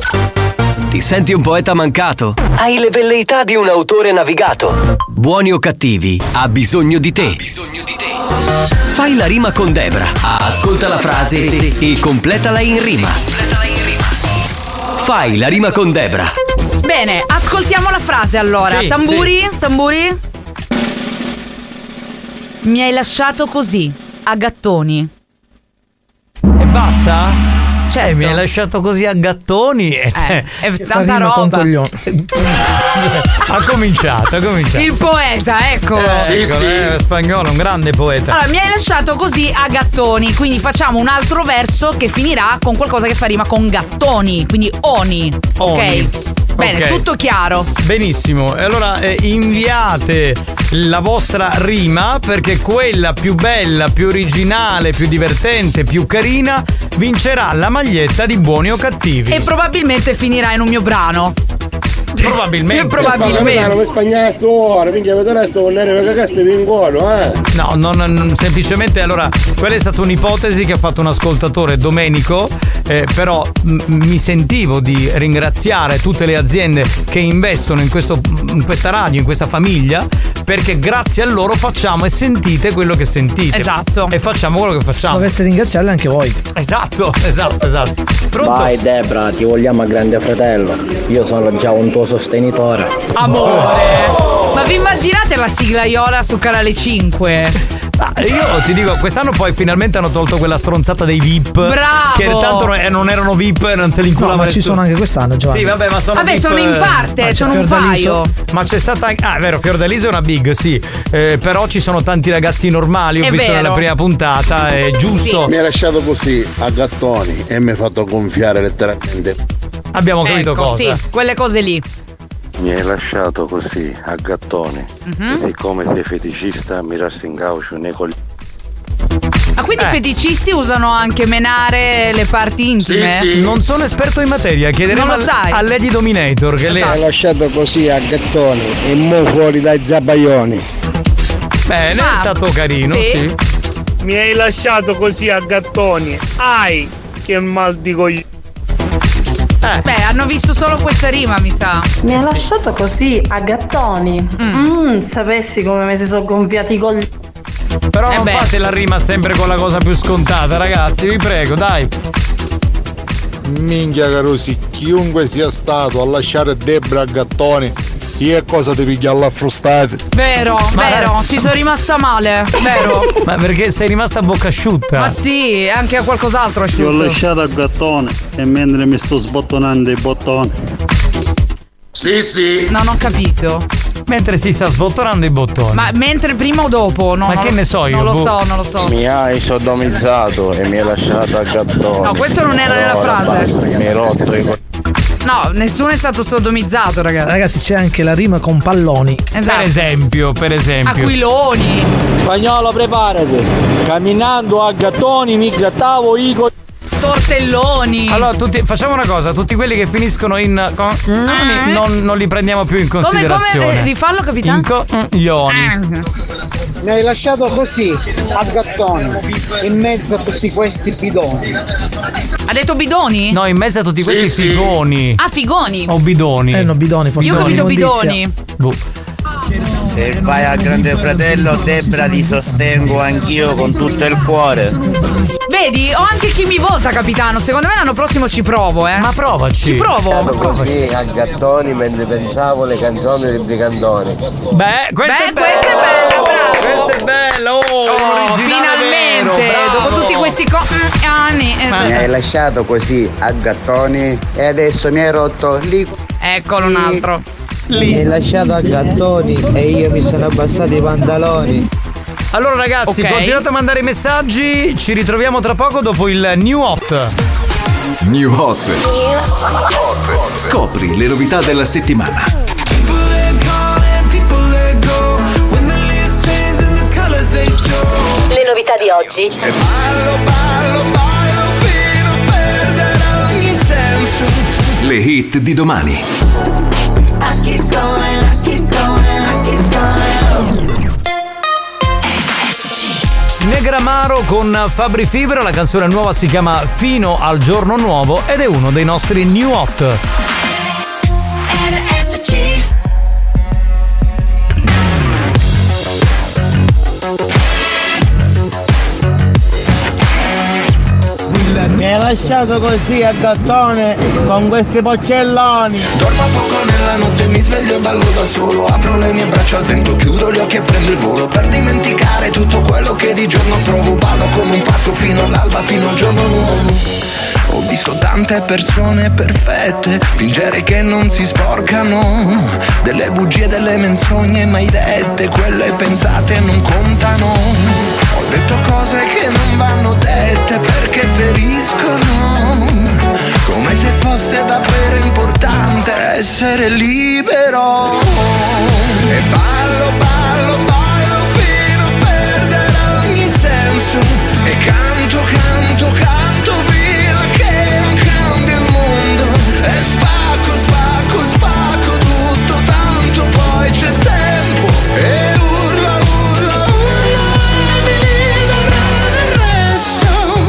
Ti senti un poeta mancato? Hai le velleità di un autore navigato. Buoni o cattivi, ha bisogno di te. Fai la rima con Debra. Ascolta la frase e completala in rima. Fai la rima con Debra. Bene, ascoltiamo la frase allora. Sì, tamburi. Mi hai lasciato così, a gattoni. E basta? Certo. Mi hai lasciato così a gattoni. È tanta roba. Ha cominciato. Il poeta, ecco. Spagnolo, un grande poeta. Allora, mi hai lasciato così a gattoni. Quindi facciamo un altro verso che finirà con qualcosa che fa rima con gattoni. Quindi oni. Ok? Bene, tutto chiaro. Benissimo. E allora inviate la vostra rima, perché quella più bella, più originale, più divertente, più carina vincerà la maglietta di Buoni o Cattivi. E probabilmente finirà in un mio brano. Probabilmente. No, non semplicemente. Allora, quella è stata un'ipotesi che ha fatto un ascoltatore, Domenico. Però mi sentivo di ringraziare tutte le aziende che investono in questa radio, in questa famiglia, perché grazie a loro facciamo e sentite quello che sentite. Esatto. E facciamo quello che facciamo. Dovreste ringraziarli anche voi. Esatto. Pronto? Vai Debra, ti vogliamo a Grande Fratello. Io sono già un tuo sostenitore. Amore. Ma vi immaginate la siglaiola su Canale 5? Io ti dico, quest'anno poi finalmente hanno tolto quella stronzata dei VIP. Bravo! Che tanto non erano VIP e non se li inculavano. No, ma ci sono anche quest'anno, Giovanni. Sì, vabbè, ma sono VIP. sono in parte, sono un paio. Ma c'è stata anche. Ah, è vero, Fiordaliso è una big, sì. Però ci sono tanti ragazzi normali, ho visto nella prima puntata, è giusto. Sì. Mi ha lasciato così a gattoni e mi ha fatto gonfiare letteralmente. Abbiamo capito cosa. Sì, quelle cose lì. Mi hai lasciato così a gattoni e siccome sei feticista mi resti in caucio nei coglioni. Quindi i feticisti usano anche menare le parti intime? Sì. Non sono esperto in materia, chiederemo a Lady Dominator che lei ha lasciato così a gattoni e mo fuori dai zabaioni. Bene, è stato carino, sì. Mi hai lasciato così a gattoni. Ai, che mal di coglioni. Beh, hanno visto solo questa rima, mi sa. Mi ha lasciato così a gattoni. Sapessi come mi si sono gonfiati i coglioni. Però non fate la rima sempre con la cosa più scontata, ragazzi, vi prego, dai. Minchia Carusi, chiunque sia stato a lasciare Debra a gattoni, io cosa ti piglia alla frustata? Vero, ci sono rimasta male, vero. Ma perché sei rimasta a bocca asciutta? Ma sì, anche a qualcos'altro asciutto. Ti ho lasciato a gattone e mentre mi sto sbottonando i bottoni. Sì. Non ho capito. Mentre si sta sbottonando i bottoni. Ma mentre prima o dopo? No, ma che ne so io? Non lo so. Mi hai sodomizzato e mi hai lasciato a gattone. No, questo non era nella frase. Basta, mi hai rotto i No, nessuno è stato sodomizzato, ragazzi. Ragazzi, c'è anche la rima con palloni. Esatto. Per esempio. Aquiloni. Spagnolo, preparati. Camminando a gattoni mi grattavo i tortelloni. Allora, facciamo una cosa, tutti quelli che finiscono in non li prendiamo più in considerazione. Come rifallo, capitano? Coglioni. Mi hai lasciato così, a gattoni, in mezzo a tutti questi bidoni. Ha detto bidoni? No, in mezzo a tutti questi figoni. Ah, figoni. O bidoni. No, bidoni, forse. Io ho capito bidoni. Se vai al Grande Fratello, Debra, ti sostengo anch'io con tutto il cuore. Vedi, ho anche chi mi vota, capitano. Secondo me l'anno prossimo ci provo, Ma provaci. Ci provo. Così a gattoni mentre pensavo le canzoni dei brigandoni. Questa è bella, bravo. Questa è bella, finalmente, vero, dopo tutti questi anni. Mi hai lasciato così a gattoni e adesso mi hai rotto lì. Eccolo un altro. Mi hai lasciato a gattoni e io mi sono abbassato i pantaloni. Allora ragazzi, continuate a mandare i messaggi. Ci ritroviamo tra poco dopo il New Hot. New Hot. Scopri le novità della settimana. Le novità di oggi. E ballo fino a perdere ogni senso. Le hit di domani. Negramaro con Fabri Fibra, la canzone nuova si chiama Fino al giorno nuovo ed è uno dei nostri New Hot. Mi hai lasciato così a gattone con questi poccelloni. Dormo poco nella notte, mi sveglio e ballo da solo. Apro le mie braccia al vento, chiudo gli occhi e prendo il volo. Per dimenticare tutto quello che di giorno provo. Ballo come un pazzo fino all'alba, fino al giorno nuovo. Ho visto tante persone perfette fingere che non si sporcano. Delle bugie, delle menzogne mai dette, quelle pensate non contano. Ho detto cose che non vanno dette perché feriscono. Come se fosse davvero importante essere libero. E ballo fino a perdere ogni senso. E canto fino a che non cambia il mondo. E spacco tutto, tanto poi c'è tempo. E urla mi libererà del resto.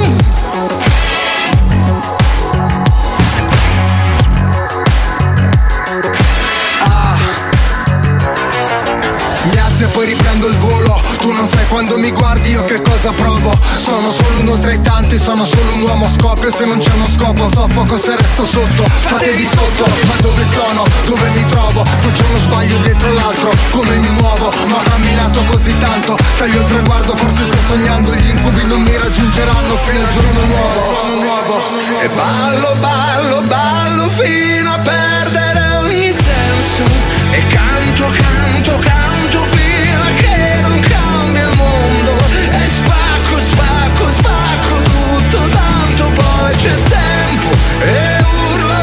Mi alzo e poi riprendo il volo. Tu non sai quando mi guardi io che cosa provo. Sono solo uno tra i tanti, sono solo un uomo a scoppio. Se non c'è uno scopo soffoco se resto sotto. Fatevi sotto, ma dove sono? Dove mi trovo? Faccio uno sbaglio dietro l'altro, come mi muovo? Ma ho camminato così tanto, taglio il traguardo, forse sto sognando. Gli incubi non mi raggiungeranno fino al giorno nuovo. E ballo fino a perdere ogni senso. E canto fino a che non cambia il mondo. E spacco tutto, tanto poi c'è tempo. E urla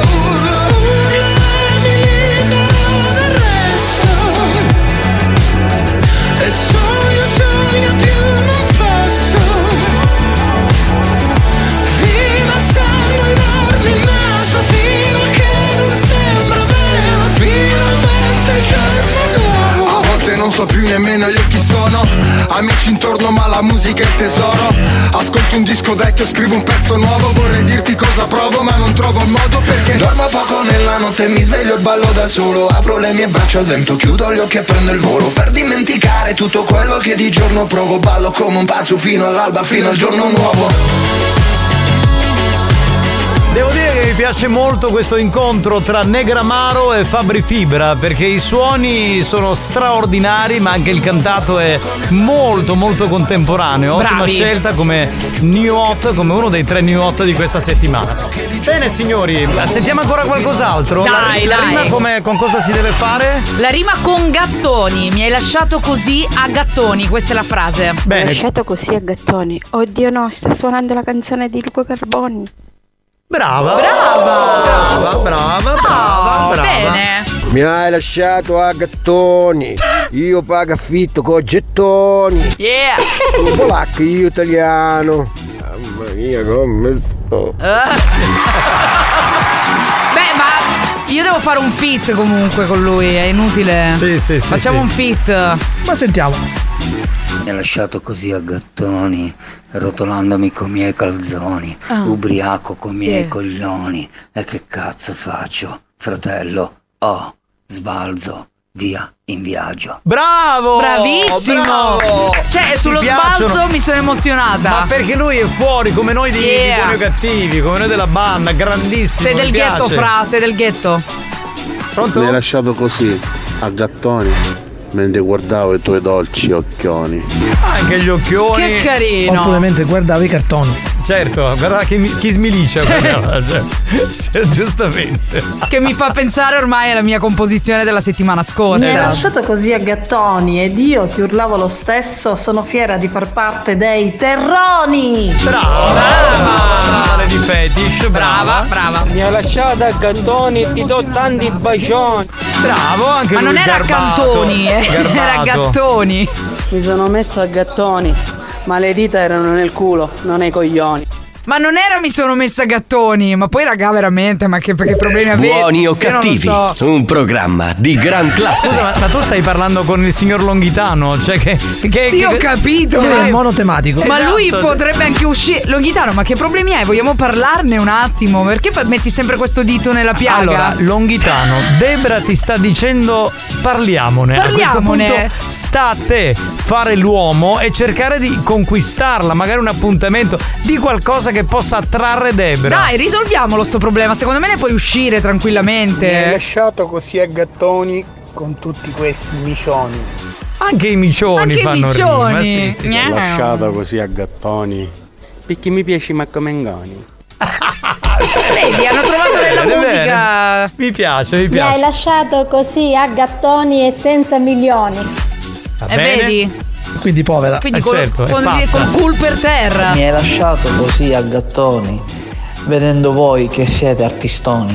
mi libero del resto. E sogno più non posso. Fino a sangue enorme in naso, fino a che non sembra vero. Finalmente il giorno nuovo. A volte non so più nemmeno io chi sono. Amici intorno ma la musica è il tesoro. Ascolto un disco vecchio, scrivo un pezzo nuovo. Vorrei dirti cosa provo ma non trovo il modo perché dormo poco nella notte, mi sveglio e ballo da solo. Apro le mie braccia al vento, chiudo gli occhi e prendo il volo. Per dimenticare tutto quello che di giorno provo. Ballo come un pazzo fino all'alba, fino al giorno nuovo. Devo dire che mi piace molto questo incontro tra Negramaro e Fabri Fibra, perché i suoni sono straordinari, ma anche il cantato è molto molto contemporaneo. Bravi. Ottima scelta come New Hot, come uno dei 3 New Hot di questa settimana. Bene signori, sentiamo ancora qualcos'altro? Dai, la dai. rima con cosa si deve fare? La rima con gattoni. Mi hai lasciato così a gattoni, questa è la frase. Mi hai lasciato così a gattoni. Oddio no, sta suonando la canzone di Lupo Carboni. Brava. Bene. Mi hai lasciato a gattoni. Io pago affitto con gettoni. Yeah. Tu polacco, io italiano. Mamma mia, come sto. Beh, ma io devo fare un feat comunque con lui, è inutile. Sì. Facciamo un feat. Ma sentiamo. Mi ha lasciato così a gattoni, rotolandomi con i miei calzoni, ubriaco con i miei coglioni. E che cazzo faccio, fratello? Oh, sbalzo, via in viaggio. Bravo! Bravissimo! Bravo! Cioè, sullo Ti piacciono? sbalzo mi sono emozionata. Ma perché lui è fuori come noi di Buoni o Cattivi, come noi della banda, grandissimo. Sei del mi ghetto, piace. Fra, sei del ghetto. Pronto? Mi hai lasciato così, a gattoni, mentre guardavo i tuoi dolci occhioni. Anche gli occhioni. Che carino. Oppure mentre guardavo i cartoni. Certo, guarda chi smilicia giustamente. Che mi fa pensare ormai alla mia composizione della settimana scorsa. Mi hai lasciato così a gattoni ed io ti urlavo lo stesso. Sono fiera di far parte dei terroni. Brava Lady Fetish, brava. Mi hai lasciato a gattoni e ti do tanti bacioni. Bravo, anche Ma lui non era garbato, cantoni, era garbato. gattoni. Mi sono messo a gattoni, ma le dita erano nel culo, non nei coglioni. Ma non era mi sono messa a gattoni, ma poi raga veramente, ma che problemi avevi? Buoni o Io non lo cattivi, so. un programma di gran classe. Scusa, ma tu stai parlando con il signor Longhitano? Cioè che Sì, ho capito. È ma- un monotematico. Ma lui Esatto. potrebbe anche uscire. Longhitano, ma che problemi hai? Vogliamo parlarne un attimo? Perché metti sempre questo dito nella piaga? Allora, Longhitano, Debra ti sta dicendo parliamone. A Parliamone. questo punto sta a te fare l'uomo e cercare di conquistarla, magari un appuntamento, di qualcosa che possa attrarre Debra. Dai, risolviamolo sto problema. Secondo me ne puoi uscire Mi hai tranquillamente. lasciato così a gattoni con tutti questi micioni. Anche i micioni Anche i fanno micioni. rima. Sì, sì, sì. Gnà. Lasciata così a gattoni, perché mi piaci ma come ingoni. Vedi, hanno trovato nella Bene, musica. Mi piace, mi Mi hai piace. lasciato così a gattoni e senza milioni. Va E bene? vedi? Quindi povera. Quindi certo, è con pazza. cul per terra. Mi hai lasciato così a gattoni, vedendo voi che siete artistoni.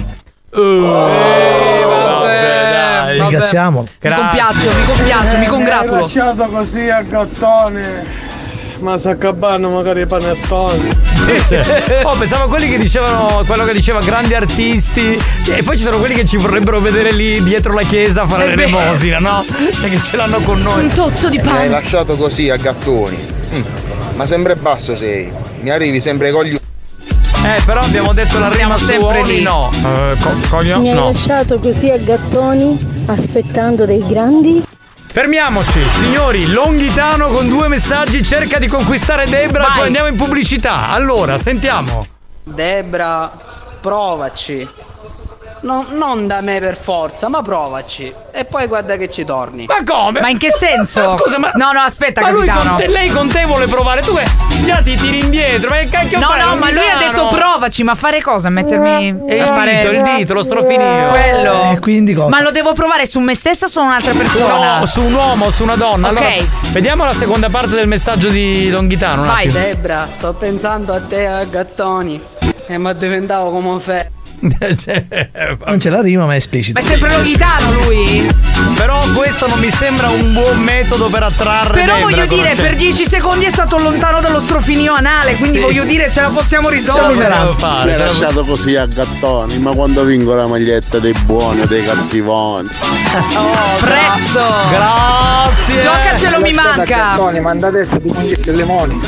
Vabbè, dai. Ringraziamo. Mi compiaccio, mi congratulo. lasciato così a gattone. Ma sa cabano magari i panettoni. Oh, pensavo a quelli che dicevano quello che diceva grandi artisti. E poi ci sono quelli che ci vorrebbero vedere lì dietro la chiesa a fare È vero. l'elemosina, no? E che ce l'hanno con noi. Un tozzo di Mi hai pane. lasciato così a gattoni. Ma sempre basso sei. Mi arrivi sempre con gli. Però abbiamo detto la rima su sempre Oli, lì. no. Coglio, Mi hai no. lasciato così a gattoni, aspettando dei grandi. Fermiamoci, signori. Longhitano con 2 messaggi cerca di conquistare Debra. Vai. Poi andiamo in pubblicità. Allora, sentiamo. Debra, provaci. Non da me per forza, ma provaci. E poi guarda che ci torni. Ma come? Ma in che senso? Ma scusa, ma. No, aspetta, Ma lui capitano. lei con te vuole provare. Tu già ti tiri indietro. Ma che cacchio No, fai, no, ma lui ha Longhitano? detto provaci, ma fare cosa? Mettermi E a fare il dito, lo strofinio. quello. E quindi cosa? Ma lo devo provare su me stessa o su un'altra persona? No, su un uomo, su una donna. Ok. Allora, vediamo la seconda parte del messaggio di Longhitano. un Vai. attimo. Debra, sto pensando a te a gattoni. E ma diventavo come un fe. Non c'è la rima, ma è esplicita. Ma è sempre Longhitano lui? Però questo non mi sembra un buon metodo per attrarre Però Debra, voglio dire, conoscendo. per 10 secondi è stato lontano dallo strofinio anale, quindi Sì. voglio dire, ce la possiamo Ce la risolvere. possiamo fare, Mi hai ce la- lasciato così a gattoni, ma quando vinco la maglietta dei buoni o dei cattivoni. Prezzo! Grazie. Giocacelo, mi manca. ma andate a ti mangiare le limoni.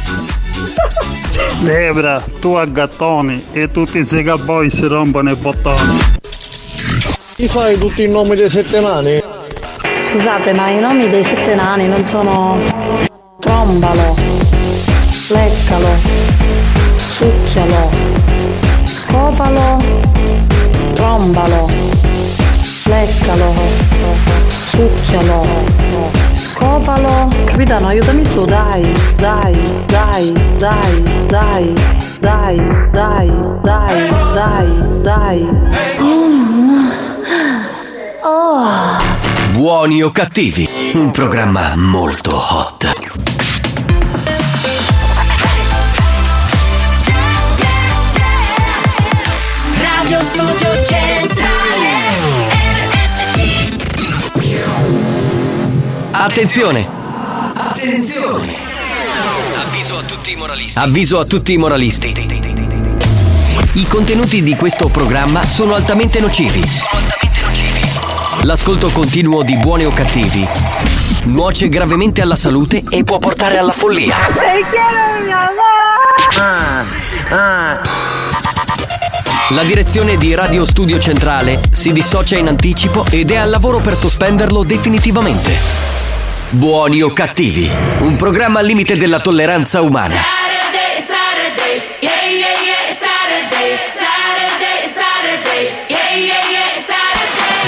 Debra, tu a gattoni e tutti i Sega Boy si rompono i bottoni. Ti fai tutti i nomi dei 7 nani? Scusate, ma i nomi dei 7 nani non sono trombalo, leccalo, succhialo, scopalo, trombalo, leccalo, succhialo, scopalo. Capitano, aiutami tu, dai. Oh. Buoni o cattivi, un programma molto hot. Radio Studio Centrale RSC. Attenzione! Avviso a tutti i moralisti. I contenuti di questo programma sono altamente nocivi. L'ascolto continuo di Buoni o Cattivi nuoce gravemente alla salute e può portare alla follia. La direzione di Radio Studio Centrale si dissocia in anticipo ed è al lavoro per sospenderlo definitivamente. Buoni o Cattivi, un programma al limite della tolleranza umana. Saturday, yeah, yeah, yeah, Saturday, yeah, yeah, yeah, Saturday.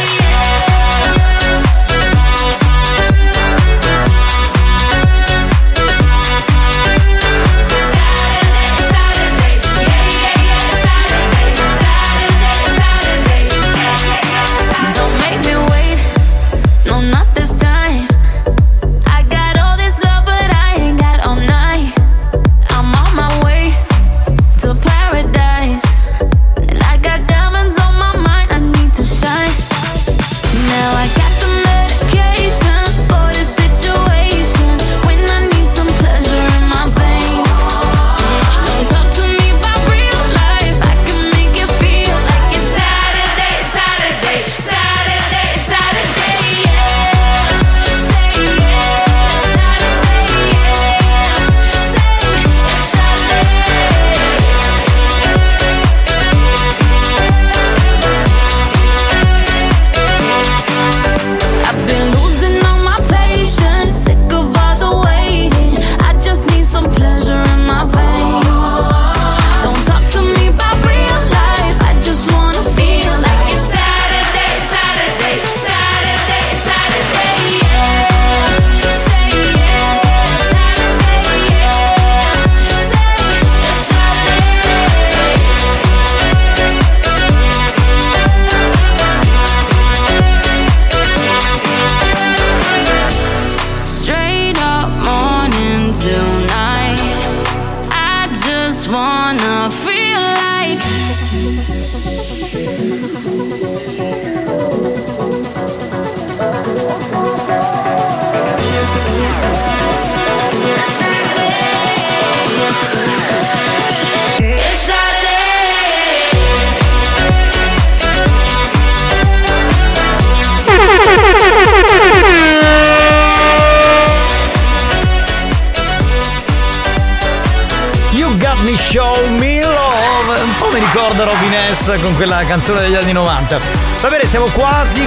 Show Me Love, un po' mi ricorda Robin S con quella canzone degli anni 90. Va bene, siamo quasi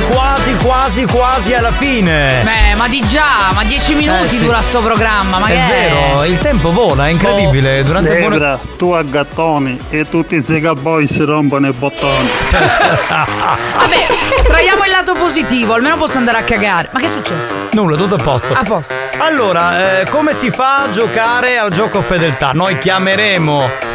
alla fine. Beh, ma di già, ma 10 minuti sì. Dura sto programma, ma è che vero, il tempo vola, è incredibile. Durante Debra, tu a gattoni e tutti i Sega Boy si rompono i bottoni. Vabbè, traiamo il lato positivo, almeno posso andare a cagare. Ma che è successo? Nulla, tutto a posto. A posto. Allora, come si fa a giocare al gioco fedeltà? Noi chiameremo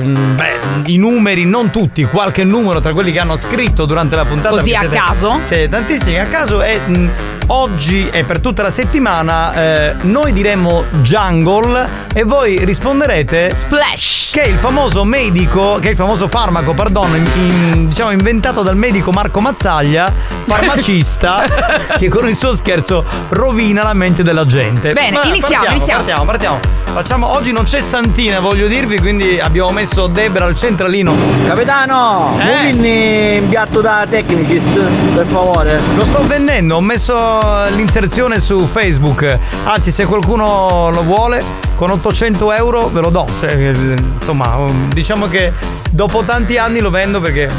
i numeri, non tutti, qualche numero tra quelli che hanno scritto durante la puntata. Così a caso? Sì, tantissimi a caso. E oggi e per tutta la settimana noi diremo Jungle e voi risponderete Splash, che è il famoso farmaco, diciamo inventato dal medico Marco Mazzaglia, farmacista, che con il suo scherzo rovina la mente della gente. Bene, iniziamo. Facciamo, oggi non c'è Santina, voglio dirvi, quindi abbiamo messo Debra al centralino. Capitano, muovinni un piatto da Technicis, per favore. Lo sto vendendo, ho messo l'inserzione su Facebook. Anzi, se qualcuno lo vuole, con 800 euro ve lo do. Cioè, insomma, diciamo che dopo tanti anni lo vendo perché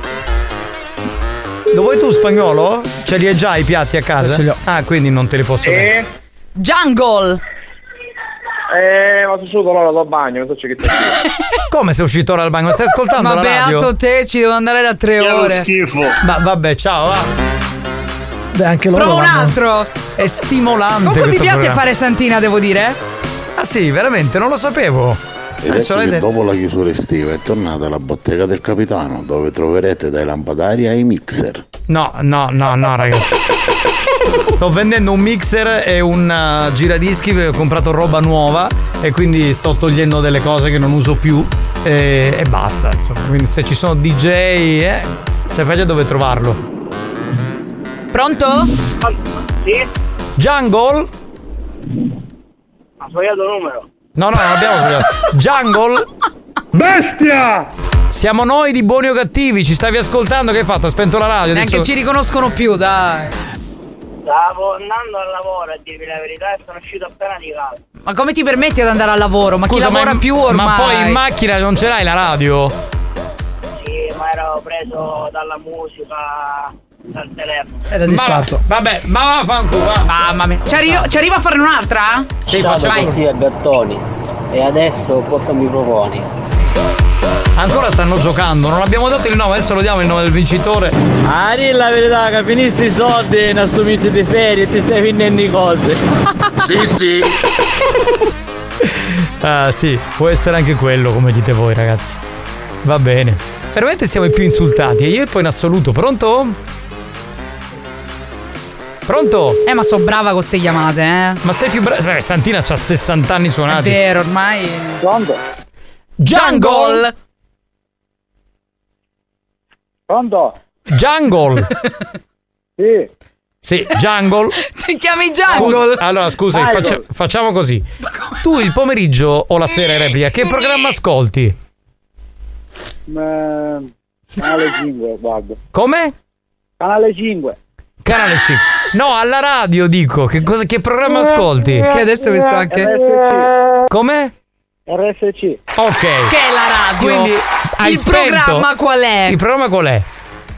lo vuoi tu, Spagnolo? Ce li hai già i piatti a casa? Ce li ho. Ah, quindi non te li posso vendere. Jungle. Ma sono uscito ora dal bagno, non so che te. Come sei uscito ora dal bagno? Stai ascoltando la radio? Ma beato te, ci devo andare da 3 ore. Che schifo. Ma vabbè, ciao, va. Beh, anche loro. Prova un altro. È stimolante. Comunque mi piace programma. fare Santina, devo dire. Ah sì, veramente, non lo sapevo. Adesso che dopo la chiusura estiva è tornata la bottega del capitano, dove troverete dai lampadari ai mixer. No, ragazzi. Sto vendendo un mixer e un giradischi, ho comprato roba nuova e quindi sto togliendo delle cose che non uso più e basta. Insomma. Quindi se ci sono DJ, sapete dove trovarlo. Pronto? Sì? Jungle? Ha sbagliato il numero. No, non abbiamo sbagliato. Jungle? Bestia! Siamo noi di Buoni o Cattivi, ci stavi ascoltando? Che hai fatto? Hai spento la radio? Neanche ci riconoscono più, dai. Stavo andando al lavoro, a dirvi la verità, e sono uscito appena di casa. Ma come ti permetti ad andare al lavoro? Ma Scusa, chi lavora più ormai? Ma poi in macchina non ce l'hai la radio? Sì, ma ero preso dalla musica, dal telefono. Era distratto. Vabbè, ma vaffanculo. Mamma mia. Ci arriva a fare un'altra? Sì, facciamo così a gattoni. E adesso cosa mi proponi? Ancora stanno giocando, non abbiamo dato il nome, adesso lo diamo il nome del vincitore. Ah, di la verità che finissi i soldi in questo mese di ferie e ti stai finendo le cose. Sì. Sì, può essere anche quello, come dite voi, ragazzi. Va bene. Veramente siamo i più insultati, e io e poi in assoluto. Pronto? Pronto? Ma so brava con ste chiamate, Ma sei più brava? Santina c'ha 60 anni suonati. È vero, ormai. Pronto? Jungle! Pronto? Jungle! Sì. Sì, Jungle. Ti chiami Jungle? Scusa, facciamo così. Tu il pomeriggio o la sera in replica, che programma ascolti? Canale 5, guarda. Come? Canale 5. Canale 5. No, alla radio dico, che programma ascolti? Che adesso mi sto anche. RSC. Come? RSC. Ok. Che è la radio. Quindi hai il spento. programma qual è? Il programma qual è?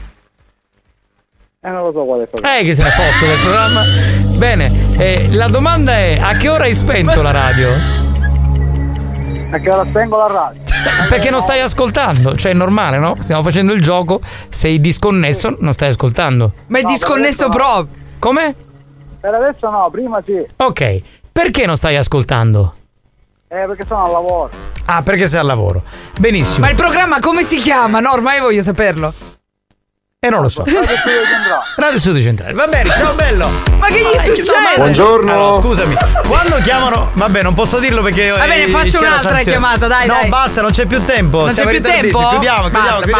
Non lo so qual è il programma. Che se ne fotte del programma. Bene, la domanda è: a che ora hai spento la radio? A che ora spengo la radio? Perché non stai ascoltando, cioè è normale, no? Stiamo facendo il gioco, sei disconnesso, non stai ascoltando. Ma è disconnesso proprio. Come? Per adesso no, prima sì. Ok, perché non stai ascoltando? Perché sono al lavoro. Ah, perché sei al lavoro. Benissimo. Ma il programma come si chiama? No, ormai voglio saperlo. Non lo so. Radio Studio Centrale. Va bene, ciao bello. Ma che gli succede? Buongiorno. Allora, scusami. Quando chiamano, vabbè, non posso dirlo perché. Va bene, faccio un'altra chiamata, dai. No, basta, non c'è più tempo. Non c'è più tempo? Chiudiamo.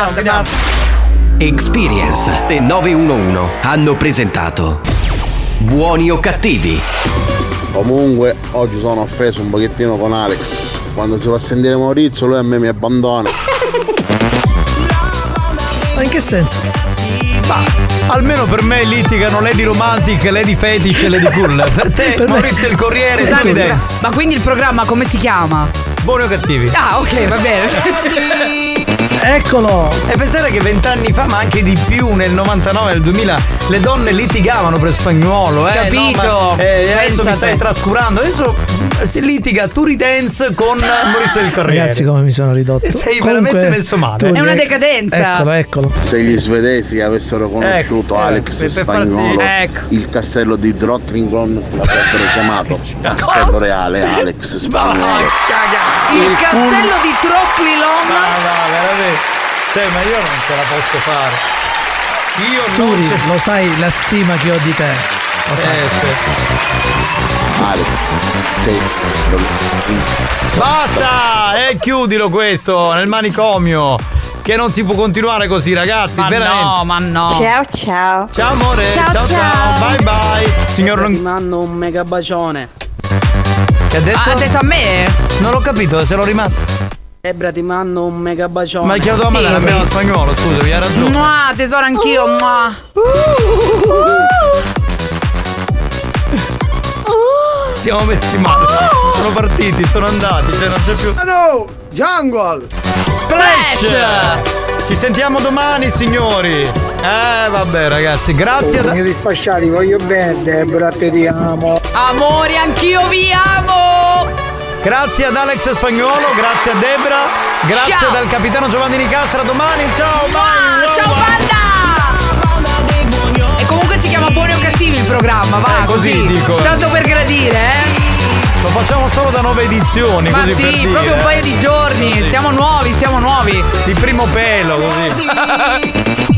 Experience e 911 hanno presentato Buoni o Cattivi. Comunque, oggi sono offeso un pochettino con Alex. Quando si va a sentire Maurizio, lui a me mi abbandona. Ma in che senso? Ma almeno per me litigano Lady Romantic, Lady Fetish e Lady Cool. Per te, Maurizio il Corriere e tu Dance. Ma quindi il programma come si chiama? Buoni o Cattivi. Ah, ok, va bene. Eccolo! E pensare che 20 anni fa, ma anche di più, nel 99, nel 2000, le donne litigavano per Spagnuolo, Capito? No, adesso mi stai te. trascurando. Adesso si litiga Turi Dance con Maurizio del Corriere. Ragazzi, come mi sono ridotto. Sei veramente messo male. È una decadenza. Eccolo. Se gli svedesi avessero conosciuto Alex Spagnuolo, il castello di Drottningholm l'avrebbero chiamato Castello Reale Alex Spagnuolo. Il castello di Trocclilon. No, veramente. Ma io non ce la posso fare. Io Turi, non lo sai la stima che ho di te. Lo sai. Alex, sei. Basta! E chiudilo questo nel manicomio. Che non si può continuare così, ragazzi. Ma veramente. no, ma no. Ciao. Ciao amore. Ciao. Bye bye. Signor Ti mando un mega bacione. Che ha detto? Ha detto a me? Non l'ho capito, se lo rimando. Debra, ti mando un mega bacione. Ma chiedo a me nella spagnolo, scusami, hai ragione. Mua, tesoro, anch'io. Mua. Siamo messi male. Sono partiti, sono andati, cioè non c'è più. No! Jungle! Splash! Ci sentiamo domani, signori. Vabbè, ragazzi, grazie. Signori sfasciati, voglio bene, Debra, te ti amo. Amore, anch'io vi amo. Grazie ad Alex Spagnuolo, grazie a Debra, grazie dal capitano Giovanni Nicastra. Domani, ciao, ciao banda! E comunque si chiama Buoni o Cattivi il programma, va così dico. Tanto per gradire, Lo facciamo solo da 9 edizioni. Ma così sì, per dire, proprio un paio di giorni. Sì. Siamo nuovi. Di primo pelo, così.